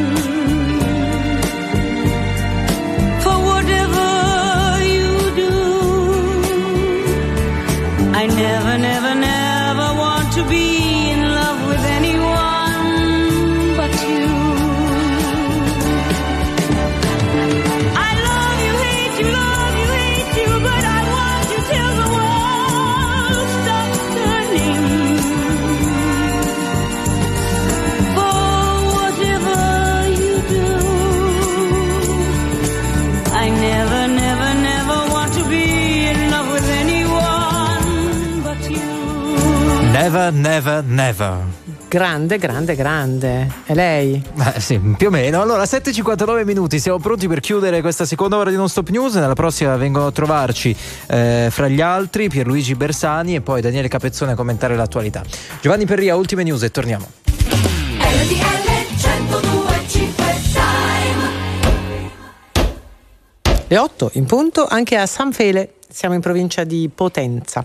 For whatever you do, I never, never, never want to be in love with anyone but you. I love you, hate you, love you, hate you, but I want you till the world stops turning. Never, never, never want to be in love with anyone but you. Never, never, never. Grande, grande, grande. È lei? Eh, sì, più o meno. Allora, sette e cinquantanove minuti, siamo pronti per chiudere questa seconda ora di Non Stop News. Nella prossima vengono a trovarci eh, fra gli altri Pierluigi Bersani e poi Daniele Capezzone a commentare l'attualità. Giovanni Perria, ultime news e torniamo. Le otto in punto, anche a San Fele, siamo in provincia di Potenza.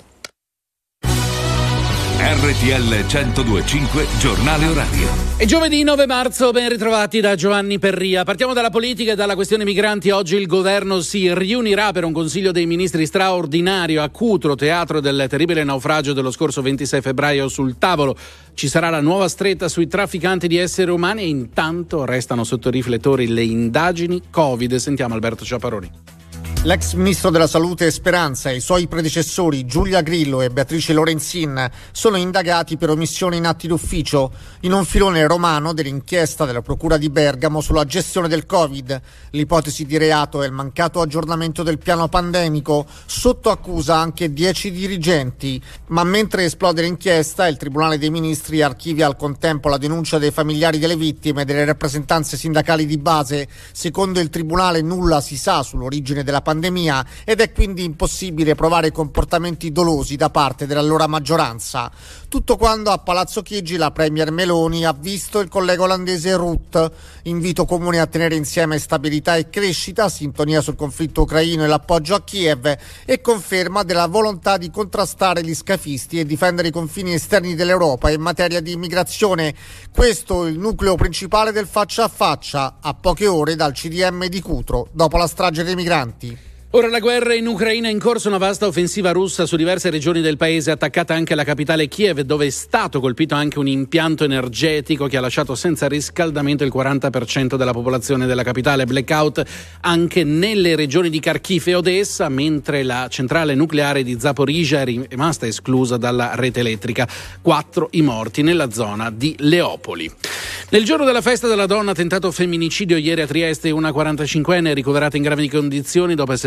R T L centodue e cinque, giornale orario. E giovedì nove marzo, ben ritrovati da Giovanni Perria. Partiamo dalla politica e dalla questione migranti. Oggi il governo si riunirà per un consiglio dei ministri straordinario a Cutro, teatro del terribile naufragio dello scorso ventisei febbraio. Sul tavolo ci sarà la nuova stretta sui trafficanti di esseri umani e intanto restano sotto riflettori le indagini Covid. Sentiamo Alberto Ciaparoni. L'ex ministro della Salute Speranza e i suoi predecessori Giulia Grillo e Beatrice Lorenzin sono indagati per omissione in atti d'ufficio in un filone romano dell'inchiesta della Procura di Bergamo sulla gestione del Covid. L'ipotesi di reato è il mancato aggiornamento del piano pandemico, sotto accusa anche dieci dirigenti. Ma mentre esplode l'inchiesta, il Tribunale dei Ministri archivia al contempo la denuncia dei familiari delle vittime e delle rappresentanze sindacali di base. Secondo il Tribunale nulla si sa sull'origine della pandemia pandemia ed è quindi impossibile provare comportamenti dolosi da parte dell'allora maggioranza. Tutto quando a Palazzo Chigi la premier Meloni ha visto il collega olandese Rutte, invito comune a tenere insieme stabilità e crescita, sintonia sul conflitto ucraino e l'appoggio a Kiev e conferma della volontà di contrastare gli scafisti e difendere i confini esterni dell'Europa in materia di immigrazione. Questo è il nucleo principale del faccia a faccia, a poche ore dal C D M di Cutro, dopo la strage dei migranti. Ora la guerra in Ucraina, è in corso una vasta offensiva russa su diverse regioni del paese, attaccata anche la capitale Kiev, dove è stato colpito anche un impianto energetico che ha lasciato senza riscaldamento il quaranta per cento della popolazione della capitale. Blackout anche nelle regioni di Kharkiv e Odessa, mentre la centrale nucleare di Zaporizhzhia è rimasta esclusa dalla rete elettrica. Quattro i morti nella zona di Leopoli. Nel giorno della festa della donna, tentato femminicidio ieri a Trieste, una quarantacinquenne è ricoverata in gravi condizioni dopo essere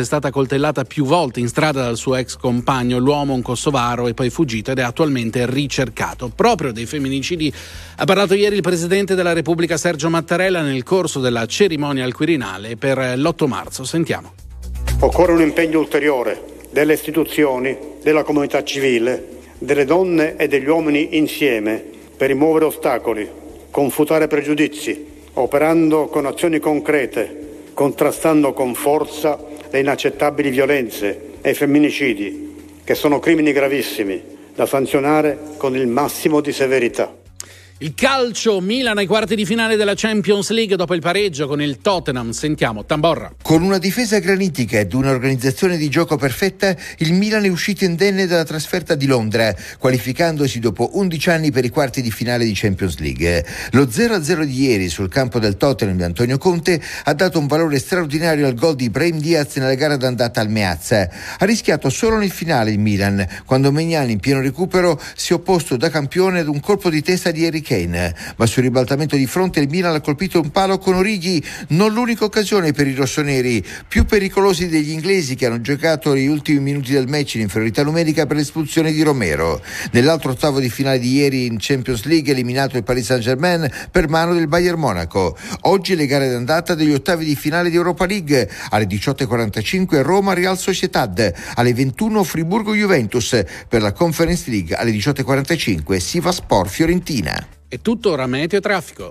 stata coltellata più volte in strada dal suo ex compagno. L'uomo, un kosovaro, è poi fuggito ed è attualmente ricercato. Proprio dei femminicidi ha parlato ieri il presidente della Repubblica Sergio Mattarella nel corso della cerimonia al Quirinale per l'otto marzo. Sentiamo. Occorre un impegno ulteriore delle istituzioni, della comunità civile, delle donne e degli uomini insieme per rimuovere ostacoli, confutare pregiudizi, operando con azioni concrete, contrastando con forza le inaccettabili violenze e i femminicidi, che sono crimini gravissimi da sanzionare con il massimo di severità. Il calcio, Milan ai quarti di finale della Champions League dopo il pareggio con il Tottenham. Sentiamo Tamborra. Con una difesa granitica ed un'organizzazione di gioco perfetta, il Milan è uscito indenne dalla trasferta di Londra, qualificandosi dopo undici anni per i quarti di finale di Champions League. Lo zero a zero di ieri sul campo del Tottenham di Antonio Conte ha dato un valore straordinario al gol di Brahim Diaz nella gara d'andata al Meazza. Ha rischiato solo nel finale il Milan, quando Maignan in pieno recupero si è opposto da campione ad un colpo di testa di Harry Kane, ma sul ribaltamento di fronte il Milan ha colpito un palo con Origi, non l'unica occasione per i rossoneri, più pericolosi degli inglesi che hanno giocato gli ultimi minuti del match in inferiorità numerica per l'espulsione di Romero. Nell'altro ottavo di finale di ieri in Champions League eliminato il Paris Saint-Germain per mano del Bayern Monaco. Oggi le gare d'andata degli ottavi di finale di Europa League, alle diciotto e quarantacinque Roma Real Sociedad, alle ventuno Friburgo Juventus, per la Conference League alle diciotto e quarantacinque Sivasspor Fiorentina. È tutto, ora meteo e traffico.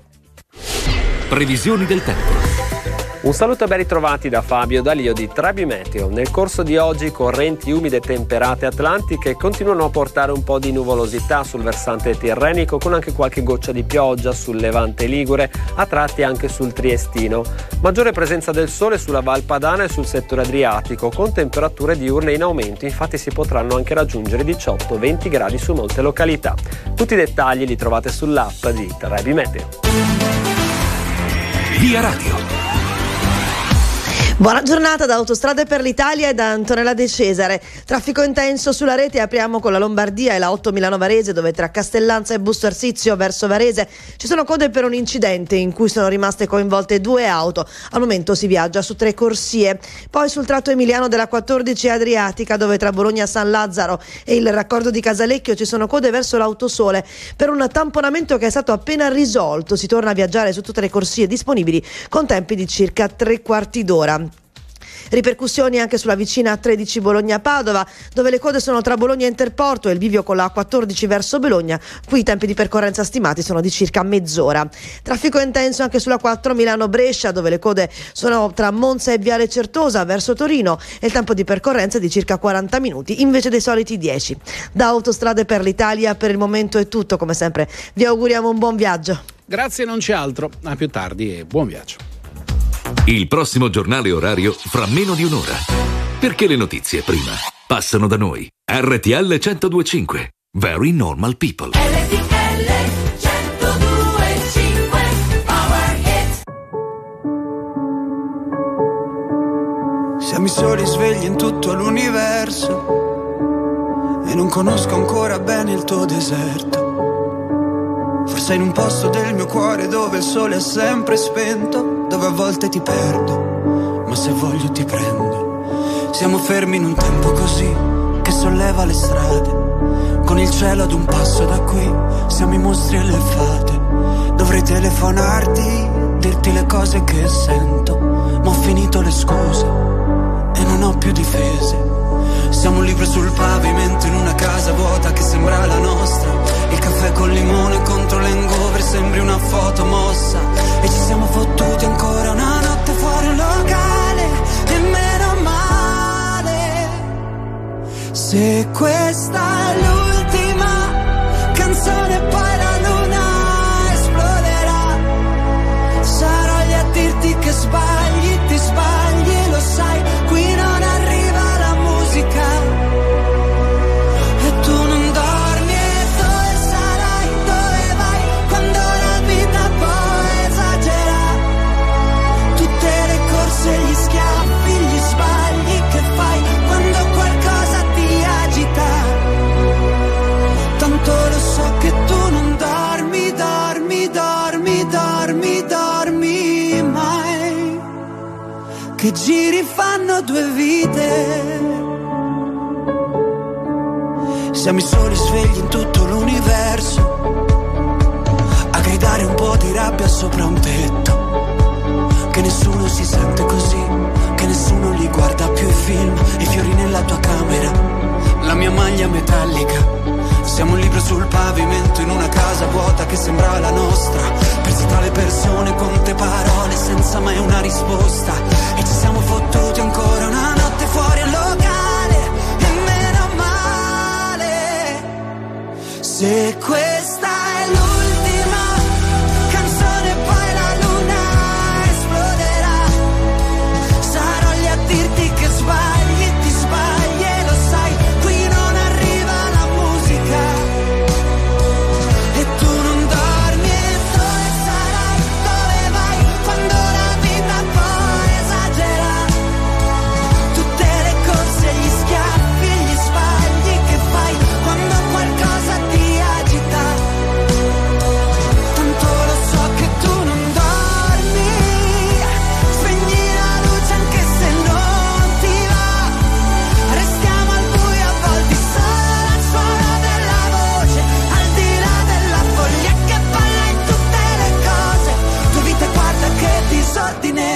Previsioni del tempo. Un saluto e ben ritrovati da Fabio D'Alio di Trebi Meteo. Nel corso di oggi correnti umide temperate atlantiche continuano a portare un po' di nuvolosità sul versante tirrenico, con anche qualche goccia di pioggia sul levante ligure, a tratti anche sul triestino. Maggiore presenza del sole sulla Val Padana e sul settore adriatico, con temperature diurne in aumento, infatti si potranno anche raggiungere diciotto venti gradi su molte località. Tutti i dettagli li trovate sull'app di Trebi Meteo. Via Radio. Buona giornata da Autostrade per l'Italia e da Antonella De Cesare. Traffico intenso sulla rete, apriamo con la Lombardia e la otto Milano-Varese, dove tra Castellanza e Busto Arsizio verso Varese ci sono code per un incidente in cui sono rimaste coinvolte due auto. Al momento si viaggia su tre corsie. Poi sul tratto emiliano della quattordici Adriatica, dove tra Bologna San Lazzaro e il raccordo di Casalecchio ci sono code verso l'Autosole per un tamponamento che è stato appena risolto. Si torna a viaggiare su tutte le corsie disponibili con tempi di circa tre quarti d'ora. Ripercussioni anche sulla vicina A tredici Bologna-Padova, dove le code sono tra Bologna e Interporto e il bivio con la A quattordici verso Bologna. Qui i tempi di percorrenza stimati sono di circa mezz'ora. Traffico intenso anche sulla quattro Milano-Brescia, dove le code sono tra Monza e Viale Certosa verso Torino e il tempo di percorrenza è di circa quaranta minuti invece dei soliti dieci. Da Autostrade per l'Italia per il momento è tutto, come sempre vi auguriamo un buon viaggio. Grazie, non c'è altro. A più tardi e buon viaggio. Il prossimo giornale orario fra meno di un'ora. Perché le notizie prima passano da noi. R T L centodue e cinque. Very Normal People. R T L centodue e cinque. Power Hit. Siamo i soli svegli in tutto l'universo e non conosco ancora bene il tuo deserto. Forse in un posto del mio cuore dove il sole è sempre spento, dove a volte ti perdo, ma se voglio ti prendo. Siamo fermi in un tempo così che solleva le strade, con il cielo ad un passo da qui, siamo i mostri e le fate. Dovrei telefonarti, dirti le cose che sento, ma ho finito le scuse e non ho più difese. Siamo un libro sul pavimento in una casa vuota che sembra la nostra. Il caffè col limone contro l'hangover sembri una foto mossa. E ci siamo fottuti ancora una notte fuori un locale, e meno male. Se questa è l'ultima canzone poi la luna esploderà. Sarò lì a dirti che sbagli, ti sbagli e lo sai. Qui non arriva la musica e tu non dormi. E dove sarai, dove vai quando la vita poi esagera? Tutte le corse, gli schiaffi, gli sbagli che fai quando qualcosa ti agita. Tanto lo so che tu non dormi, dormi, dormi, dormi, dormi mai. Che giri fanno fanno due vite. Siamo i soli svegli in tutto l'universo, a gridare un po' di rabbia sopra un tetto. Che nessuno si sente così, che nessuno li guarda più i film. I fiori nella tua camera, la mia maglia metallica. Siamo un libro sul pavimento in una casa vuota che sembra la nostra, persi tra le persone con te parole senza mai una risposta. E ci siamo fottuti ancora una notte fuori al locale, e meno male. Se questa è l'ultima canzone poi la luna esploderà. Sarò lì a dirti che sbagli, ti sbagli e lo sai. Qui non arriva la musica e tu non dormi. E dove sarai, dove vai, quando la vita poi esagera. Tutte le corse, gli schiaffi, gli sbagli che fai quando qualcosa ti agita. Tanto lo so che tu non dormi. Spegni la luce anche se non ti va. Restiamo al buio avvolti solo al suono della voce, al di là della foglia che balla in tutte le cose. Tua vita guarda che disordine.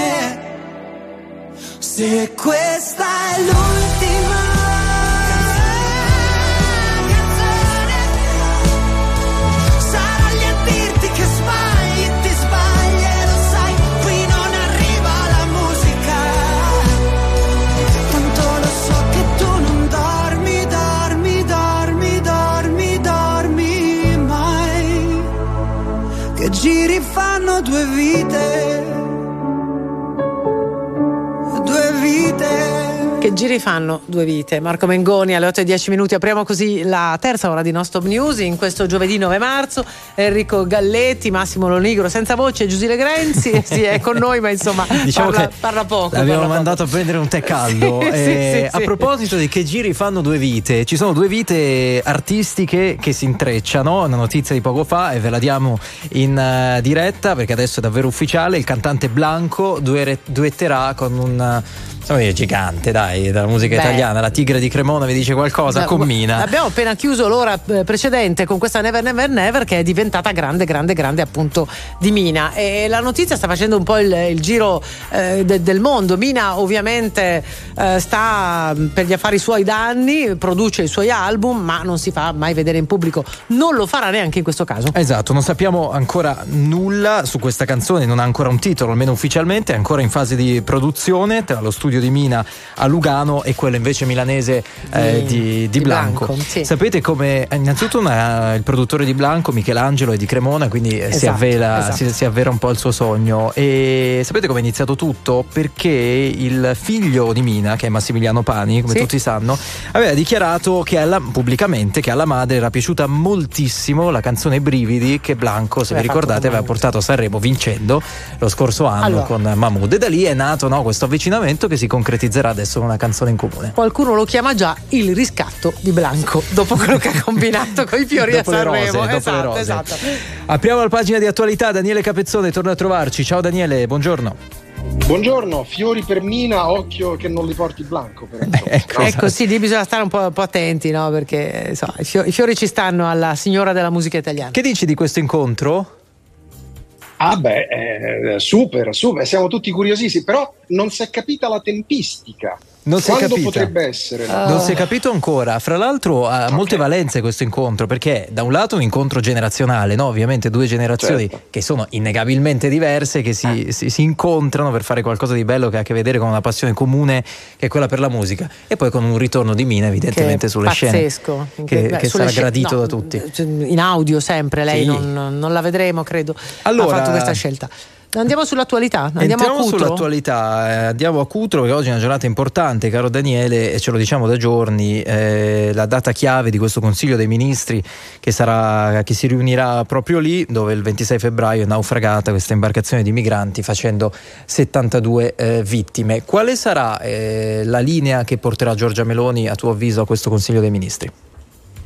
Se questa è l'ultima canzone, sarò lì a dirti che sbagli, ti sbagli e lo sai. Qui non arriva la musica. Tanto lo so che tu non dormi, dormi, dormi, dormi, dormi mai. Che giri fanno due vite. Due vite. Che giri fanno due vite. Marco Mengoni alle otto e dieci minuti. Apriamo così la terza ora di Non Stop News in questo giovedì nove marzo. Enrico Galletti, Massimo Lonigro senza voce, Giusile Grenzi sì, è con noi, ma insomma diciamo parla, che parla poco. l'abbiamo parla mandato poco. a prendere un tè caldo. Sì, eh, sì, a sì. proposito di che giri fanno due vite, ci sono due vite artistiche che si intrecciano. Una notizia di poco fa e ve la diamo in uh, diretta perché adesso è davvero ufficiale. Il cantante Blanco duere- duetterà con un insomma, dire, gigante dai della musica Beh. italiana. La Tigre di Cremona vi dice qualcosa? Beh, con Mina. Abbiamo appena chiuso l'ora eh, precedente con questa Never Never Never che è diventata grande grande grande appunto di Mina, e la notizia sta facendo un po' il, il giro eh, de, del mondo. Mina ovviamente eh, sta per gli affari suoi da anni, produce i suoi album ma non si fa mai vedere in pubblico, non lo farà neanche in questo caso. Esatto, non sappiamo ancora nulla su questa canzone, non ha ancora un titolo, almeno ufficialmente, è ancora in fase di produzione tra lo studio di Mina a Lugano e quello invece milanese eh, di, di, di Blanco. Blanco, sì. Sapete come innanzitutto una, il produttore di Blanco, Michelangelo, è di Cremona, quindi eh, si, Esatto, avvela, esatto. si, si avvera un po' il suo sogno. E sapete come è iniziato tutto? Perché il figlio di Mina, che è Massimiliano Pani, come Sì. tutti sanno, aveva dichiarato che alla, pubblicamente che alla madre era piaciuta moltissimo la canzone Brividi che Blanco, se vi Aveva ricordate, fatto aveva portato a Sanremo vincendo lo scorso anno Allora. con Mahmood, e da lì è nato no, questo avvicinamento che si concretizzerà adesso con una canzone in comune. Qualcuno lo chiama già il riscatto di Blanco dopo quello che ha combinato con i fiori Dopo a le rose, Sanremo. dopo le Esatto, rose. esatto. Apriamo la pagina di attualità. Daniele Capezzone torna a trovarci. Ciao Daniele, buongiorno. Buongiorno, fiori per Mina, occhio che non li porti Blanco però. ecco, Ecco, sì, lì bisogna stare un po', un po' attenti, no? Perché insomma, i, fiori, i fiori ci stanno alla signora della musica italiana. Che dici di questo incontro? Ah beh, eh, super, super, siamo tutti curiosissimi, però non si è capita la tempistica. Non si è Quando capita. potrebbe essere? Ah. Non si è capito ancora. Fra l'altro ha Okay. molte valenze questo incontro, perché da un lato un incontro generazionale, no? Ovviamente due generazioni Certo. che sono innegabilmente diverse, che si, si, si incontrano per fare qualcosa di bello che ha a che vedere con una passione comune che è quella per la musica, e poi con un ritorno di Mina evidentemente Che è sulle scene pazzesco. che, Beh, che sulle sarà scene- gradito no, da tutti. in audio sempre, lei Sì. non, non la vedremo, credo. Allora- ha fatto questa scelta. Andiamo sull'attualità, andiamo Entriamo a Cutro. sull'attualità, eh, andiamo a Cutro, che oggi è una giornata importante, caro Daniele, e ce lo diciamo da giorni, eh, la data chiave di questo Consiglio dei Ministri che sarà, che si riunirà proprio lì, dove il ventisei febbraio è naufragata questa imbarcazione di migranti facendo settantadue eh, vittime. Quale sarà eh, la linea che porterà Giorgia Meloni, a tuo avviso, a questo Consiglio dei Ministri?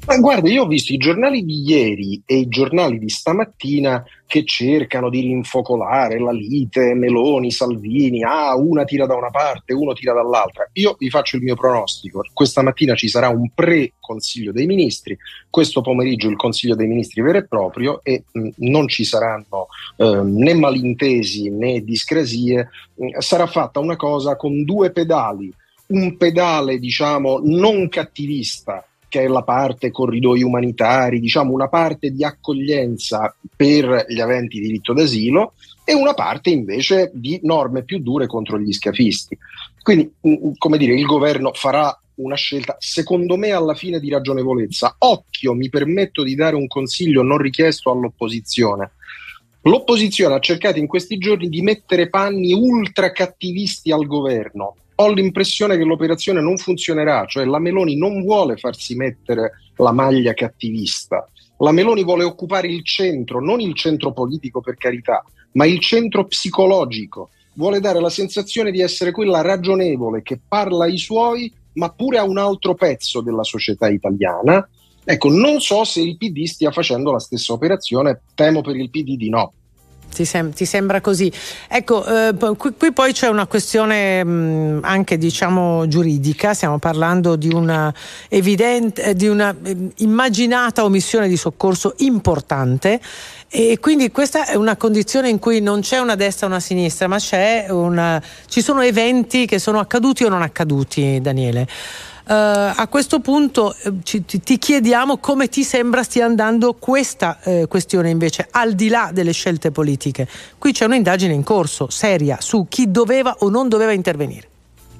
Ma guarda, io ho visto i giornali di ieri e i giornali di stamattina che cercano di rinfocolare la lite Meloni, Salvini, ah, una tira da una parte, uno tira dall'altra. Io vi faccio il mio pronostico: questa mattina ci sarà un pre-consiglio dei ministri, questo pomeriggio il consiglio dei ministri vero e proprio, e mh, non ci saranno eh, né malintesi né discrasie. Mh, sarà fatta una cosa con due pedali, un pedale diciamo non cattivista, che è la parte corridoi umanitari, diciamo una parte di accoglienza per gli aventi diritto d'asilo, e una parte invece di norme più dure contro gli scafisti. Quindi, come dire, il governo farà una scelta, secondo me, alla fine di ragionevolezza. Occhio, mi permetto di dare un consiglio non richiesto all'opposizione. L'opposizione ha cercato in questi giorni di mettere panni ultra cattivisti al governo. Ho l'impressione che l'operazione non funzionerà, cioè la Meloni non vuole farsi mettere la maglia cattivista. La Meloni vuole occupare il centro, non il centro politico per carità, ma il centro psicologico. Vuole dare la sensazione di essere quella ragionevole che parla ai suoi, ma pure a un altro pezzo della società italiana. Ecco, non so se il P D stia facendo la stessa operazione, temo per il P D di no. Ti, sem- ti sembra così? Ecco, eh, qui, qui poi c'è una questione mh, anche diciamo giuridica. Stiamo parlando di una evidente, di una eh, immaginata omissione di soccorso importante, e quindi questa è una condizione in cui non c'è una destra o una sinistra, ma c'è una, ci sono eventi che sono accaduti o non accaduti, Daniele. Uh, a questo punto uh, ci, ti, ti chiediamo come ti sembra stia andando questa uh, questione invece, al di là delle scelte politiche. Qui c'è un'indagine in corso, seria, su chi doveva o non doveva intervenire.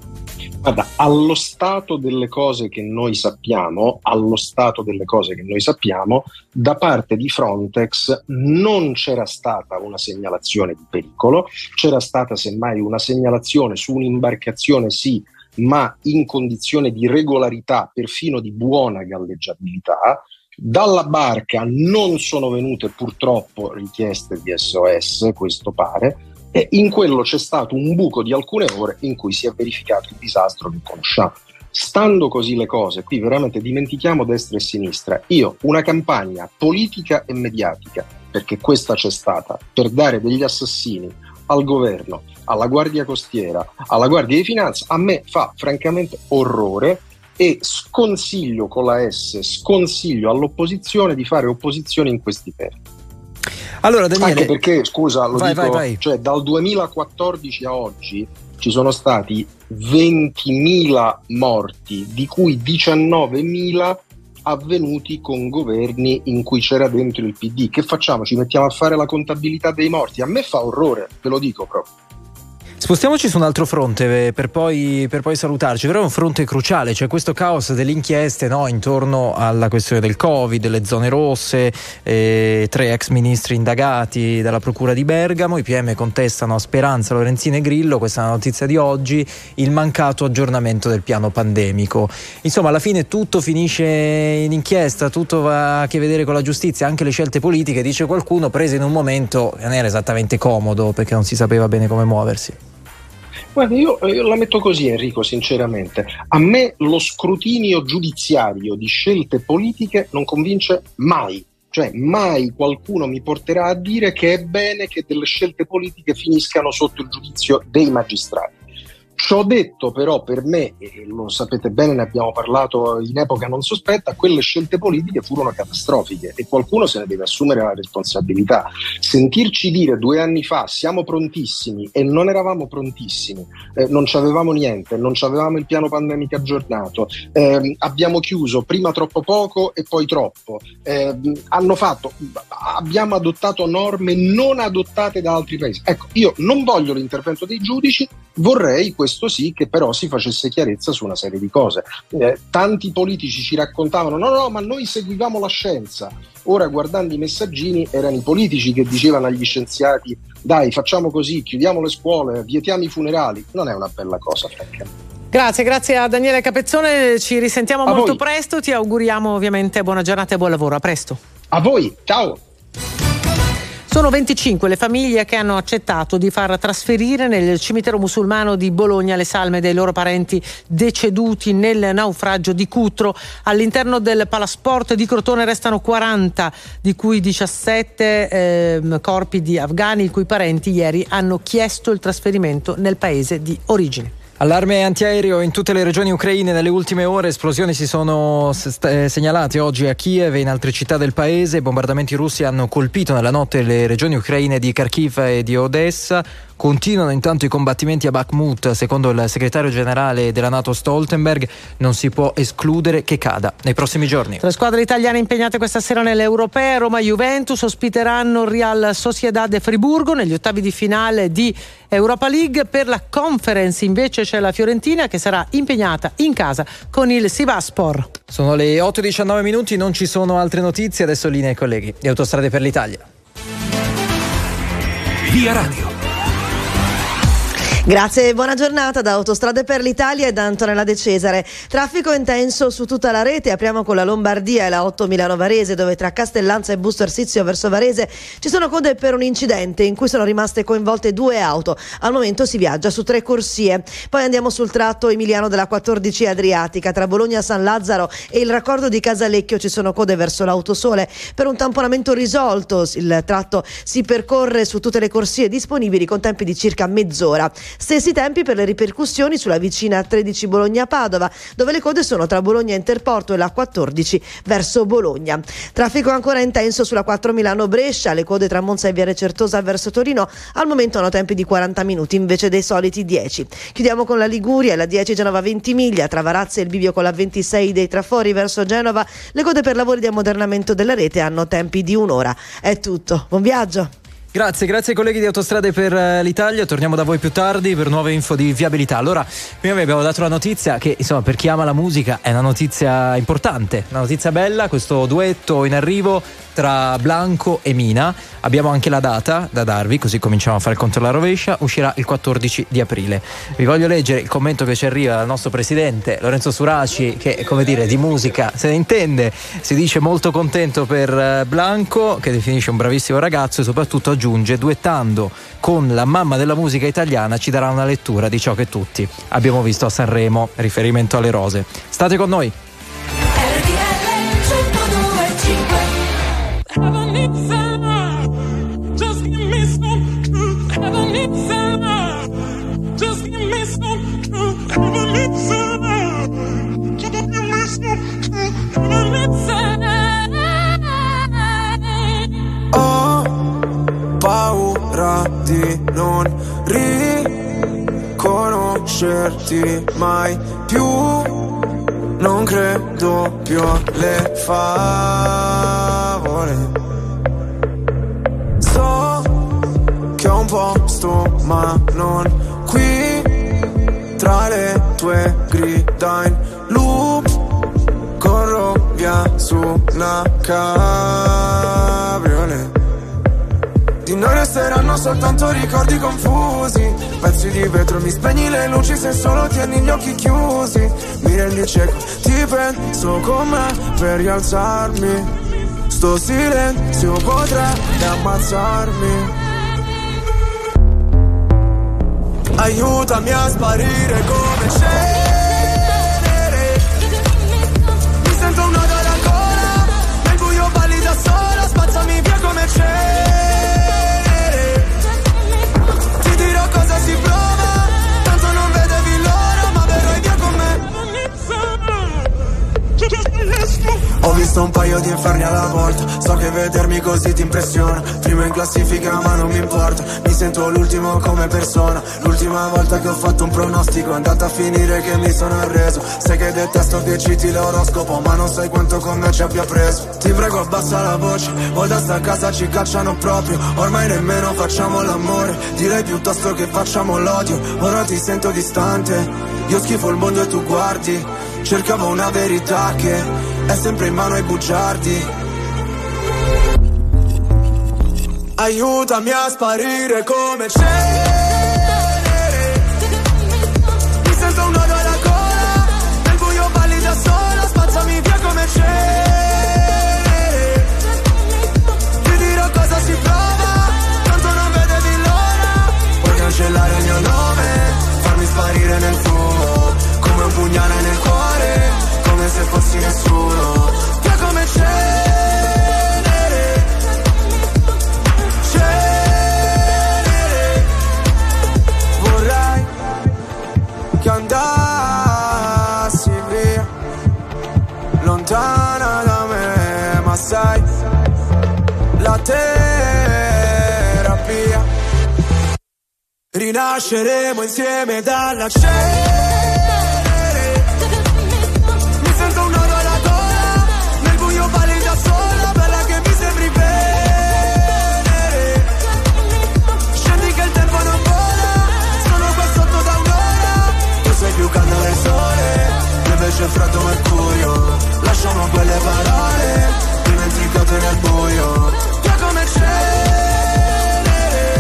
Guarda, allo stato delle cose che noi sappiamo, allo stato delle cose che noi sappiamo, da parte di Frontex non c'era stata una segnalazione di pericolo, c'era stata semmai una segnalazione su un'imbarcazione, sì, ma in condizione di regolarità, perfino di buona galleggiabilità. Dalla barca non sono venute purtroppo richieste di S O S, questo pare, e in quello c'è stato un buco di alcune ore in cui si è verificato il disastro che conosciamo. Stando così le cose, qui veramente dimentichiamo destra e sinistra. Io una campagna politica e mediatica, perché questa c'è stata, per dare degli assassini al governo, alla Guardia Costiera, alla Guardia di Finanza, a me fa francamente orrore, e sconsiglio con la S, sconsiglio all'opposizione di fare opposizione in questi termini. Allora, Daniele, anche perché, scusa, lo vai, dico, vai, vai. Cioè dal duemilaquattordici a oggi ci sono stati ventimila morti, di cui diciannovemila avvenuti con governi in cui c'era dentro il P D. Che facciamo? Ci mettiamo a fare la contabilità dei morti? A me fa orrore, ve lo dico proprio. Spostiamoci su un altro fronte per poi, per poi salutarci, però è un fronte cruciale, cioè questo caos delle inchieste, no, intorno alla questione del Covid, delle zone rosse, eh, tre ex ministri indagati dalla procura di Bergamo. I P M contestano a Speranza, Lorenzin e Grillo, questa è la notizia di oggi, il mancato aggiornamento del piano pandemico. Insomma, alla fine tutto finisce in inchiesta, tutto va a che vedere con la giustizia, anche le scelte politiche, dice qualcuno, prese in un momento che non era esattamente comodo perché non si sapeva bene come muoversi. Guarda, io, io la metto così, Enrico, sinceramente. A me lo scrutinio giudiziario di scelte politiche non convince mai. Cioè mai qualcuno mi porterà a dire che è bene che delle scelte politiche finiscano sotto il giudizio dei magistrati. Ciò detto, però, per me, e lo sapete bene, ne abbiamo parlato in epoca non sospetta, quelle scelte politiche furono catastrofiche e qualcuno se ne deve assumere la responsabilità. Sentirci dire due anni fa siamo prontissimi e non eravamo prontissimi, eh, non c'avevamo niente, non c'avevamo il piano pandemico aggiornato, eh, abbiamo chiuso prima troppo poco e poi troppo, eh, hanno fatto, abbiamo adottato norme non adottate da altri paesi. Ecco, io non voglio l'intervento dei giudici, vorrei questo sì che però si facesse chiarezza su una serie di cose. Eh, tanti politici ci raccontavano no no ma noi seguivamo la scienza. Ora, guardando i messaggini, erano i politici che dicevano agli scienziati dai, facciamo così, chiudiamo le scuole, vietiamo i funerali. Non è una bella cosa, francamente. Grazie, grazie a Daniele Capezzone, ci risentiamo a molto voi. presto, ti auguriamo ovviamente buona giornata e buon lavoro, a presto. A voi, ciao! Sono venticinque le famiglie che hanno accettato di far trasferire nel cimitero musulmano di Bologna le salme dei loro parenti deceduti nel naufragio di Cutro. All'interno del Palasport di Crotone restano quaranta, di cui diciassette eh, corpi di afghani i cui parenti ieri hanno chiesto il trasferimento nel paese di origine. Allarme antiaereo in tutte le regioni ucraine. Nelle ultime ore esplosioni si sono segnalate oggi a Kiev e in altre città del paese. I bombardamenti russi hanno colpito nella notte le regioni ucraine di Kharkiv e di Odessa. Continuano intanto i combattimenti a Bakhmut. Secondo il segretario generale della NATO Stoltenberg non si può escludere che cada nei prossimi giorni. Tre squadre italiane impegnate questa sera nelle europee. Roma e Juventus ospiteranno Real Sociedad e Friburgo negli ottavi di finale di Europa League. Per la Conference invece c'è la Fiorentina che sarà impegnata in casa con il Sivasspor. Sono le otto e diciannove minuti, non ci sono altre notizie. Adesso linea ai colleghi di Autostrade per l'Italia. Via Radio. Grazie e buona giornata da Autostrade per l'Italia e da Antonella De Cesare. Traffico intenso su tutta la rete. Apriamo con la Lombardia e la otto Milano Varese, dove tra Castellanza e Busto Arsizio verso Varese ci sono code per un incidente in cui sono rimaste coinvolte due auto. Al momento si viaggia su tre corsie. Poi andiamo sul tratto emiliano della quattordici Adriatica. Tra Bologna San Lazzaro e il raccordo di Casalecchio ci sono code verso l'Autosole per un tamponamento risolto. Il tratto si percorre su tutte le corsie disponibili con tempi di circa mezz'ora. Stessi tempi per le ripercussioni sulla vicina tredici Bologna-Padova, dove le code sono tra Bologna Interporto e la quattordici verso Bologna. Traffico ancora intenso sulla quattro Milano-Brescia, le code tra Monza e Viale Certosa verso Torino al momento hanno tempi di quaranta minuti invece dei soliti dieci. Chiudiamo con la Liguria, la dieci Genova-Ventimiglia, tra Varazze e il bivio con la ventisei dei Trafori verso Genova, le code per lavori di ammodernamento della rete hanno tempi di un'ora. È tutto, buon viaggio! Grazie, grazie ai colleghi di Autostrade per l'Italia. Torniamo da voi più tardi per nuove info di viabilità. Allora, prima vi abbiamo dato la notizia che, insomma, per chi ama la musica è una notizia importante, una notizia bella, questo duetto in arrivo tra Blanco e Mina. Abbiamo anche la data da darvi, così cominciamo a fare il conto alla rovescia. Uscirà il quattordici di aprile. Vi voglio leggere il commento che ci arriva dal nostro presidente Lorenzo Suraci, che, come dire, di musica se ne intende. Si dice molto contento per Blanco, che definisce un bravissimo ragazzo, e soprattutto aggiunge: duettando con la mamma della musica italiana ci darà una lettura di ciò che tutti abbiamo visto a Sanremo, riferimento alle rose. State con noi. Paura di non riconoscerti mai più, non credo più alle favole. So che ho un posto ma non qui, tra le tue grida in loop, corro via su una cabriolet. Di noi resteranno soltanto ricordi confusi, pezzi di vetro, mi spegni le luci se solo tieni gli occhi chiusi. Mi rendi cieco, ti penso con me per rialzarmi. Sto silenzio potrebbe ammazzarmi. Aiutami a sparire come cenere. Mi sento un nodo alla gola, nel buio balli da sola, spazzami via come cenere. Cosa si prova, tanto non vedevi l'ora, ma verrai via con me. Ho visto un paio di inferni alla volta, so che vedermi così ti impressiona. Primo in classifica ma non mi importa, mi sento l'ultimo come persona. L'ultima volta che ho fatto un pronostico è andata a finire che mi sono arreso. Sai che detesto che citi l'oroscopo, ma non sai quanto con me ci abbia preso. Ti prego abbassa la voce, o da sta casa ci cacciano proprio. Ormai nemmeno facciamo l'amore, direi piuttosto che facciamo l'odio. Ora ti sento distante, io schifo il mondo e tu guardi. Cercavo una verità che è sempre in mano ai bugiardi. Aiutami a sparire come cenere. Mi sento un nodo alla gola, nel buio balli da sola, spazzami via come cenere. Ti dirò cosa si prova, terapia. Rinasceremo insieme dalla cenere. Mi sento un nodo alla gola, nel buio balli da sola, bella che mi sembri venere. Scendi che il tempo non vola, sono qua sotto da un'ora. Tu sei più caldo del sole, io invece freddo mercurio. Lasciamo quelle parole dimenticate nel buio. Io come cenere,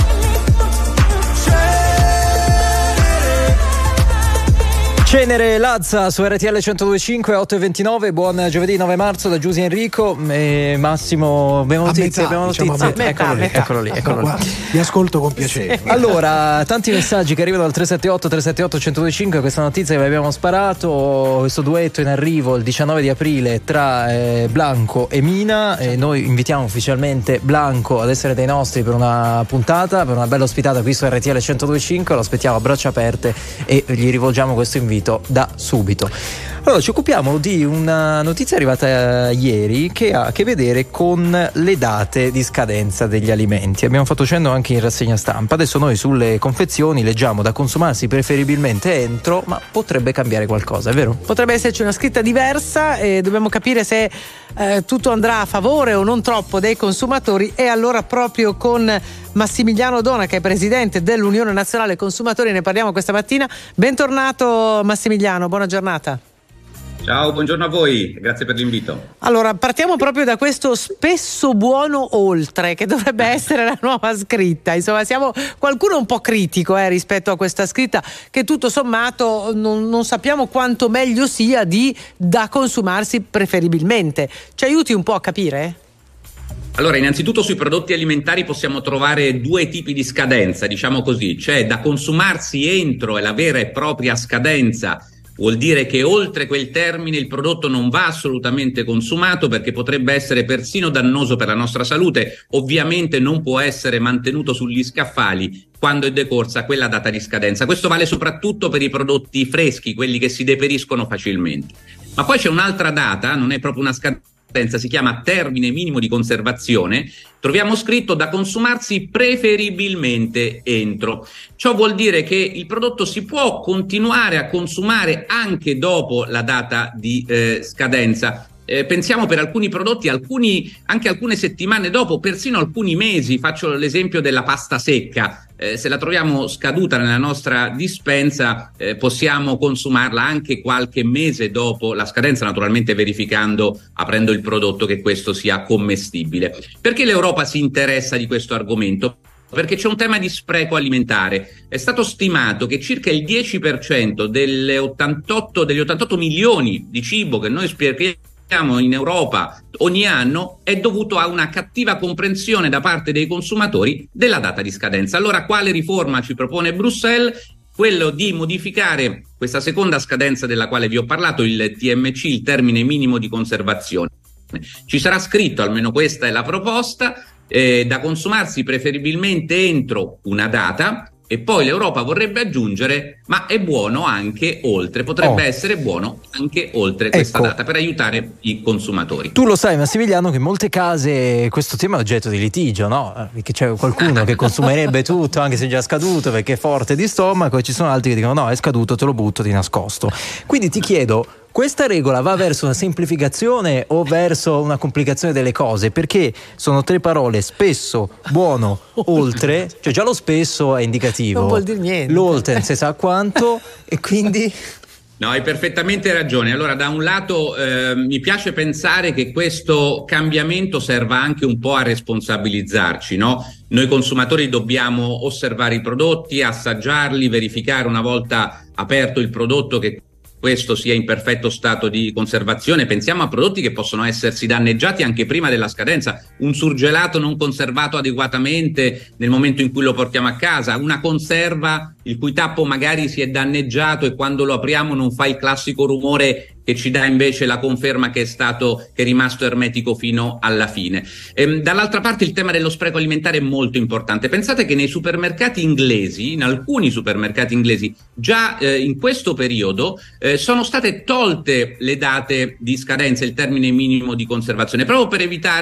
Cenere Lazza su R T L centodue e cinque, otto e ventinove. Buon giovedì nove marzo da Giusy Enrico e Massimo. Abbiamo notizie, abbiamo notizie. Diciamo metà, eccolo, lì, metà. eccolo lì, eccolo Guarda, lì. Vi ascolto con piacere. Allora, tanti messaggi che arrivano al tre sette otto tre sette otto uno zero due cinque. Questa notizia che vi abbiamo sparato, questo duetto in arrivo il diciannove di aprile tra eh, Blanco e Mina, e noi invitiamo ufficialmente Blanco ad essere dei nostri per una puntata, per una bella ospitata qui su R T L centodue e cinque. Lo aspettiamo a braccia aperte e gli rivolgiamo questo invito da subito. Allora, ci occupiamo di una notizia arrivata ieri che ha a che vedere con le date di scadenza degli alimenti. Abbiamo fatto cenno anche in rassegna stampa. Adesso noi sulle confezioni leggiamo da consumarsi preferibilmente entro, ma potrebbe cambiare qualcosa, è vero? Potrebbe esserci una scritta diversa e dobbiamo capire se eh, tutto andrà a favore o non troppo dei consumatori, e allora proprio con Massimiliano Dona, che è presidente dell'Unione Nazionale Consumatori, ne parliamo questa mattina. Bentornato Massimiliano, buona giornata. Ciao, buongiorno a voi, grazie per l'invito. Allora, partiamo proprio da questo spesso buono oltre, che dovrebbe essere la nuova scritta. Insomma, siamo qualcuno un po' critico eh, rispetto a questa scritta, che tutto sommato non, non sappiamo quanto meglio sia di da consumarsi preferibilmente. Ci aiuti un po' a capire? Allora, innanzitutto sui prodotti alimentari possiamo trovare due tipi di scadenza, diciamo così. C'è da consumarsi entro, è la vera e propria scadenza. Vuol dire che oltre quel termine il prodotto non va assolutamente consumato, perché potrebbe essere persino dannoso per la nostra salute. Ovviamente non può essere mantenuto sugli scaffali quando è decorsa quella data di scadenza. Questo vale soprattutto per i prodotti freschi, quelli che si deperiscono facilmente. Ma poi c'è un'altra data, non è proprio una scadenza, si chiama termine minimo di conservazione. Troviamo scritto da consumarsi preferibilmente entro. Ciò vuol dire che il prodotto si può continuare a consumare anche dopo la data di eh, scadenza. Eh, pensiamo per alcuni prodotti, alcuni, anche alcune settimane dopo, persino alcuni mesi. Faccio l'esempio della pasta secca. Eh, se la troviamo scaduta nella nostra dispensa, eh, possiamo consumarla anche qualche mese dopo la scadenza, naturalmente verificando, aprendo il prodotto, che questo sia commestibile. Perché l'Europa si interessa di questo argomento? Perché c'è un tema di spreco alimentare. È stato stimato che circa il dieci per cento delle ottantotto, degli ottantotto milioni di cibo che noi sprechiamo in Europa ogni anno è dovuto a una cattiva comprensione da parte dei consumatori della data di scadenza. Allora, quale riforma ci propone Bruxelles? Quello di modificare questa seconda scadenza della quale vi ho parlato, il T M C, il termine minimo di conservazione. Ci sarà scritto, almeno questa è la proposta, eh, da consumarsi preferibilmente entro una data. E poi l'Europa vorrebbe aggiungere, ma è buono anche oltre, potrebbe oh. essere buono anche oltre questa ecco. data, per aiutare i consumatori. Tu lo sai, Massimiliano, che in molte case questo tema è oggetto di litigio, no? Perché c'è qualcuno che consumerebbe tutto anche se è già scaduto perché è forte di stomaco, e ci sono altri che dicono no, è scaduto, te lo butto di nascosto. Quindi ti chiedo, questa regola va verso una semplificazione o verso una complicazione delle cose? Perché sono tre parole: spesso, buono, oltre. Cioè già lo spesso è indicativo. Non vuol dire niente. L'oltre non si sa quanto e quindi... No, hai perfettamente ragione. Allora, da un lato eh, mi piace pensare che questo cambiamento serva anche un po' a responsabilizzarci, no? Noi consumatori dobbiamo osservare i prodotti, assaggiarli, verificare una volta aperto il prodotto che questo sia in perfetto stato di conservazione. Pensiamo a prodotti che possono essersi danneggiati anche prima della scadenza, un surgelato non conservato adeguatamente nel momento in cui lo portiamo a casa, una conserva il cui tappo magari si è danneggiato e quando lo apriamo non fa il classico rumore che ci dà invece la conferma che è stato, che è rimasto ermetico fino alla fine. Ehm, dall'altra parte il tema dello spreco alimentare è molto importante. Pensate che nei supermercati inglesi, in alcuni supermercati inglesi, già eh, in questo periodo eh, sono state tolte le date di scadenza, il termine minimo di conservazione, proprio per evitare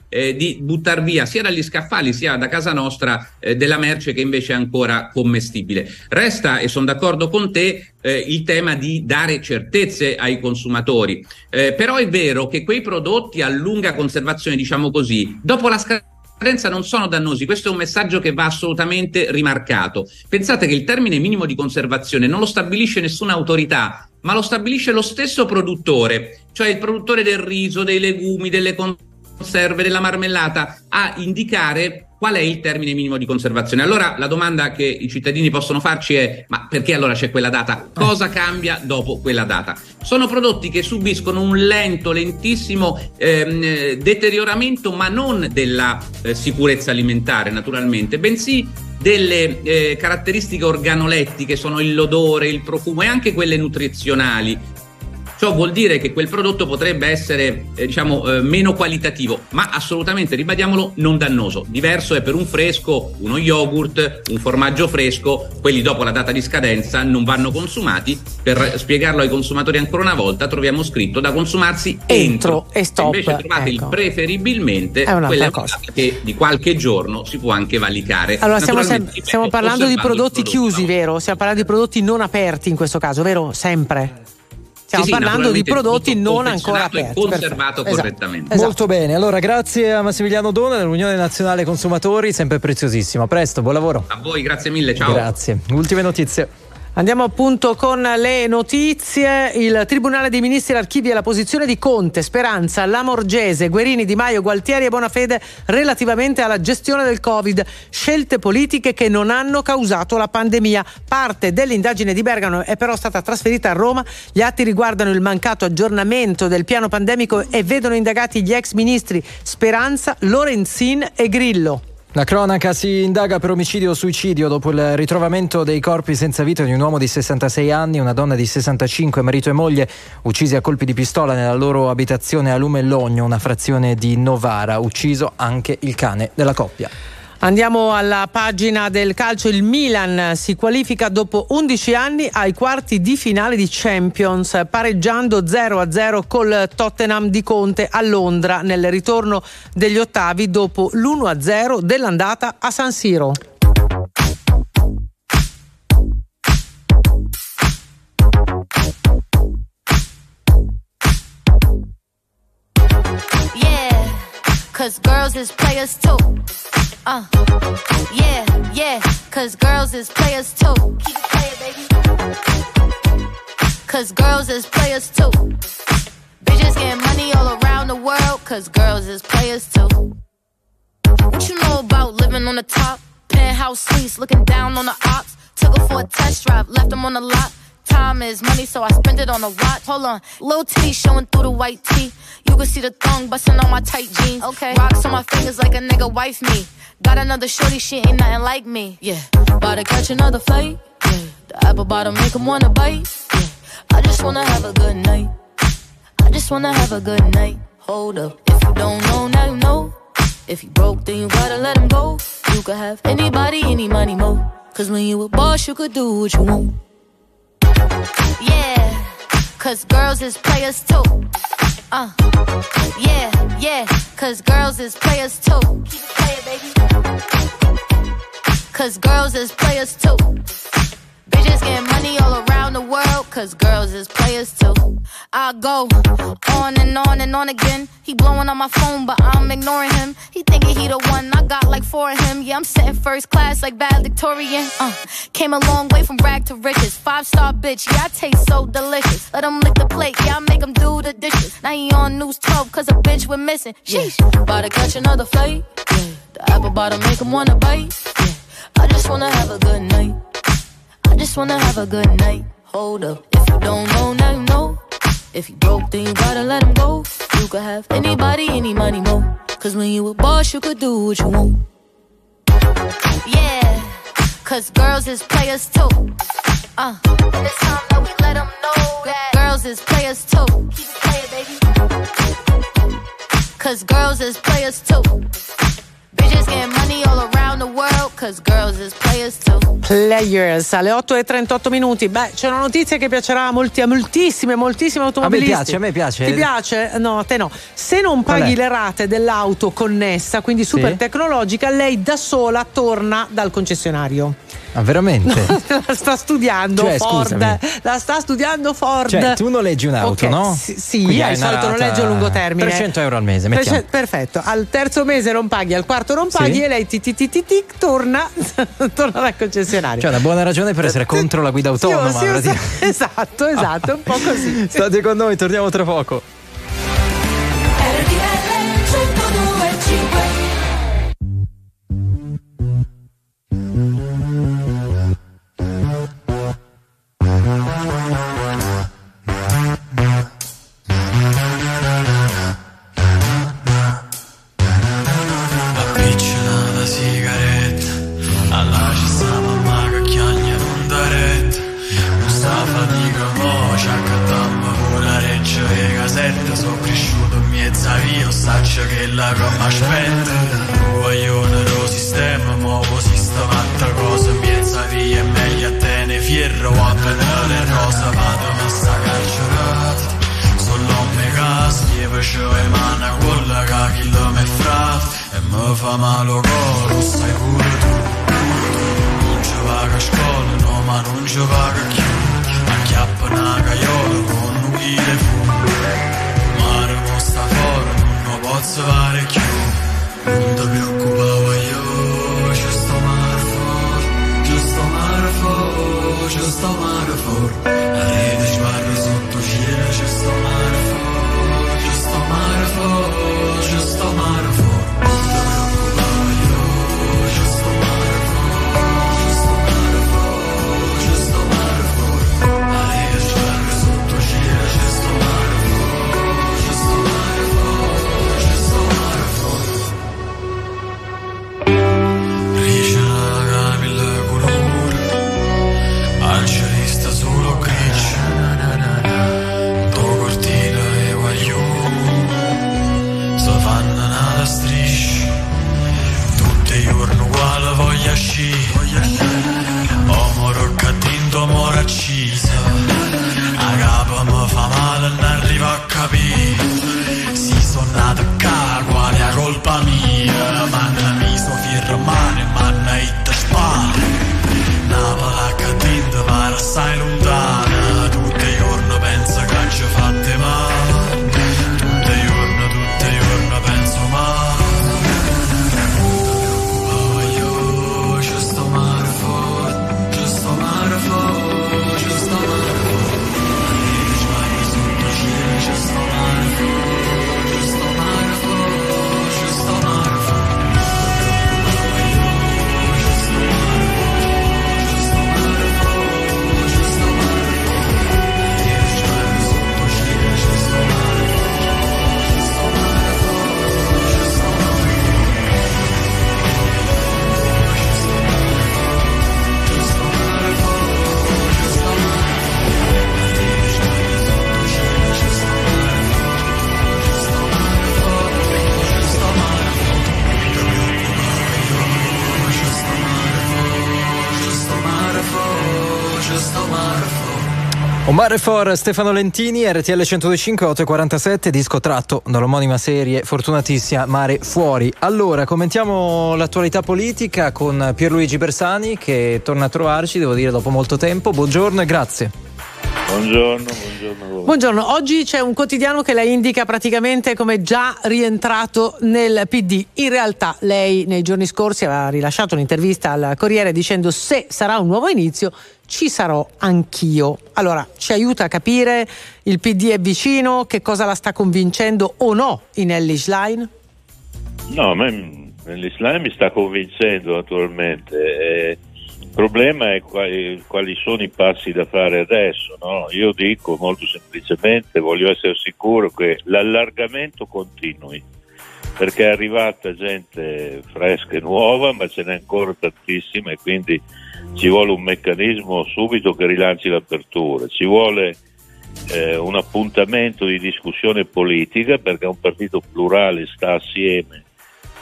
eh, di buttar via sia dagli scaffali sia da casa nostra eh, della merce che invece è ancora commestibile. Resta, e sono d'accordo con te, eh, il tema di dare certezze ai consumatori, eh, però è vero che quei prodotti a lunga conservazione, diciamo così, dopo la scadenza non sono dannosi. Questo è un messaggio che va assolutamente rimarcato. Pensate che il termine minimo di conservazione non lo stabilisce nessuna autorità, ma lo stabilisce lo stesso produttore, cioè il produttore del riso, dei legumi, delle conserve, della marmellata, a indicare qual è il termine minimo di conservazione. Allora la domanda che i cittadini possono farci è: ma perché allora c'è quella data? Cosa cambia dopo quella data? Sono prodotti che subiscono un lento, lentissimo ehm, deterioramento, ma non della eh, sicurezza alimentare naturalmente, bensì delle eh, caratteristiche organolettiche, sono l'odore, il profumo e anche quelle nutrizionali. Ciò vuol dire che quel prodotto potrebbe essere eh, diciamo eh, meno qualitativo, ma assolutamente, ribadiamolo, non dannoso. Diverso è per un fresco, uno yogurt, un formaggio fresco, quelli dopo la data di scadenza non vanno consumati. Per spiegarlo ai consumatori ancora una volta, troviamo scritto da consumarsi entro, entro e stop. Invece trovate ecco. il preferibilmente, quella è cosa che di qualche giorno si può anche valicare. Allora stiamo, sem- stiamo parlando di prodotti chiusi, vero? Stiamo parlando di prodotti non aperti in questo caso, vero? Sempre. Stiamo sì, sì, parlando di prodotti non ancora aperti. Conservato Perfetto. correttamente. Esatto. Molto bene, allora grazie a Massimiliano Dona dell'Unione Nazionale Consumatori, sempre preziosissimo. A presto, buon lavoro. A voi, grazie mille, ciao. Grazie. Ultime notizie. Andiamo appunto con le notizie. Il Tribunale dei Ministri archivia la posizione di Conte, Speranza, Lamorgese, Guerini, Di Maio, Gualtieri e Bonafede relativamente alla gestione del Covid. Scelte politiche che non hanno causato la pandemia. Parte dell'indagine di Bergamo è però stata trasferita a Roma. Gli atti riguardano il mancato aggiornamento del piano pandemico e vedono indagati gli ex ministri Speranza, Lorenzin e Grillo. La cronaca: si indaga per omicidio o suicidio dopo il ritrovamento dei corpi senza vita di un uomo di sessantasei anni, una donna di sessantacinque, marito e moglie, uccisi a colpi di pistola nella loro abitazione a Lumellogno, una frazione di Novara. Ucciso anche il cane della coppia. Andiamo alla pagina del calcio. Il Milan si qualifica dopo undici anni ai quarti di finale di Champions, pareggiando zero a zero col Tottenham di Conte a Londra nel ritorno degli ottavi dopo l'uno a zero dell'andata a San Siro. Yeah, 'cause girls is players too. Uh, yeah, yeah, 'cause girls is players too. Keep it playing, baby. 'Cause girls is players too. Bitches getting money all around the world, 'cause girls is players too. What you know about living on the top? Penthouse suites, looking down on the ops. Took her for a test drive, left them on the lot. Time is money, so I spend it on a watch. Hold on, little titty showing through the white tee. You can see the thong busting on my tight jeans. Okay, rocks on my fingers like a nigga wife me. Got another shorty, she ain't nothing like me. Yeah, about to catch another flight. Yeah, the apple bottom make him wanna bite. Yeah, I just wanna have a good night. I just wanna have a good night. Hold up, if you don't know, now you know. If you broke, then you gotta let him go. You could have anybody, any money, mo. 'Cause when you a boss, you could do what you want. Yeah, 'cause girls is players too. Uh, yeah, yeah, 'cause girls is players too. Keep it playing, baby. 'Cause girls is players too. Bitches getting money all around the world, 'cause girls is players too. I go on and on and on again. He blowing on my phone, but I'm ignoring him. He thinking he the one, I got like four of him. Yeah, I'm sitting first class like valedictorian. Uh, came a long way from rag to riches. Five star bitch, yeah, I taste so delicious. Let him lick the plate, yeah, I make him do the dishes. Now he on news twelve, 'cause a bitch we're missing. Sheesh, about to catch another flight. Yeah, the apple bottom make him wanna bite. Yeah, I just wanna have a good night. I just wanna have a good night. Hold up, if you don't know, now you know. If you broke, then you gotta let him go. You could have anybody, any money, mo. 'Cause when you a boss, you could do what you want. Yeah, 'cause girls is players too. Uh, and it's time that we let them know that girls is players too. Keep it playing, baby. 'Cause girls is players too. Bitches getting money all around the world, cause girls is players too. Players alle otto e trentotto minuti. Beh, c'è una notizia che piacerà a molti, a moltissime, moltissime automobilisti. A me piace, a me piace. Ti piace? No, a te no. Se non paghi le rate dell'auto connessa, quindi super Sì. tecnologica, lei da sola torna dal concessionario. Ah, veramente? No, la sta studiando Cioè, Ford. scusami. La sta studiando Ford. Cioè, tu noleggi un'auto, Ok, no? Sì, sì Quindi al hai una solito rata noleggio a lungo termine. trecento euro al mese, mettiamo. Perce- Perfetto. Al terzo mese non paghi, al quarto non paghi Sì. e lei ti, ti, ti, ti, ti, torna, torna dal concessionario. Cioè, una buona ragione per essere contro la guida autonoma. Sì, sì, praticamente. esatto, esatto, un po' così. State con noi, torniamo tra poco. Appicciata sigaretta, alla ci sta mamma che chiagna non da retta. Non sta fatica mo, ci accattammo pure reccia e casetta. Sono cresciuto in mezza via, saccia che la gomma aspetta. Tu vogliono lo sistema, muovo sistematta cosa. In mezza via è meglio a te ne fierro, a le rosa vado a sta carcerata. Solo me casa, gli facevo le mani con la che lo me frate. E mi fa male coro, lo sai pure tu. Non ci vaga a scuola, no ma non ci vaga più. Acchiappa una caiola con un chile fu. Mare mo sta fuori, non lo posso fare più. Non ti preoccupare io, ci sto mare fuori. Ci sto mare fuori, ci sto mare fuori. La rete sbarra sotto cielo, ci sto mare fuori. Ci sto mare fuori, ci sto mare fuori. Amore cattivo, amore acciso. A capo mi fa male, non arrivo a capire. Si sono nato qua, quale è colpa mia. Manna mi so firmare, manna it spara. Napola cattivo, pare assai lontana. Tutti i giorni penso che ci fatte male. Tutti i giorni, tutti i giorni penso male. Mare for Stefano Lentini, R T L centodue e cinque, otto e quarantasette, disco tratto dall'omonima serie fortunatissima Mare Fuori. Allora, commentiamo l'attualità politica con Pierluigi Bersani che torna a trovarci, devo dire, dopo molto tempo. Buongiorno e grazie. Buongiorno, buongiorno a voi. Buongiorno, oggi c'è un quotidiano che la indica praticamente come già rientrato nel P D. In realtà lei nei giorni scorsi aveva rilasciato un'intervista al Corriere dicendo: se sarà un nuovo inizio ci sarò anch'io. Allora, ci aiuta a capire, il P D è vicino, che cosa la sta convincendo o no in Elly Schlein? No, a me Elly Schlein mi sta convincendo naturalmente. Eh, il problema è quali, quali sono i passi da fare adesso, no? Io dico molto semplicemente, voglio essere sicuro che l'allargamento continui, perché è arrivata gente fresca e nuova, ma ce n'è ancora tantissima e quindi ci vuole un meccanismo subito che rilanci l'apertura, ci vuole eh, un appuntamento di discussione politica, perché un partito plurale sta assieme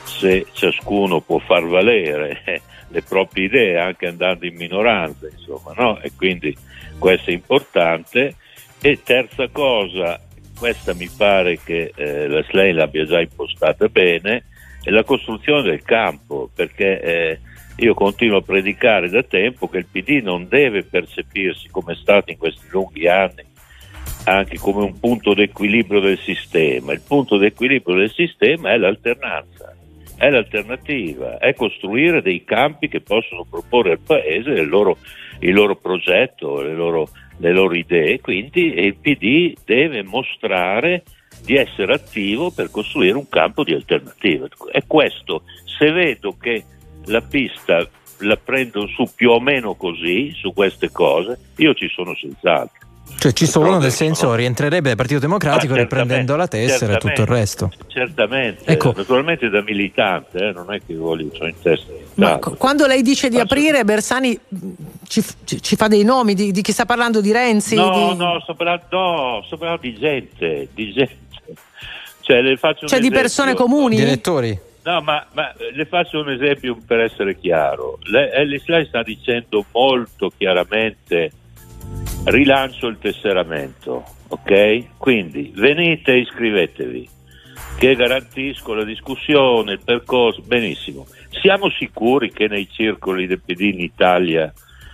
se ciascuno può far valere eh, le proprie idee anche andando in minoranza, insomma, no? E quindi questo è importante. E terza cosa, questa mi pare che eh, la Schlein l'abbia già impostata bene, è la costruzione del campo, perché eh, io continuo a predicare da tempo che il P D non deve percepirsi, come è stato in questi lunghi anni, anche come un punto d'equilibrio del sistema. Il punto d'equilibrio del sistema è l'alternanza, è l'alternativa, è costruire dei campi che possono proporre al Paese il loro, il loro progetto, le loro, le loro idee. Quindi il P D deve mostrare di essere attivo per costruire un campo di alternative. E questo, se vedo che la pista la prendo su più o meno così, su queste cose, io ci sono senz'altro. Cioè ci sono, nel senso, rientrerebbe il Partito Democratico ah, riprendendo la tessera e tutto il resto. Certamente, ecco. Naturalmente da militante, eh, non è che voglio in testa. Ma quando lei dice di aprire, Bersani ci, ci, ci fa dei nomi di, di chi sta parlando, di Renzi? No, di... no, sto parlando, no, sto parlando di gente, di gente. Cioè, le faccio un cioè esempio. Di persone comuni? Di elettori? No, ma, ma le faccio un esempio per essere chiaro. Elly Schlein sta dicendo molto chiaramente: rilancio il tesseramento, ok? Quindi venite e iscrivetevi, che garantisco la discussione, il percorso, benissimo. Siamo sicuri che nei circoli del P D in Italia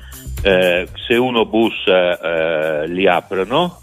eh, se uno bussa eh, li aprono?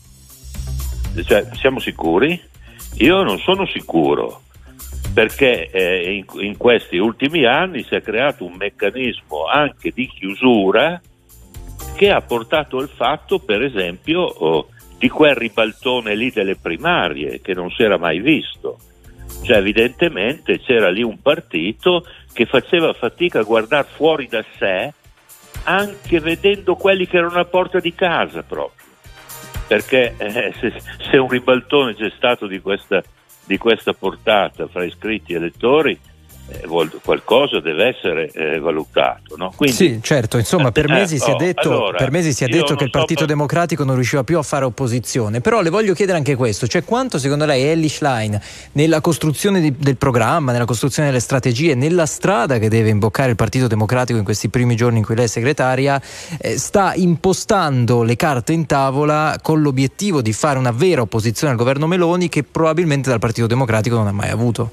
Cioè, siamo sicuri? Io non sono sicuro, perché eh, in, in questi ultimi anni si è creato un meccanismo anche di chiusura che ha portato al fatto, per esempio, oh, di quel ribaltone lì delle primarie che non si era mai visto. Cioè, evidentemente c'era lì un partito che faceva fatica a guardare fuori da sé, anche vedendo quelli che erano alla porta di casa proprio. Perché eh, se, se un ribaltone c'è stato di questa, di questa portata fra iscritti e elettori, eh, qualcosa deve essere eh, valutato, no? Quindi, sì, certo, insomma, per mesi eh, si è oh, detto, allora, per mesi si è detto che il Partito so per... Democratico non riusciva più a fare opposizione. Però le voglio chiedere anche questo, cioè quanto secondo lei Elly Schlein, nella costruzione di, del programma, nella costruzione delle strategie, nella strada che deve imboccare il Partito Democratico in questi primi giorni in cui lei è segretaria, eh, sta impostando le carte in tavola con l'obiettivo di fare una vera opposizione al governo Meloni, che probabilmente dal Partito Democratico non ha mai avuto?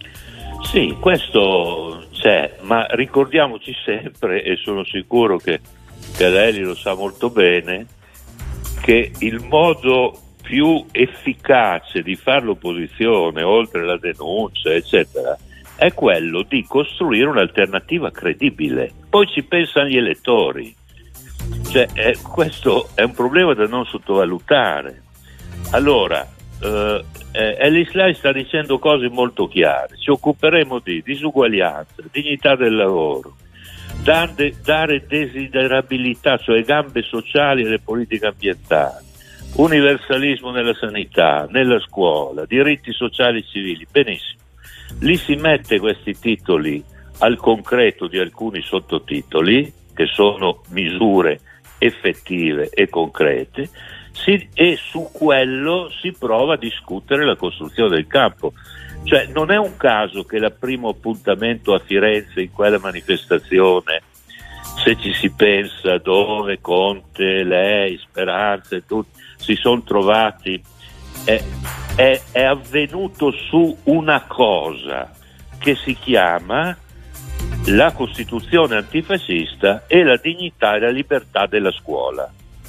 Sì, questo c'è, ma ricordiamoci sempre, e sono sicuro che, che lei lo sa molto bene, che il modo più efficace di fare l'opposizione, oltre la denuncia, eccetera, è quello di costruire un'alternativa credibile. Poi ci pensano gli elettori. Cioè, eh, questo è un problema da non sottovalutare. Allora, eh, eh, Elly Schlein sta dicendo cose molto chiare: ci occuperemo di disuguaglianza, dignità del lavoro, dare, dare desiderabilità, cioè gambe sociali alle politiche ambientali, universalismo nella sanità, nella scuola, diritti sociali e civili. Benissimo, lì si mette questi titoli al concreto di alcuni sottotitoli che sono misure effettive e concrete, si, e su quello si prova a discutere la costruzione del campo. Cioè, non è un caso che il primo appuntamento a Firenze, in quella manifestazione, se ci si pensa, dove Conte, lei, Speranza e tutti si sono trovati, è, è, è avvenuto su una cosa che si chiama la Costituzione antifascista e la dignità e la libertà della scuola.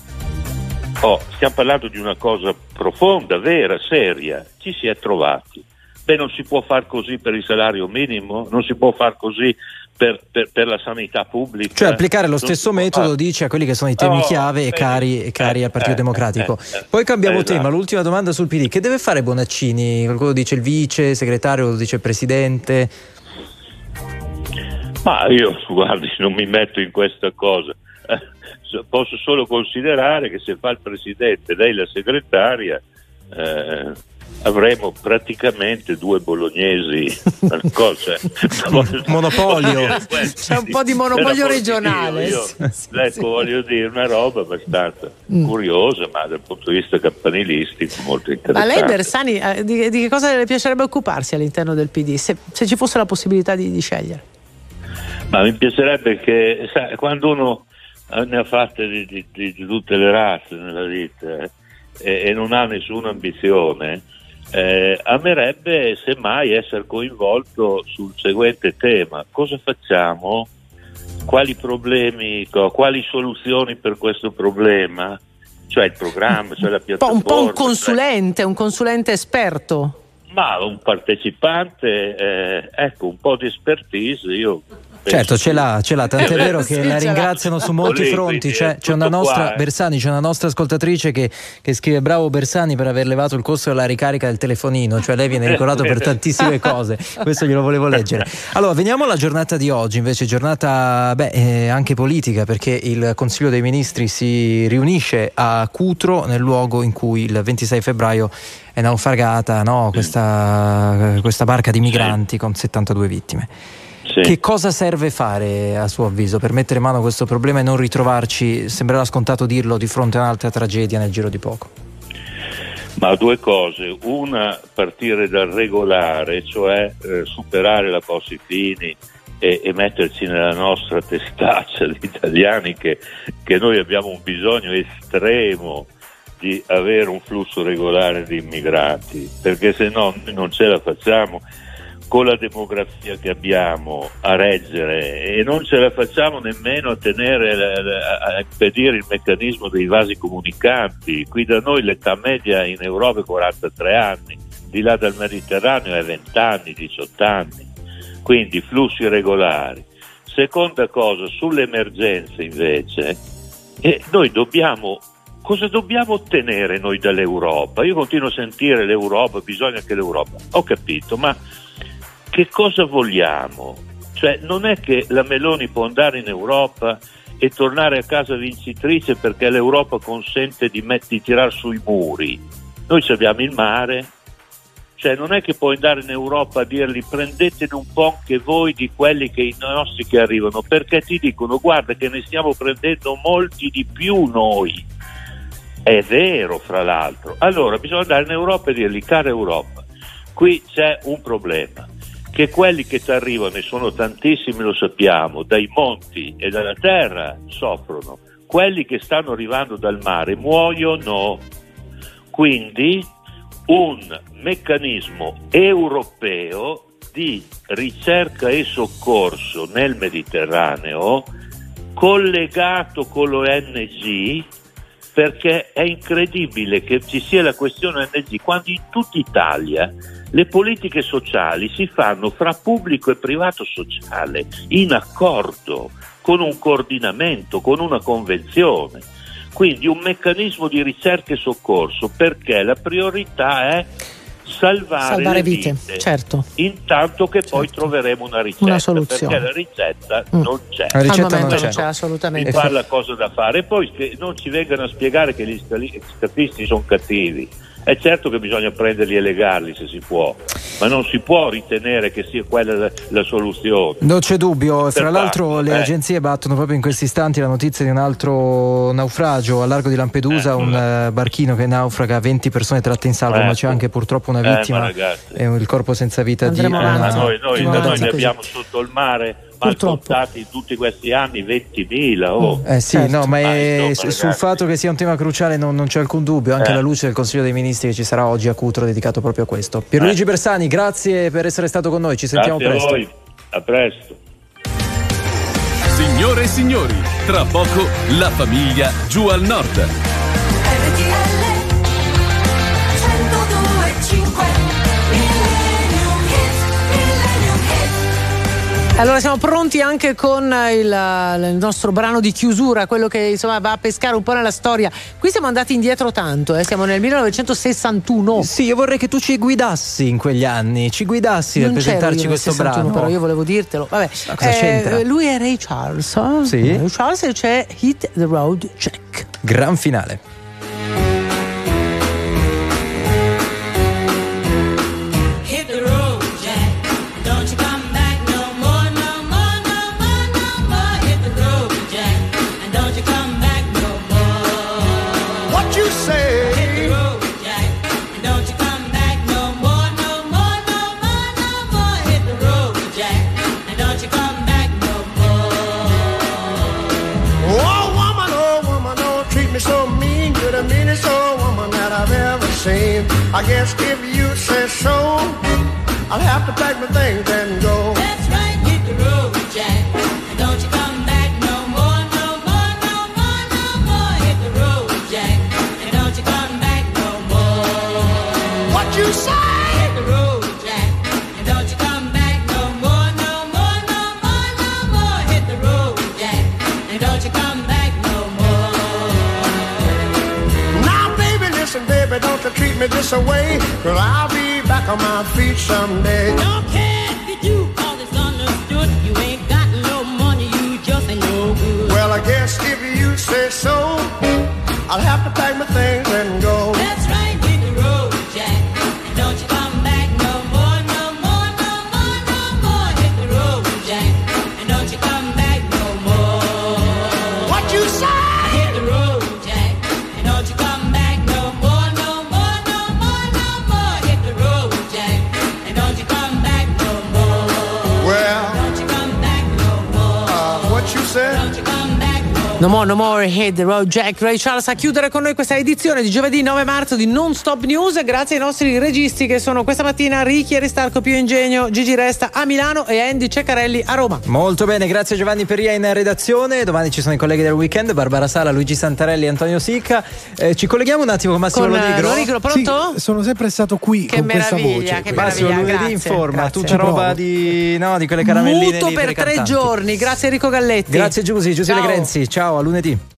Oh, stiamo parlando di una cosa profonda, vera, seria. Ci si è trovati. Beh, non si può far così per il salario minimo, non si può far così per, per, per la sanità pubblica. Cioè applicare lo stesso metodo, far... dice, a quelli che sono i temi oh, chiave e eh, cari, e cari eh, al Partito eh, Democratico. Eh, eh, Poi cambiamo eh, tema, esatto. L'ultima domanda sul P D. Che deve fare Bonaccini? Qualcuno dice il vice segretario, lo dice il presidente. Ma io, guardi, non mi metto in questa cosa. Posso solo considerare che se fa il presidente, lei la segretaria, eh, avremo praticamente due bolognesi. Cosa? Monopolio. C'è un po' di monopolio regionale. Io, io, sì, ecco, sì. voglio dire una roba abbastanza Mm. curiosa, ma dal punto di vista campanilistico molto Ma interessante. lei Bersani eh, di, di che cosa le piacerebbe occuparsi all'interno del P D se, se ci fosse la possibilità di, di scegliere? Ma mi piacerebbe che, sai, quando uno ne ha fatte di, di, di, di tutte le razze nella vita eh, e, e non ha nessuna ambizione, eh, amerebbe semmai essere coinvolto sul seguente tema: cosa facciamo? Quali problemi, quali soluzioni per questo problema? Cioè il programma, cioè la Un po', piattaforma. un po' un consulente, un consulente esperto. Ma un partecipante, eh, ecco, un po' di expertise, io penso Certo, ce l'ha, ce l'ha, tant'è vero che Sì, la ce l'ha. ringraziano su molti Lì, fronti. quindi C'è, è c'è una tutto nostra qua, eh. Bersani, c'è una nostra ascoltatrice che, che scrive: bravo Bersani per aver levato il costo della ricarica del telefonino, cioè lei viene ricordato per tantissime cose, questo glielo volevo leggere. Allora veniamo alla giornata di oggi, invece giornata beh, eh, anche politica, perché il Consiglio dei Ministri si riunisce a Cutro, nel luogo in cui il ventisei febbraio è naufragata, no, questa, questa barca di migranti con settantadue vittime. Sì. Che cosa serve fare a suo avviso per mettere mano a questo problema e non ritrovarci, sembrerà scontato dirlo, di fronte a un'altra tragedia nel giro di poco? Ma due cose: una, partire dal regolare, cioè eh, superare la Bossi-Fini e, e metterci nella nostra testaccia gli italiani che, che noi abbiamo un bisogno estremo di avere un flusso regolare di immigrati, perché se no noi non ce la facciamo con la demografia che abbiamo a reggere, e non ce la facciamo nemmeno a tenere a impedire il meccanismo dei vasi comunicanti. Qui da noi l'età media in Europa è quarantatré anni, di là dal Mediterraneo è venti anni, diciotto anni, quindi flussi regolari. Seconda cosa, sulle emergenze invece, eh, noi dobbiamo cosa dobbiamo ottenere noi dall'Europa? Io continuo a sentire l'Europa, bisogna che l'Europa, ho capito, ma che cosa vogliamo? Cioè non è che la Meloni può andare in Europa e tornare a casa vincitrice perché l'Europa consente di, met- di tirar sui muri. Noi abbiamo il mare, cioè non è che puoi andare in Europa a dirgli prendetene un po' anche voi di quelli che i nostri che arrivano, perché ti dicono guarda che ne stiamo prendendo molti di più noi. È vero, fra l'altro. Allora bisogna andare in Europa e dirgli cara Europa, qui c'è un problema, che quelli che ti arrivano, e sono tantissimi, lo sappiamo, dai monti e dalla terra soffrono, quelli che stanno arrivando dal mare muoiono. Quindi un meccanismo europeo di ricerca e soccorso nel Mediterraneo collegato con l'O N G, perché è incredibile che ci sia la questione O N G quando in tutta Italia le politiche sociali si fanno fra pubblico e privato sociale in accordo, con un coordinamento, con una convenzione. Quindi un meccanismo di ricerca e soccorso, perché la priorità è salvare, Salvare le vite, vite, certo. intanto che poi troveremo una ricetta, Una soluzione. perché la ricetta Mm. non c'è. La ricetta Al momento non non c'è. c'è assolutamente. Mi fa la cosa da fare, e poi che non ci vengano a spiegare che gli scali- scafisti sono cattivi. È certo che bisogna prenderli e legarli se si può, ma non si può ritenere che sia quella la, la soluzione. Non c'è dubbio, fra Per l'altro farlo, le eh. agenzie battono proprio in questi istanti la notizia di un altro naufragio al largo di Lampedusa, Eh, un eh, barchino che naufraga, venti persone tratte in salvo, Eh, ma c'è anche purtroppo una eh, ma vittima ragazzi. e il corpo senza vita Andremo di Eh, avanti. ma una, noi, noi, Andiamo noi avanti li così. abbiamo sotto il mare, ma Purtroppo. contati in tutti questi anni ventimila. Oh. Eh sì, Certo. no, ma Ah, è- insomma, sul ragazzi. fatto che sia un tema cruciale non, non c'è alcun dubbio, anche Eh. alla luce del Consiglio dei Ministri che ci sarà oggi a Cutro dedicato proprio a questo. Pierluigi Eh. Bersani, grazie per essere stato con noi, ci sentiamo Grazie presto. a voi, a presto. Signore e signori, tra poco la famiglia giù al nord. R T L centodue e cinque Millennium Hit, Millennium Hit. Allora siamo pronti anche con il, il nostro brano di chiusura, quello che insomma va a pescare un po' nella storia. Qui siamo andati indietro tanto, eh? Siamo nel millenovecentosessantuno. Sì, io vorrei che tu ci guidassi in quegli anni, ci guidassi nel Non c'ero presentarci io nel questo sessantuno, brano. però io volevo dirtelo. Vabbè, Ma cosa c'entra? lui è Ray Charles. eh? Sì. Ray Charles, e c'è Hit the Road Jack. Gran finale. prettiest old woman that I've ever seen. I guess if you say so, I'll have to pack my things and go. That's right, hit the road, Jack. Don't you come back no more, no more, no more, no more. Hit the road, Jack. And don't you come back no more. What you say? Hit the road, Jack. And don't you come back no more, no more, no more, no more. Hit the road, Jack. And don't you come back no more. Now, baby, listen, baby, don't you treat me this away, 'cause I'll be back on my feet someday. Don't care if you do, all is understood. You ain't got no money, you just ain't no good. Well, I guess if you say so, I'll have to pack my things and go. That's right, hit the road, Jack. And don't you come back no more, no more, no more, no more. Hit the road, Jack. And don't you come back no more. What you say? Hit the road, Jack. And don't you come back no more, no more, no more, no more. Hit the road, Jack. And don't you come back no more. Well, Don't you come back no more. uh, what you said? Don't you come back no more. No more, no more, hit the road, Jack. Ray Charles a chiudere con noi questa edizione di giovedì nove marzo di Non Stop News. Grazie ai nostri registi che sono questa mattina Ricky Aristarco Pio Ingegno, Gigi Resta a Milano e Andy Ceccarelli a Roma. Molto bene, grazie a Giovanni Perria in redazione. Domani ci sono i colleghi del weekend, Barbara Sala, Luigi Santarelli e Antonio Sicca. Eh, ci colleghiamo un attimo con Massimo Con, eh, Lonigro. Lonigro, pronto? Sì, sono sempre stato qui Che con questa meraviglia, voce. che Massimo, meraviglia, lunedì grazie, informa, grazie. tutta Ci roba provo. di, no, di quelle caramelline Muto lì per delle tre cantanti. giorni. Grazie Enrico Galletti. Grazie Giusy, Giusy Ciao. Legrenzi. Ciao, a lunedì.